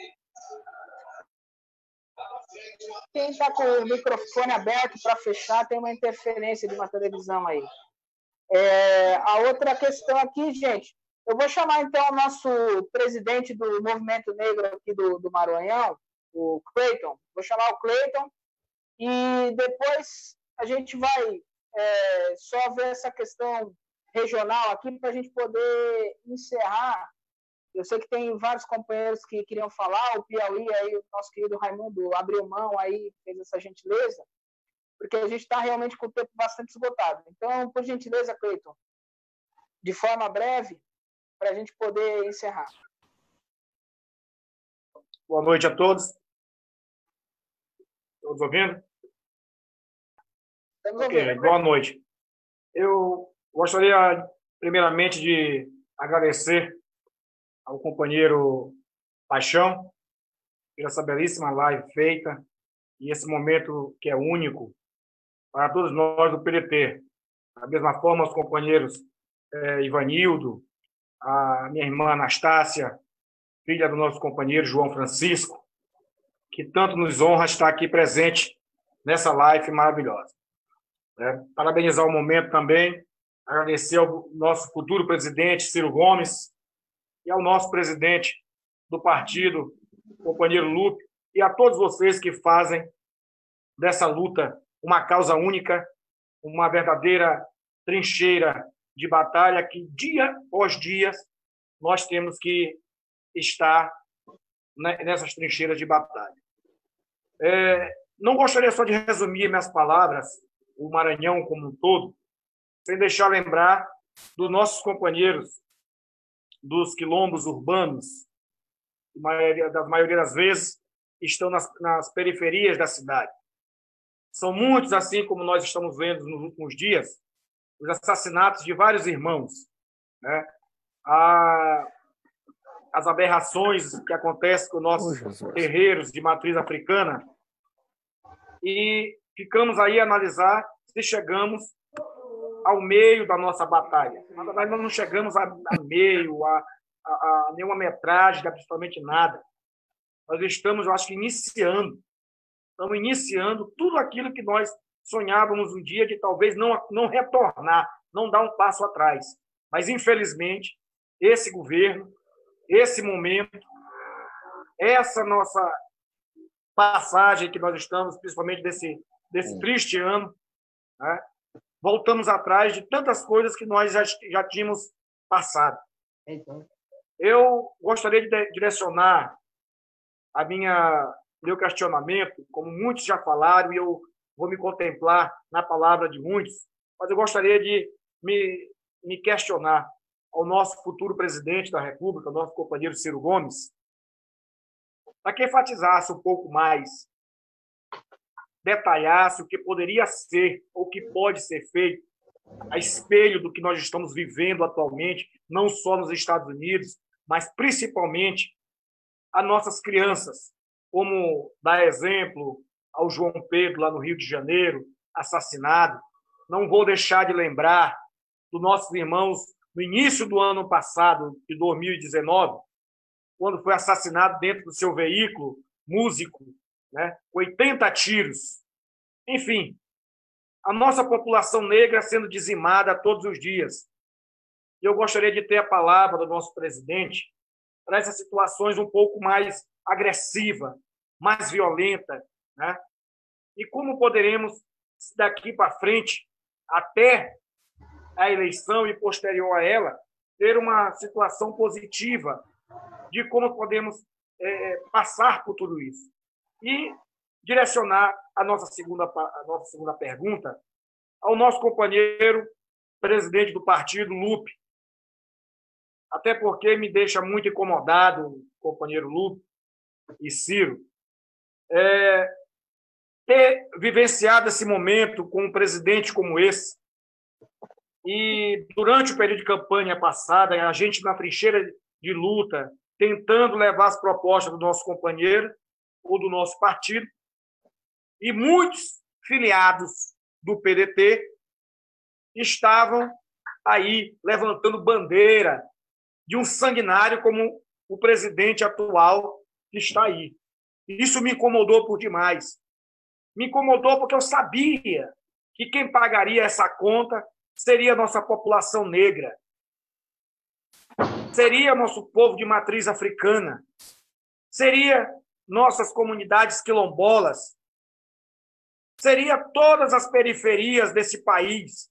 Quem está com o microfone aberto para fechar tem uma interferência de uma televisão aí. É, a outra questão aqui, gente, eu vou chamar então o nosso presidente do Movimento Negro aqui do, do Maranhão, o Cleiton. Vou chamar o Cleiton e depois a gente vai é, só ver essa questão regional aqui para a gente poder encerrar. Eu sei que tem vários companheiros que queriam falar, o Piauí, aí, o nosso querido Raimundo abriu mão, aí fez essa gentileza, porque a gente está realmente com o tempo bastante esgotado. Então, por gentileza, Cleiton, de forma breve, para a gente poder encerrar. Boa noite a todos. Todos ouvindo? Estamos okay, ouvindo. Boa noite. Eu gostaria, primeiramente, de agradecer ao companheiro Paixão pela essa belíssima live feita e esse momento que é único para todos nós do P D T. Da mesma forma, os companheiros eh, Ivanildo, a minha irmã Anastácia, filha do nosso companheiro João Francisco, que tanto nos honra estar aqui presente nessa live maravilhosa. É, parabenizar o momento também, agradecer ao nosso futuro presidente Ciro Gomes e ao nosso presidente do partido, companheiro Lupe, e a todos vocês que fazem dessa luta uma causa única, uma verdadeira trincheira de batalha que, dia após dia, nós temos que estar nessas trincheiras de batalha. É, não gostaria só de resumir minhas palavras, o Maranhão como um todo, sem deixar lembrar dos nossos companheiros dos quilombos urbanos, da maioria das vezes, estão nas, nas periferias da cidade. São muitos, assim como nós estamos vendo nos últimos dias, os assassinatos de vários irmãos, né? A, as aberrações que acontecem com nossos oh, terreiros de matriz africana. E ficamos aí a analisar se chegamos ao meio da nossa batalha. Na verdade, nós não chegamos a, a meio, a, a, a nenhuma metragem, absolutamente nada. Nós estamos, eu acho que, iniciando. Estamos iniciando tudo aquilo que nós sonhávamos um dia de talvez não, não retornar, não dar um passo atrás. Mas, infelizmente, esse governo, esse momento, essa nossa passagem que nós estamos, principalmente desse, desse triste ano, né? Voltamos atrás de tantas coisas que nós já, já tínhamos passado. Eu gostaria de direcionar a minha meu questionamento, como muitos já falaram, e eu vou me contemplar na palavra de muitos, mas eu gostaria de me, me questionar ao nosso futuro presidente da República, nosso companheiro Ciro Gomes, para que enfatizasse um pouco mais, detalhasse o que poderia ser, ou o que pode ser feito, a espelho do que nós estamos vivendo atualmente, não só nos Estados Unidos, mas principalmente as nossas crianças, como dar exemplo ao João Pedro, lá no Rio de Janeiro, assassinado. Não vou deixar de lembrar dos nossos irmãos no início do ano passado, de dois mil e dezenove, quando foi assassinado dentro do seu veículo, músico, né? oitenta tiros. Enfim, a nossa população negra sendo dizimada todos os dias. E eu gostaria de ter a palavra do nosso presidente para essas situações um pouco mais agressiva, mais violenta, né? E como poderemos, daqui para frente, até a eleição e posterior a ela, ter uma situação positiva de como podemos é, passar por tudo isso. E direcionar a nossa segunda, a nossa segunda pergunta ao nosso companheiro presidente do partido, Lupe. Até porque me deixa muito incomodado, o companheiro Lupe e Ciro, é, ter vivenciado esse momento com um presidente como esse. E, durante o período de campanha passada, a gente, na trincheira de luta, tentando levar as propostas do nosso companheiro ou do nosso partido, e muitos filiados do P D T estavam aí levantando bandeira de um sanguinário como o presidente atual que está aí. Isso me incomodou por demais. Me incomodou porque eu sabia que quem pagaria essa conta seria a nossa população negra, seria nosso povo de matriz africana, seria nossas comunidades quilombolas, seria todas as periferias desse país.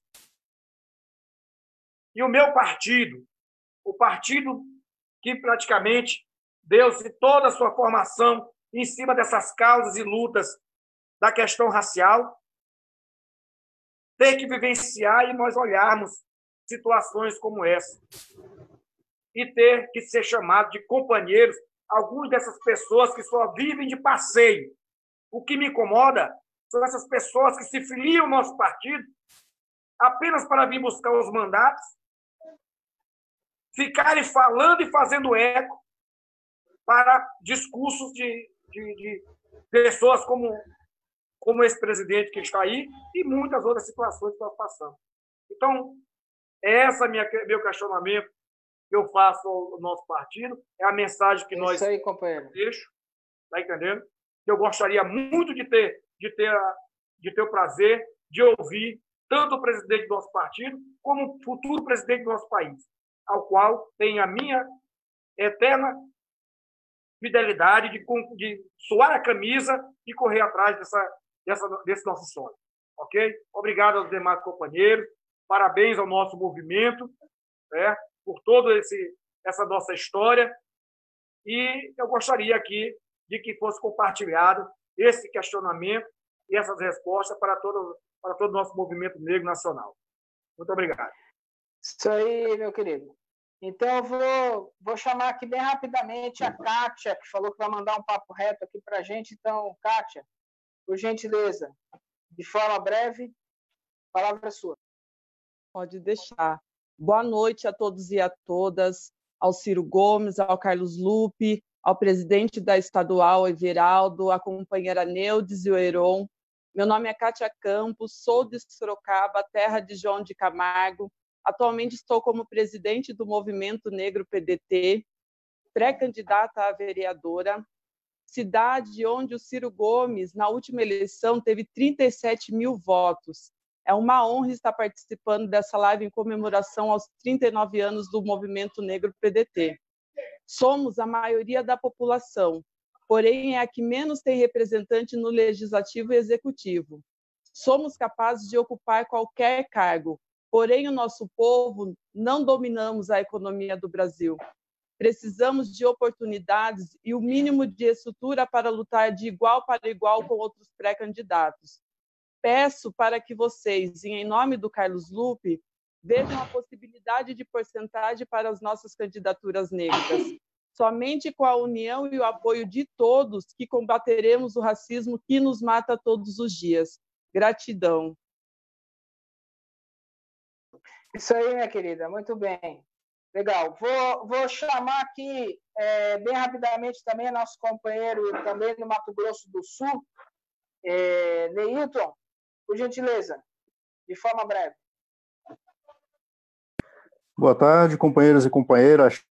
E o meu partido, o partido que praticamente deu-se toda a sua formação em cima dessas causas e lutas da questão racial, tem que vivenciar e nós olharmos situações como essa. E ter que ser chamado de companheiros, algumas dessas pessoas que só vivem de passeio. O que me incomoda são essas pessoas que se filiam ao nosso partido apenas para vir buscar os mandatos, ficarem falando e fazendo eco para discursos de, de, de pessoas como, como esse presidente que está aí e muitas outras situações que nós passamos. Então, esse é minha, meu questionamento que eu faço ao nosso partido, é a mensagem que nós aí, companheiro. deixo, tá entendendo? Eu gostaria muito de ter, de ter, a, de ter o prazer de ouvir tanto o presidente do nosso partido como o futuro presidente do nosso país, ao qual tenho a minha eterna fidelidade de, de suar a camisa e correr atrás dessa, dessa, desse nosso sonho. Ok? Obrigado aos demais companheiros, parabéns ao nosso movimento, né, por toda essa nossa história, e eu gostaria aqui de que fosse compartilhado esse questionamento e essas respostas para todo, para todo o nosso movimento negro nacional. Muito obrigado. Isso aí, meu querido. Então, eu vou, vou chamar aqui bem rapidamente a Kátia, que falou que vai mandar um papo reto aqui para a gente. Então, Kátia, por gentileza, de forma breve, a palavra é sua. Pode deixar. Boa noite a todos e a todas, ao Ciro Gomes, ao Carlos Lupe, ao presidente da Estadual, Everaldo, à companheira Neudes e o Heron. Meu nome é Kátia Campos, sou de Sorocaba, terra de João de Camargo. Atualmente estou como presidente do Movimento Negro P D T, pré-candidata a vereadora, cidade onde o Ciro Gomes, na última eleição, teve trinta e sete mil votos. É uma honra estar participando dessa live em comemoração aos trinta e nove anos do Movimento Negro P D T. Somos a maioria da população, porém é a que menos tem representante no Legislativo e Executivo. Somos capazes de ocupar qualquer cargo, porém o nosso povo não dominamos a economia do Brasil. Precisamos de oportunidades e o mínimo de estrutura para lutar de igual para igual com outros pré-candidatos. Peço para que vocês, em nome do Carlos Lupe, vejam a possibilidade de porcentagem para as nossas candidaturas negras. Somente com a união e o apoio de todos que combateremos o racismo que nos mata todos os dias. Gratidão. Isso aí, minha querida, muito bem. Legal. Vou, vou chamar aqui, é, bem rapidamente, também nosso companheiro também do Mato Grosso do Sul, é, Neilton, por gentileza, de forma breve. Boa tarde, companheiros e companheiras.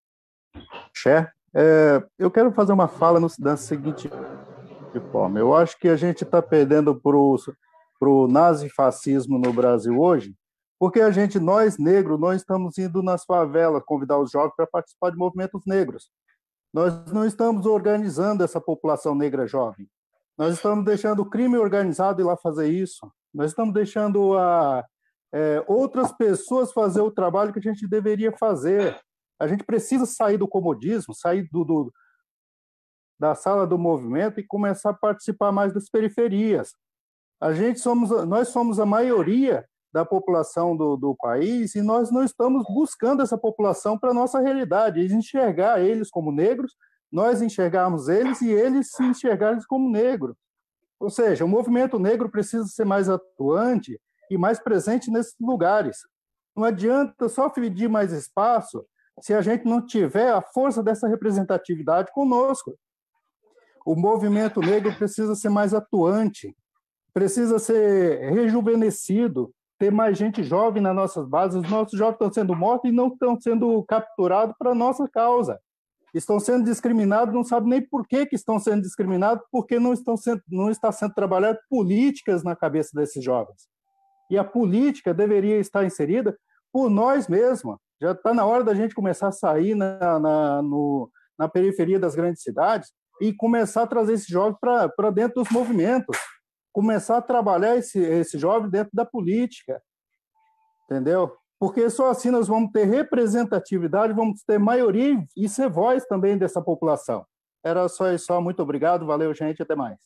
É, eu quero fazer uma fala no, da seguinte forma. Eu acho que a gente está perdendo para o nazifascismo no Brasil hoje, porque a gente, nós negros, nós estamos indo nas favelas convidar os jovens para participar de movimentos negros. Nós não estamos organizando essa população negra jovem. Nós estamos deixando o crime organizado ir lá fazer isso. Nós estamos deixando a, é, outras pessoas fazer o trabalho que a gente deveria fazer. A gente precisa sair do comodismo, sair do, do, da sala do movimento e começar a participar mais das periferias. A gente somos, nós somos a maioria da população do, do país e nós não estamos buscando essa população para a nossa realidade, enxergar eles como negros, nós enxergarmos eles e eles se enxergarem como negros. Ou seja, o movimento negro precisa ser mais atuante e mais presente nesses lugares. Não adianta só pedir mais espaço se a gente não tiver a força dessa representatividade conosco. O movimento negro precisa ser mais atuante, precisa ser rejuvenescido, ter mais gente jovem nas nossas bases. Os nossos jovens estão sendo mortos e não estão sendo capturados para a nossa causa. Estão sendo discriminados, não sabem nem por que, que estão sendo discriminados, porque não, estão sendo, não está sendo trabalhado políticas na cabeça desses jovens. E a política deveria estar inserida por nós mesmos. Já está na hora da gente começar a sair na, na, no, na periferia das grandes cidades e começar a trazer esse jovem para dentro dos movimentos. Começar a trabalhar esse, esse jovem dentro da política, entendeu? Porque só assim nós vamos ter representatividade, vamos ter maioria e ser voz também dessa população. Era só isso, muito obrigado, valeu, gente, até mais.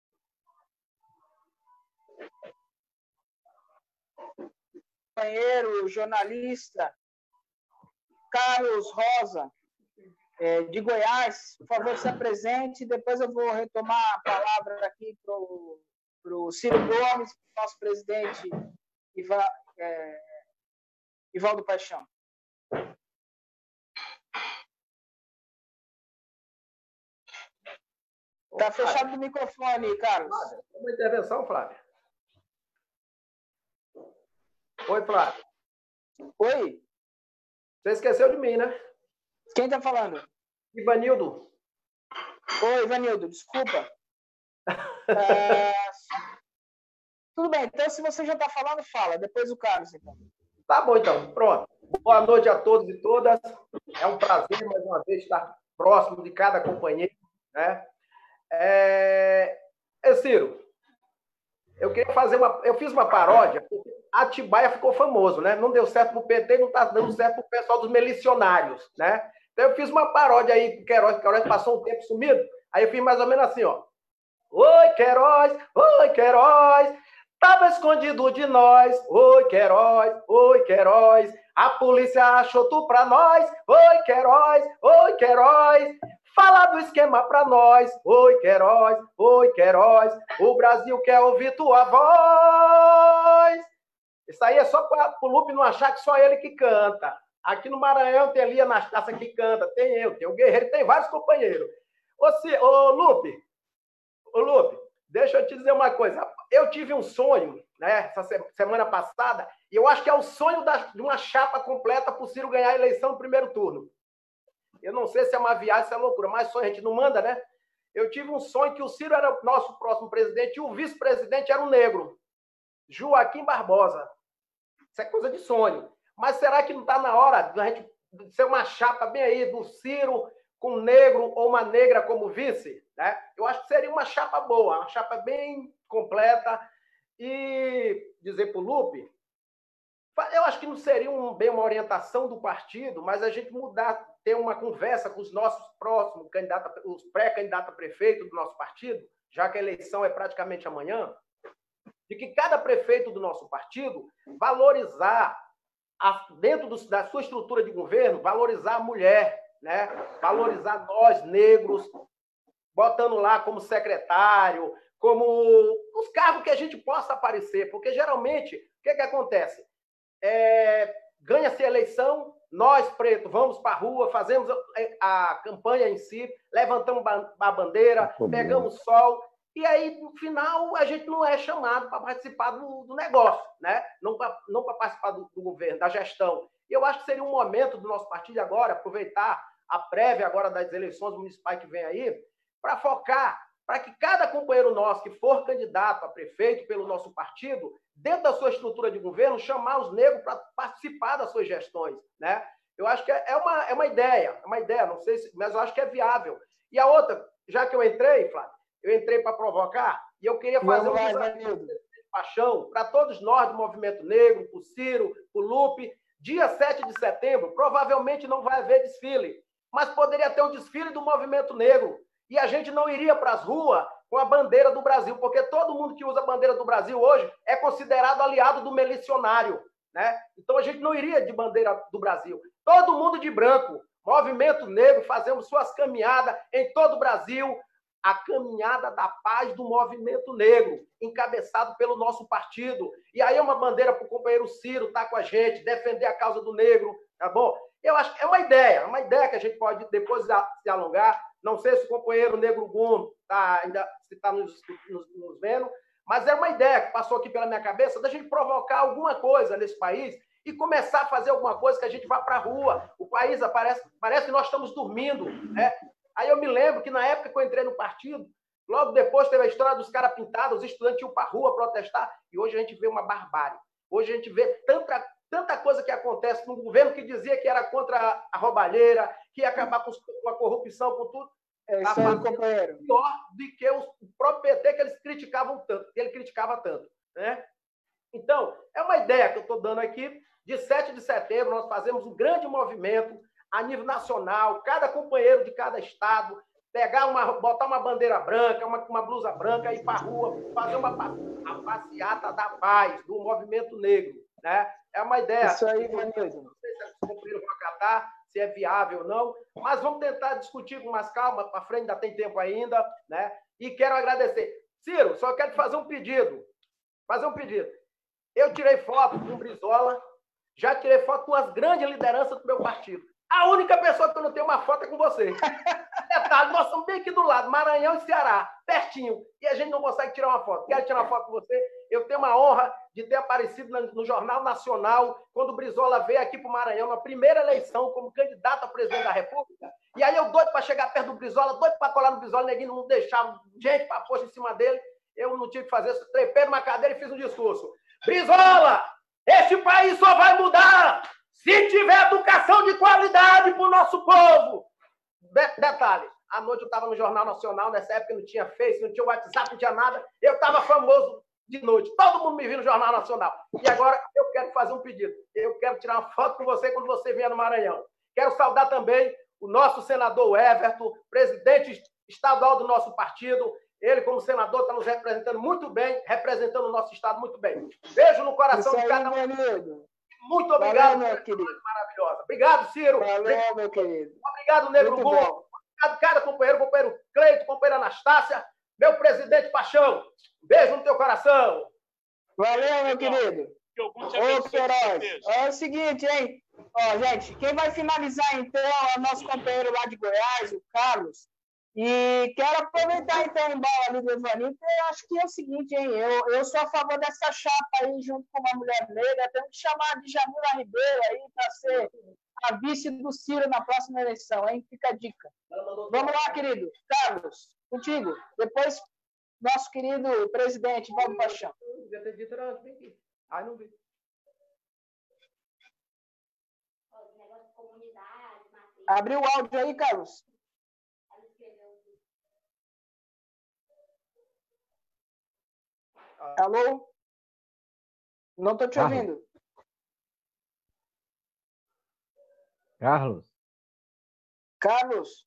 Companheiro, jornalista, Carlos Rosa, é, de Goiás, por favor, se apresente, depois eu vou retomar a palavra aqui para o para o Ciro Gomes, nosso presidente Iva, é, Ivaldo Paixão. Está fechado o microfone, Carlos. Uma intervenção, Flávio. Oi, Flávio. Oi. Você esqueceu de mim, né? Quem está falando? Ivanildo. Oi, Ivanildo, desculpa. É... Tudo bem, então se você já está falando, fala. Depois o Carlos, então. Tá bom, então. Pronto. Boa noite a todos e todas. É um prazer, mais uma vez, estar próximo de cada companheiro, né? É... É, Ciro, eu queria fazer uma... Eu fiz uma paródia. Atibaia ficou famoso, né? Não deu certo pro P T, não está dando certo pro pessoal dos milicionários, né? Então eu fiz uma paródia aí com o Queiroz. O Queiroz passou um tempo sumido. Aí eu fiz mais ou menos assim, ó. Oi, Queiroz, oi, Queiroz, tava escondido de nós. Oi, Queiroz, oi, Queiroz, a polícia achou tu pra nós. Oi, Queiroz, oi, Queiroz, fala do esquema pra nós. Oi, Queiroz, oi, Queiroz, o Brasil quer ouvir tua voz. Isso aí é só para o Lupe não achar que só ele que canta. Aqui no Maranhão tem ali a Anastácia que canta, tem eu, tem o Guerreiro, tem vários companheiros. Ô, C... ô Lupe, Ô, Lupe, deixa eu te dizer uma coisa. Eu tive um sonho, né, essa semana passada, e eu acho que é o sonho da, de uma chapa completa para o Ciro ganhar a eleição no primeiro turno. Eu não sei se é uma viagem, se é loucura, mas sonho a gente não manda, né? Eu tive um sonho que o Ciro era o nosso próximo presidente e o vice-presidente era um negro, Joaquim Barbosa. Isso é coisa de sonho. Mas será que não está na hora da gente ser uma chapa bem aí do Ciro com um negro ou uma negra como vice, né? Eu acho que seria uma chapa boa, uma chapa bem completa. E dizer para o Lupe, eu acho que não seria um, bem uma orientação do partido, mas a gente mudar ter uma conversa com os nossos próximos candidatos, os pré-candidatos a prefeito do nosso partido, já que a eleição é praticamente amanhã, de que cada prefeito do nosso partido valorizar, a, dentro do, da sua estrutura de governo, valorizar a mulher, né? Valorizar nós, negros, botando lá como secretário, como os cargos que a gente possa aparecer, porque geralmente, o que, que acontece? É, ganha-se a eleição, nós, pretos, vamos para a rua, fazemos a, a campanha em si, levantamos a bandeira, pegamos sol, e aí, no final, a gente não é chamado para participar do, do negócio, né? Não para não para participar do, do governo, da gestão. E eu acho que seria um momento do nosso partido agora, aproveitar a prévia agora das eleições municipais que vem aí, para focar, para que cada companheiro nosso que for candidato a prefeito pelo nosso partido, dentro da sua estrutura de governo, chamar os negros para participar das suas gestões, né? Eu acho que é uma, é uma ideia, é uma ideia, não sei se, mas eu acho que é viável. E a outra, já que eu entrei, Flávio, eu entrei para provocar, e eu queria fazer um desafio de paixão para todos nós do Movimento Negro, para o Ciro, para o Lupe. Dia sete de setembro, provavelmente não vai haver desfile, mas poderia ter um desfile do Movimento Negro. E a gente não iria para as ruas com a bandeira do Brasil, porque todo mundo que usa a bandeira do Brasil hoje é considerado aliado do milicionário, né? Então a gente não iria de bandeira do Brasil. Todo mundo de branco, Movimento Negro, fazemos suas caminhadas em todo o Brasil, a caminhada da paz do Movimento Negro, encabeçado pelo nosso partido. E aí é uma bandeira para o companheiro Ciro estar com a gente, defender a causa do negro, tá bom? Eu acho que é uma ideia, é uma ideia que a gente pode depois se alongar. Não sei se o companheiro Negro Gomes tá, ainda está nos, nos, nos vendo, mas é uma ideia que passou aqui pela minha cabeça da gente provocar alguma coisa nesse país e começar a fazer alguma coisa que a gente vá para a rua. O país parece, parece que nós estamos dormindo, né? Aí eu me lembro que na época que eu entrei no partido, logo depois teve a história dos caras pintados, os estudantes iam para a rua protestar, e hoje a gente vê uma barbárie. Hoje a gente vê tanta, tanta coisa que acontece no governo que dizia que era contra a roubalheira, que ia acabar com a corrupção, com tudo. É isso aí, companheiro. Pior do que o próprio P T que eles criticavam tanto, que ele criticava tanto, né? Então, é uma ideia que eu estou dando aqui. De sete de setembro, nós fazemos um grande movimento a nível nacional, cada companheiro de cada estado, pegar uma, botar uma bandeira branca, uma, uma blusa branca, ir para a rua, fazer uma a passeata da paz, do Movimento Negro, né? É uma ideia. Isso aí, Vanildo. Não sei se os companheiros vão acatar, se é viável ou não, mas vamos tentar discutir com mais calma, para frente ainda tem tempo ainda, né? E quero agradecer. Ciro, só quero te fazer um pedido. Fazer um pedido. Eu tirei foto com o Brizola, já tirei foto com as grandes lideranças do meu partido. A única pessoa que eu não tenho uma foto é com você. Detalhe, nós estamos bem aqui do lado, Maranhão e Ceará, pertinho, e a gente não consegue tirar uma foto. Quero tirar uma foto com você. Eu tenho uma honra de ter aparecido no Jornal Nacional, quando o Brizola veio aqui para o Maranhão, na primeira eleição, como candidato a presidente da República. E aí eu doido para chegar perto do Brizola, doido para colar no Brizola, ninguém não deixava gente para pôr em cima dele. Eu não tive que fazer isso. Trepei numa cadeira e fiz um discurso. Brizola, este país só vai mudar se tiver educação de qualidade para o nosso povo. De- detalhe, à noite eu estava no Jornal Nacional, nessa época não tinha Face, não tinha WhatsApp, não tinha nada. Eu estava famoso de noite. Todo mundo me viu no Jornal Nacional. E agora eu quero fazer um pedido. Eu quero tirar uma foto com você quando você vier no Maranhão. Quero saudar também o nosso senador Everton, presidente estadual do nosso partido. Ele, como senador, está nos representando muito bem, representando o nosso estado muito bem. Beijo no coração de cada um. Muito obrigado, Valeu, meu querido. Maravilhosa. Obrigado, Ciro. Valeu, obrigado, meu querido. Obrigado, Negro Muito Bom. bom. Obrigado, cada companheiro, companheiro Cleito, companheira Anastácia, meu presidente Paixão. Beijo no teu coração. Valeu, meu querido. Ô, Queiroz, é o seguinte, hein? Ó, gente, quem vai finalizar, então, é o nosso companheiro lá de Goiás, o Carlos. E quero aproveitar, então, o embalo ali do Evanildo, porque eu acho que é o seguinte, hein? Eu, eu sou a favor dessa chapa aí, junto com uma mulher negra. Temos que chamar de Jamila Ribeiro aí para ser a vice do Ciro na próxima eleição, hein? Fica a dica. Vamos lá, querido. Carlos, contigo. Depois, nosso querido presidente, Valdo Paixão. Devia ter dito, era aqui. Ai, não vi. Abriu o áudio aí, Carlos. Alô? Não estou te Carlos. ouvindo. Carlos. Carlos.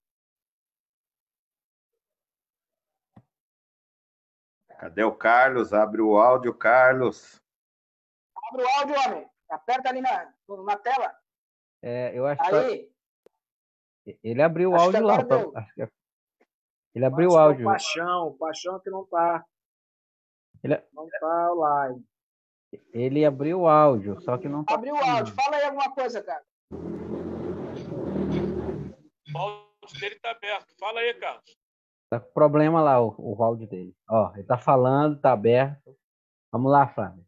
Cadê o Carlos? Abre o áudio, Carlos. Abre o áudio, homem. Aperta ali na, na tela. É, eu acho Aí. que ele abriu o Acho áudio que lá. agora deu. Acho que ele abriu Acho o que é áudio. O Paixão, o Paixão que não tá. Ele, Não tá live. ele abriu o áudio, só que não tá. Abriu o áudio. Fala aí alguma coisa, cara. O áudio dele tá aberto. Fala aí, Carlos. Tá com problema lá o, o áudio dele. Ó, ele tá falando, tá aberto. Vamos lá, Flávio.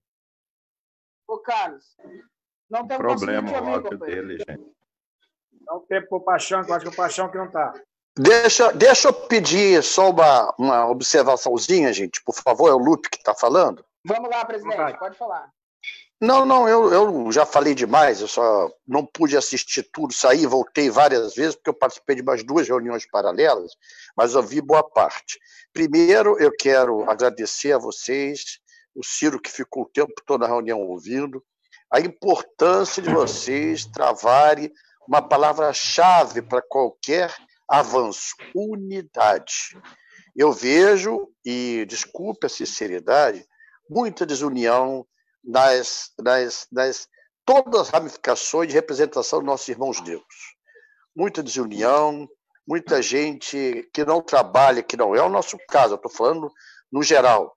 Ô, Carlos. Não tem Problema conseguindo o te ouvir, áudio companheiro. dele, gente. Dá um tempo pro Paixão, que eu acho que o Paixão que não tá. Deixa, deixa eu pedir só uma, uma observaçãozinha, gente, por favor, é o Lupe que está falando. Vamos lá, presidente, pode falar. Não, não, eu, eu já falei demais, eu só não pude assistir tudo, saí, voltei várias vezes, porque eu participei de umas duas reuniões paralelas, mas ouvi boa parte. Primeiro, eu quero agradecer a vocês, o Ciro que ficou o tempo todo na reunião ouvindo, a importância de vocês travarem uma palavra-chave para qualquer avanço, unidade. Eu vejo, e desculpe a sinceridade, muita desunião nas, nas, nas todas as ramificações de representação dos nossos irmãos negros. Muita desunião, muita gente que não trabalha, que não é o nosso caso, eu estou falando no geral,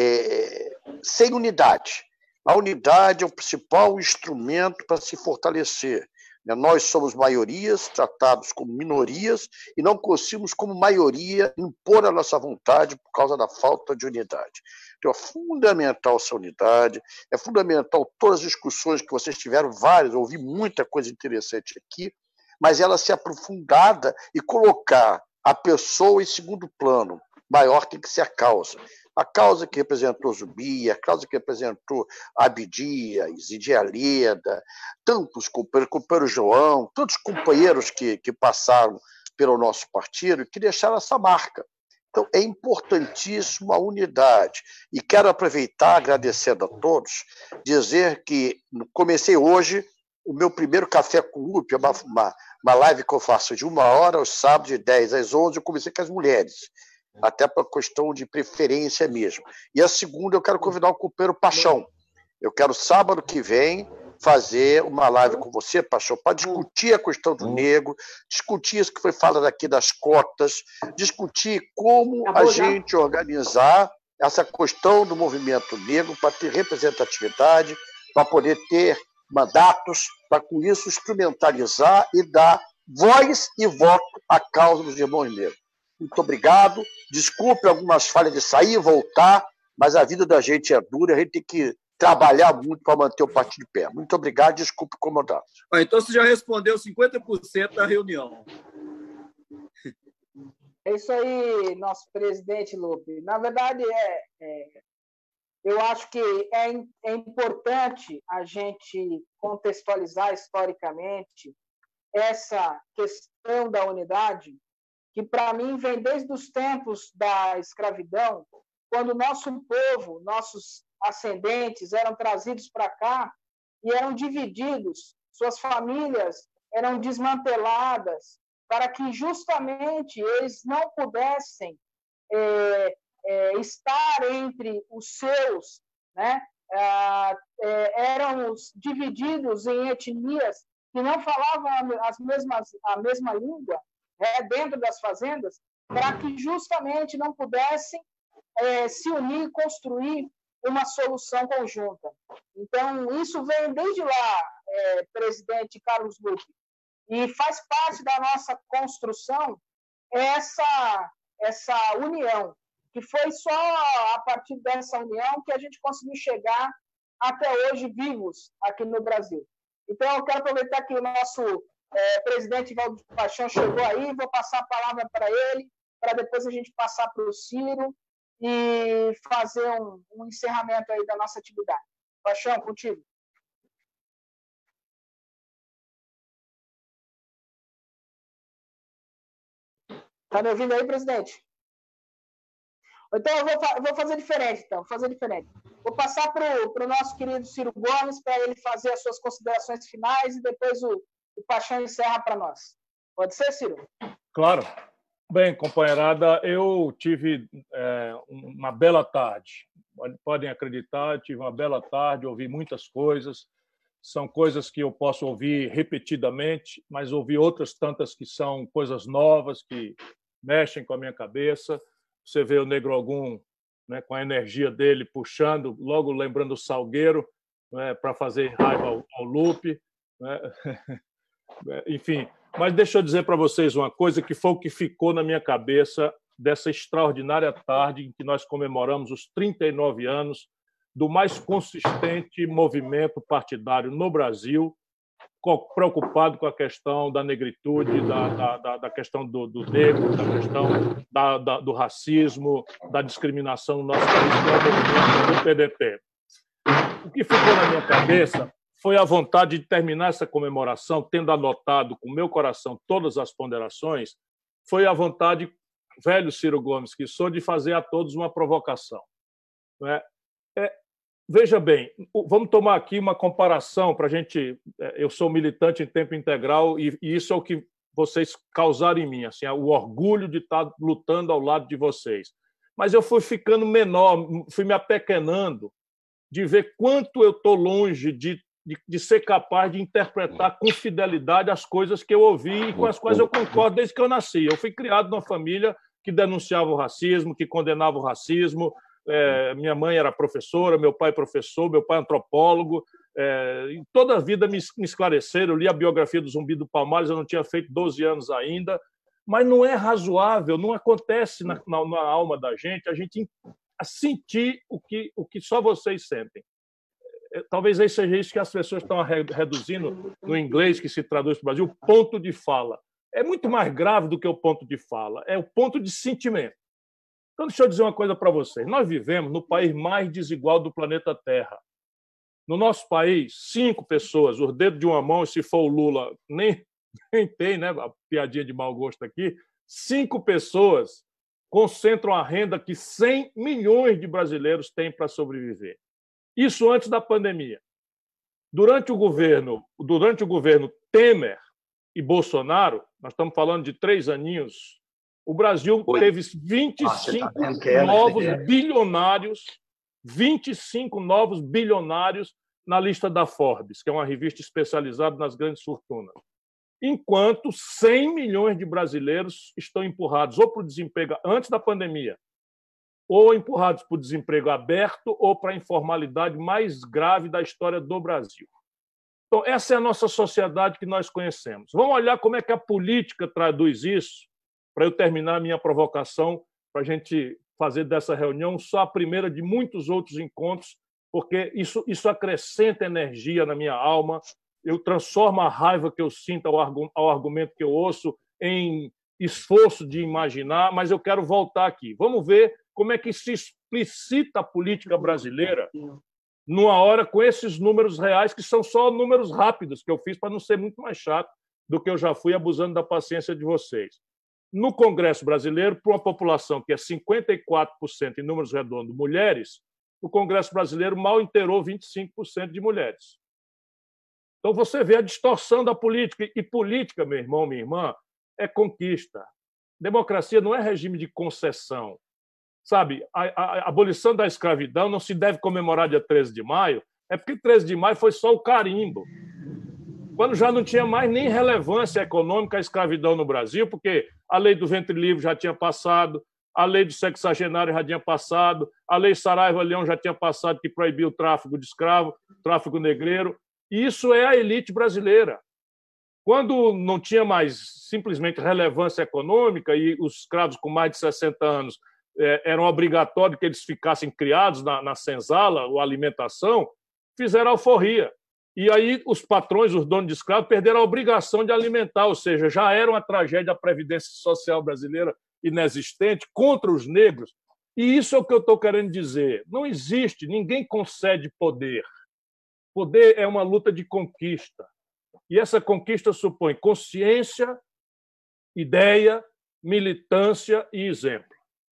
é, sem unidade. A unidade é o principal instrumento para se fortalecer. Nós somos maiorias, tratados como minorias, e não conseguimos, como maioria, impor a nossa vontade por causa da falta de unidade. Então, é fundamental essa unidade, é fundamental todas as discussões que vocês tiveram, várias, eu ouvi muita coisa interessante aqui, mas ela ser aprofundada e colocar a pessoa em segundo plano. Maior tem que ser a causa. A causa que representou Zumbi, a causa que representou Abdias, Idialeda, tantos companheiros, o companheiro João, tantos companheiros que, que passaram pelo nosso partido e que deixaram essa marca. Então, é importantíssimo a unidade. E quero aproveitar, agradecendo a todos, dizer que comecei hoje o meu primeiro Café com o Lupe, uma, uma, uma live que eu faço de uma hora aos sábados, de dez às onze, eu comecei com as mulheres. Até para questão de preferência mesmo. E a segunda, eu quero convidar o companheiro Paixão. Eu quero, sábado que vem, fazer uma live com você, Paixão, para discutir a questão do negro, discutir isso que foi falado aqui das cotas, discutir como a gente organizar essa questão do movimento negro para ter representatividade, para poder ter mandatos, para com isso instrumentalizar e dar voz e voto à causa dos irmãos negros. Muito obrigado. Desculpe algumas falhas de sair e voltar, mas a vida da gente é dura, a gente tem que trabalhar muito para manter o partido de pé. Muito obrigado, desculpe incomodar. Ah, então você já respondeu cinquenta por cento da reunião. É isso aí, nosso presidente Lupe. Na verdade, é, é, eu acho que é, é importante a gente contextualizar historicamente essa questão da unidade, que para mim vem desde os tempos da escravidão, quando o nosso povo, nossos ascendentes eram trazidos para cá e eram divididos, suas famílias eram desmanteladas, para que justamente eles não pudessem é, é, estar entre os seus, né? Ah, é, eram divididos em etnias que não falavam as mesmas, a mesma língua, né, dentro das fazendas, para que justamente não pudessem é, se unir e construir uma solução conjunta. Então, isso vem desde lá, é, presidente Carlos Lupe, e faz parte da nossa construção essa, essa união, que foi só a partir dessa união que a gente conseguiu chegar até hoje vivos aqui no Brasil. Então, eu quero aproveitar que o nosso É, presidente Valdo Paixão chegou aí, vou passar a palavra para ele, para depois a gente passar para o Ciro e fazer um, um encerramento aí da nossa atividade. Paixão, contigo. Está me ouvindo aí, presidente? Então, eu vou, eu vou fazer diferente, então, vou fazer diferente. Vou passar para o nosso querido Ciro Gomes, para ele fazer as suas considerações finais e depois o O Paixão encerra para nós. Pode ser, Ciro? Claro. Bem, companheirada, eu tive é, uma bela tarde. Podem acreditar, eu tive uma bela tarde, ouvi muitas coisas. São coisas que eu posso ouvir repetidamente, mas ouvi outras tantas que são coisas novas, que mexem com a minha cabeça. Você vê o Negro Algum, né, com a energia dele puxando, logo lembrando o Salgueiro, né, para fazer raiva ao, ao Lupe, né? Enfim, mas deixa eu dizer para vocês uma coisa que foi o que ficou na minha cabeça dessa extraordinária tarde em que nós comemoramos os trinta e nove anos do mais consistente movimento partidário no Brasil, preocupado com a questão da negritude, da, da, da questão do, do negro, da questão da, da, do racismo, da discriminação no nosso país, que é o movimento do P D T. O que ficou na minha cabeça foi a vontade de terminar essa comemoração, tendo anotado com meu coração todas as ponderações, foi a vontade, velho Ciro Gomes, que sou, de fazer a todos uma provocação. Não é? É, veja bem, vamos tomar aqui uma comparação para a gente. Eu sou militante em tempo integral e, e isso é o que vocês causaram em mim, assim, o orgulho de estar lutando ao lado de vocês. Mas eu fui ficando menor, fui me apequenando de ver quanto eu estou longe de De, de ser capaz de interpretar com fidelidade as coisas que eu ouvi e com as quais eu concordo desde que eu nasci. Eu fui criado numa família que denunciava o racismo, que condenava o racismo. É, minha mãe era professora, meu pai professor, meu pai antropólogo. É, e toda a vida me, me esclareceram. Eu li a biografia do Zumbi do Palmares, eu não tinha feito doze anos ainda. Mas não é razoável, não acontece na, na, na alma da gente a gente sentir o que, o que só vocês sentem. Talvez aí seja isso que as pessoas estão reduzindo no inglês, que se traduz para o Brasil, o ponto de fala. É muito mais grave do que o ponto de fala, é o ponto de sentimento. Então, deixa eu dizer uma coisa para vocês. Nós vivemos no país mais desigual do planeta Terra. No nosso país, cinco pessoas, os dedos de uma mão, e se for o Lula, nem, nem tem, né? A piadinha de mau gosto aqui, cinco pessoas concentram a renda que cem milhões de brasileiros têm para sobreviver. Isso antes da pandemia. Durante o governo, durante o governo Temer e Bolsonaro, nós estamos falando de três aninhos, o Brasil Oi. teve vinte e cinco ah, tá novos bilionários, vinte e cinco novos bilionários na lista da Forbes, que é uma revista especializada nas grandes fortunas. Enquanto cem milhões de brasileiros estão empurrados ou para o desemprego antes da pandemia, ou empurrados para o desemprego aberto ou para a informalidade mais grave da história do Brasil. Então, essa é a nossa sociedade que nós conhecemos. Vamos olhar como é que a política traduz isso, para eu terminar a minha provocação, para a gente fazer dessa reunião só a primeira de muitos outros encontros, porque isso, isso acrescenta energia na minha alma, eu transformo a raiva que eu sinto ao, ao argumento que eu ouço em esforço de imaginar, mas eu quero voltar aqui. Vamos ver como é que se explicita a política brasileira numa hora com esses números reais, que são só números rápidos que eu fiz para não ser muito mais chato do que eu já fui, abusando da paciência de vocês. No Congresso brasileiro, para uma população que é cinquenta e quatro por cento em números redondos mulheres, o Congresso brasileiro mal inteirou vinte e cinco por cento de mulheres. Então você vê a distorção da política. E política, meu irmão, minha irmã, é conquista. Democracia não é regime de concessão. Sabe, a, a, a abolição da escravidão não se deve comemorar dia treze de maio, é porque treze de maio foi só o carimbo. Quando já não tinha mais nem relevância econômica a escravidão no Brasil, porque a lei do ventre livre já tinha passado, a lei do sexagenário já tinha passado, a lei Saraiva-Leão já tinha passado, que proibia o tráfico de escravo, tráfico negreiro. E isso é a elite brasileira. Quando não tinha mais simplesmente relevância econômica e os escravos com mais de sessenta anos eram obrigatórios que eles ficassem criados na, na senzala ou alimentação, fizeram alforria. E aí os patrões, os donos de escravos, perderam a obrigação de alimentar, ou seja, já era uma tragédia a Previdência Social brasileira inexistente contra os negros. E isso é o que eu estou querendo dizer. Não existe, ninguém concede poder. Poder é uma luta de conquista. E essa conquista supõe consciência, ideia, militância e exemplo.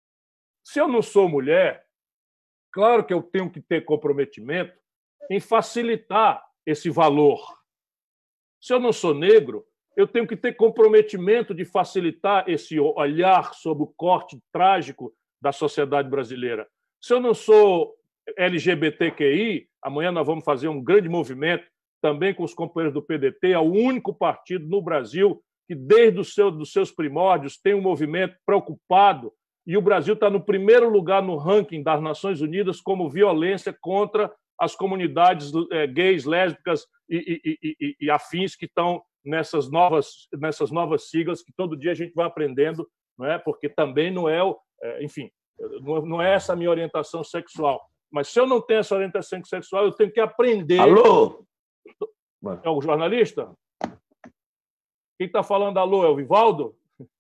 Se eu não sou mulher, claro que eu tenho que ter comprometimento em facilitar esse valor. Se eu não sou negro, eu tenho que ter comprometimento de facilitar esse olhar sobre o corte trágico da sociedade brasileira. Se eu não sou L G B T Q I, amanhã nós vamos fazer um grande movimento também com os companheiros do P D T, é o único partido no Brasil que, desde os seu, dos seus primórdios, tem um movimento preocupado, e o Brasil está no primeiro lugar no ranking das Nações Unidas como violência contra as comunidades é, gays, lésbicas e, e, e, e afins que estão nessas novas, nessas novas siglas que todo dia a gente vai aprendendo, não é? Porque também não é, é enfim, não é essa a minha orientação sexual. Mas se eu não tenho essa orientação sexual, eu tenho que aprender... Alô? É o jornalista? Quem está falando alô? É o Vivaldo?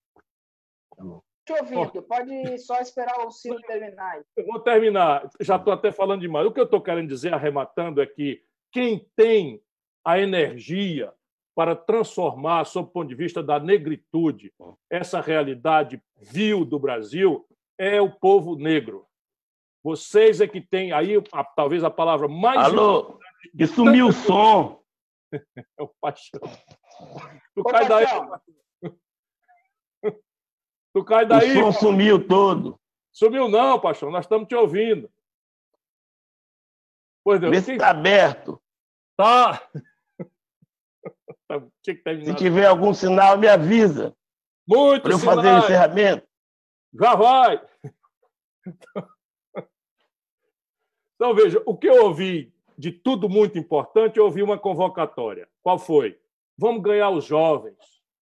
Te ouvindo, pode só esperar o Ciro terminar. Eu vou terminar, já estou até falando demais. O que eu estou querendo dizer, arrematando, é que quem tem a energia para transformar, sob o ponto de vista da negritude, essa realidade vil do Brasil, é o povo negro. Vocês é que têm aí, a, talvez, a palavra mais... Alô, que sumiu o som. É o Paixão. Tu Ô, cai Paixão. daí. Tu cai daí. O som sumiu todo. Sumiu não, Paixão, nós estamos te ouvindo. Pois Deus. Vê se está aberto. Tá. Se tiver algum sinal, me avisa. Muito para eu sinais. fazer o encerramento. Já vai. Então, veja, o que eu ouvi de tudo muito importante, eu ouvi uma convocatória. Qual foi? Vamos ganhar os jovens.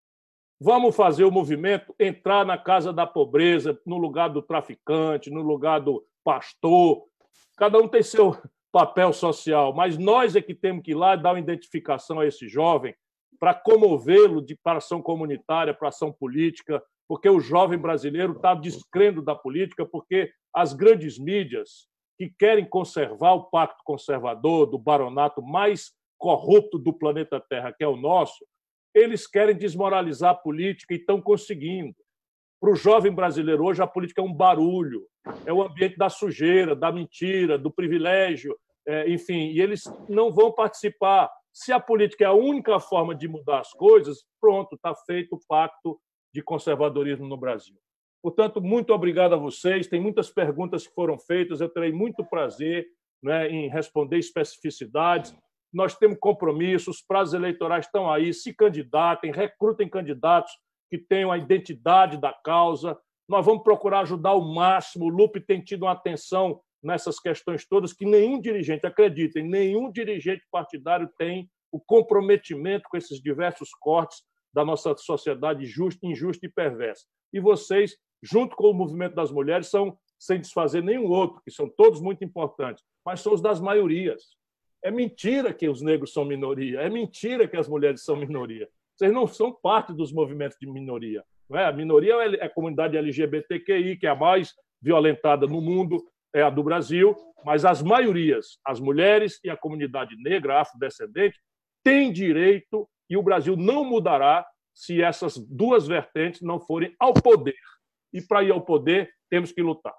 Vamos fazer o movimento entrar na casa da pobreza, no lugar do traficante, no lugar do pastor. Cada um tem seu papel social, mas nós é que temos que ir lá dar uma identificação a esse jovem para comovê-lo para ação comunitária, para ação política, porque o jovem brasileiro está descrendo da política, porque as grandes mídias que querem conservar o pacto conservador do baronato mais corrupto do planeta Terra, que é o nosso, eles querem desmoralizar a política e estão conseguindo. Para o jovem brasileiro hoje, a política é um barulho, é o ambiente da sujeira, da mentira, do privilégio, é, enfim, e eles não vão participar. Se a política é a única forma de mudar as coisas, pronto, está feito o pacto de conservadorismo no Brasil. Portanto, muito obrigado a vocês. Tem muitas perguntas que foram feitas, eu terei muito prazer, né, em responder especificidades. Nós temos compromissos, os prazos eleitorais estão aí, se candidatem, recrutem candidatos que tenham a identidade da causa. Nós vamos procurar ajudar ao máximo. O Lupe tem tido uma atenção nessas questões todas que nenhum dirigente, acreditem, nenhum dirigente partidário tem o comprometimento com esses diversos cortes da nossa sociedade justa, injusta e perversa. E vocês, junto com o movimento das mulheres, são, sem desfazer nenhum outro, que são todos muito importantes, mas são os das maiorias. É mentira que os negros são minoria, é mentira que as mulheres são minoria. Vocês não são parte dos movimentos de minoria. Não é? A minoria é a comunidade L G B T Q I, que é a mais violentada no mundo, é a do Brasil, mas as maiorias, as mulheres e a comunidade negra, afrodescendente, têm direito, e o Brasil não mudará se essas duas vertentes não forem ao poder. E, para ir ao poder, temos que lutar.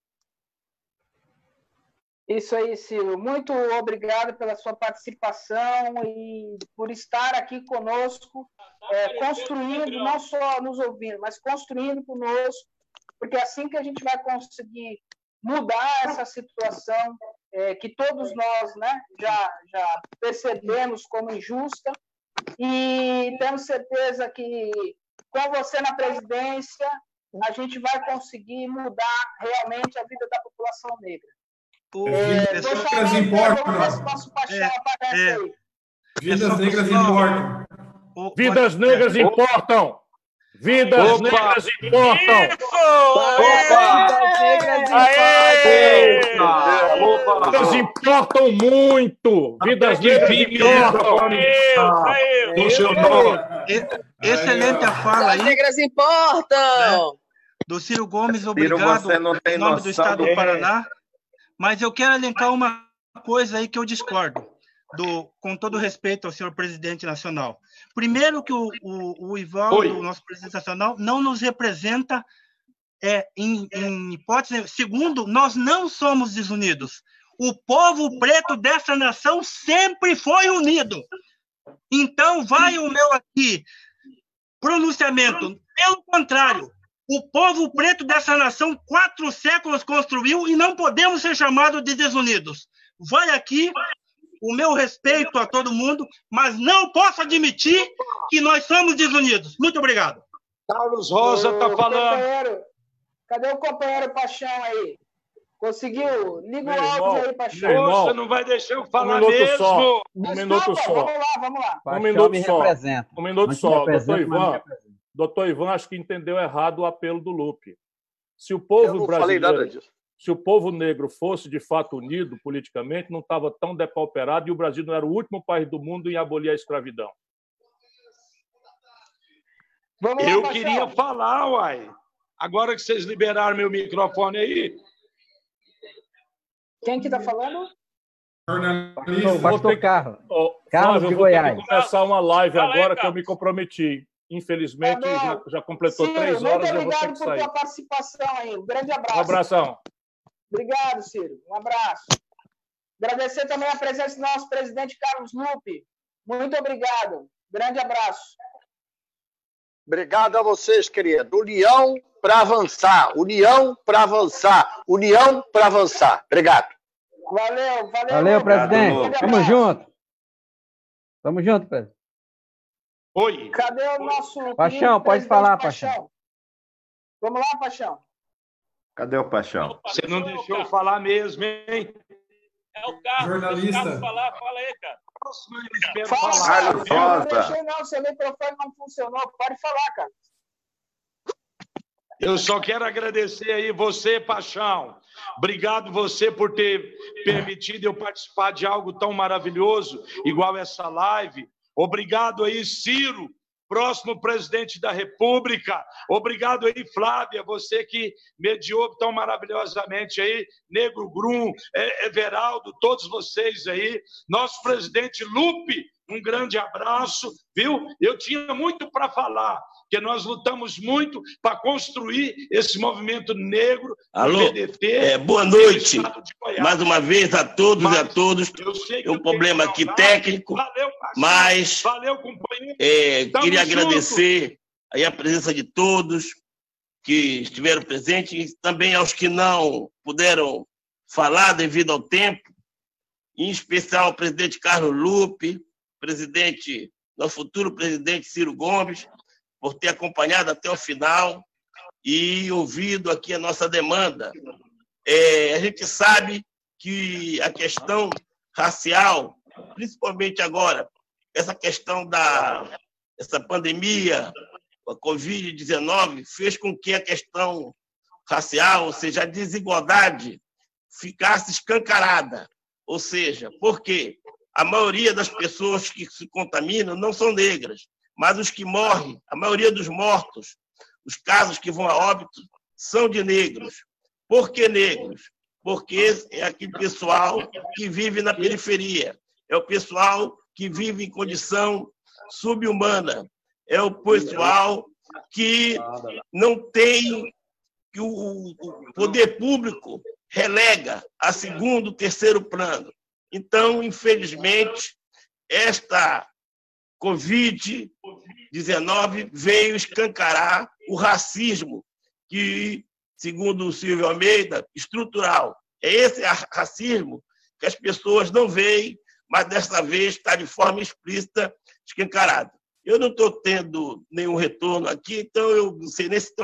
Isso aí, Ciro. Muito obrigado pela sua participação e por estar aqui conosco, é, construindo, não só nos ouvindo, mas construindo conosco, porque é assim que a gente vai conseguir mudar essa situação é, que todos nós, né, já, já percebemos como injusta, e temos certeza que com você na presidência a gente vai conseguir mudar realmente a vida da população negra. É, Vidas negras importam. Nosso Paixão aparece é, aí. Vidas negras importam. Vidas negras importam. Vidas Opa. negras importam. Vidas importam muito. Vidas negras importam. Do seu nome. Excelente a fala aí. Vidas negras importam. Né? Do Ciro Gomes, obrigado. Ciro, você não tem em nome noção do Estado do do Paraná. Mas eu quero elencar uma coisa aí que eu discordo, do, com todo respeito ao senhor presidente nacional. Primeiro que o, o, o Ivaldo, Oi. o nosso presidente nacional, não nos representa é, em, em hipótese. Segundo, nós não somos desunidos. O povo preto dessa nação sempre foi unido. Então, vai o meu aqui pronunciamento. Pelo contrário, o povo preto dessa nação quatro séculos construiu e não podemos ser chamados de desunidos. Vai aqui o meu respeito a todo mundo, mas não posso admitir que nós somos desunidos. Muito obrigado. Carlos Rosa está falando. Companheiro, cadê o companheiro Paixão aí? Conseguiu? Liga Meu o áudio irmão, aí, Paixão. meu irmão. Você não vai deixar eu Um falar minuto mesmo. só. Um Desculpa, minuto só. Vamos lá, vamos lá. Um Paixão minuto me só. representa. Um minuto Não te só. Doutor representa, mas me Ivan, representa. doutor Ivan acho que entendeu errado o apelo do Lupe. Se o Eu povo não falei nada brasileiro, disso. se o povo negro fosse de fato unido politicamente, não estava tão depauperado e o Brasil não era o último país do mundo em abolir a escravidão. Vamos lá, Eu Paixão. queria falar, uai. Agora que vocês liberaram meu microfone aí. Quem que está falando? Eu vou Pastor ter que- Carlos. Ó, Carlos Flávio, de eu vou ter que Goiás. começar uma live Fala aí, agora que eu Carlos. me comprometi. Infelizmente, Tá bom. já, já completou Ciro, três muito horas e eu vou ter obrigado que por sair. tua participação aí. Um grande Um abraço. abração. Obrigado, Ciro. Um abraço. Agradecer também a presença do nosso presidente Carlos Lupe. Muito obrigado. Grande abraço. Obrigado a vocês, querido. União para avançar. União para avançar. União para avançar. Obrigado. Valeu, valeu. Valeu, Lupe. presidente. Grande Tamo abraço. junto. Tamo junto, presidente. Oi. Cadê o nosso Paixão, querido pode presidente falar, Paixão. Vamos lá, Paixão. Cadê o Paixão? Você não deixou eu falar mesmo, hein? É o Carlos. Jornalista. Deixa o Carlos falar. Fala aí, cara. Próximo eles esperam Fala, falar. Carlos. Carlos Eu não Rosa. deixei, não. Seu microfone não funcionou. Pode falar, cara. Eu só quero agradecer aí você, Paixão. Obrigado você por ter permitido eu participar de algo tão maravilhoso, igual essa live. Obrigado aí, Ciro, próximo presidente da República. Obrigado aí, Flávia, você que mediou tão maravilhosamente aí, Negro Grum, Everaldo, todos vocês aí. Nosso presidente Lupe, um grande abraço, viu? Eu tinha muito para falar, porque nós lutamos muito para construir esse movimento negro. Alô, P D T, é, boa noite. no estado de Goiás. Mais uma vez a todos e a Mas todos. eu sei que É um eu tenho problema que aqui falar. técnico, Valeu, Paixão. mas Valeu, companheiro. é, Tamo queria junto. agradecer aí a presença de todos que estiveram presentes e também aos que não puderam falar devido ao tempo, em especial ao presidente Carlos Lupe, presidente, nosso futuro presidente Ciro Gomes, por ter acompanhado até o final e ouvido aqui a nossa demanda. É, a gente sabe que a questão racial, principalmente agora, essa questão da essa pandemia, a covid dezenove, fez com que a questão racial, ou seja, a desigualdade, ficasse escancarada. Ou seja, por quê? A maioria das pessoas que se contaminam não são negras, mas os que morrem, a maioria dos mortos, os casos que vão a óbito, são de negros. Por que negros? Porque é aquele pessoal que vive na periferia, é o pessoal que vive em condição subhumana, é o pessoal que não tem, que o poder público relega a segundo, terceiro plano. Então, infelizmente, esta covid dezenove veio escancarar o racismo que, segundo o Silvio Almeida, estrutural. É esse racismo que as pessoas não veem, mas desta vez está de forma explícita escancarado. Eu não estou tendo nenhum retorno aqui, então eu não sei nem se estão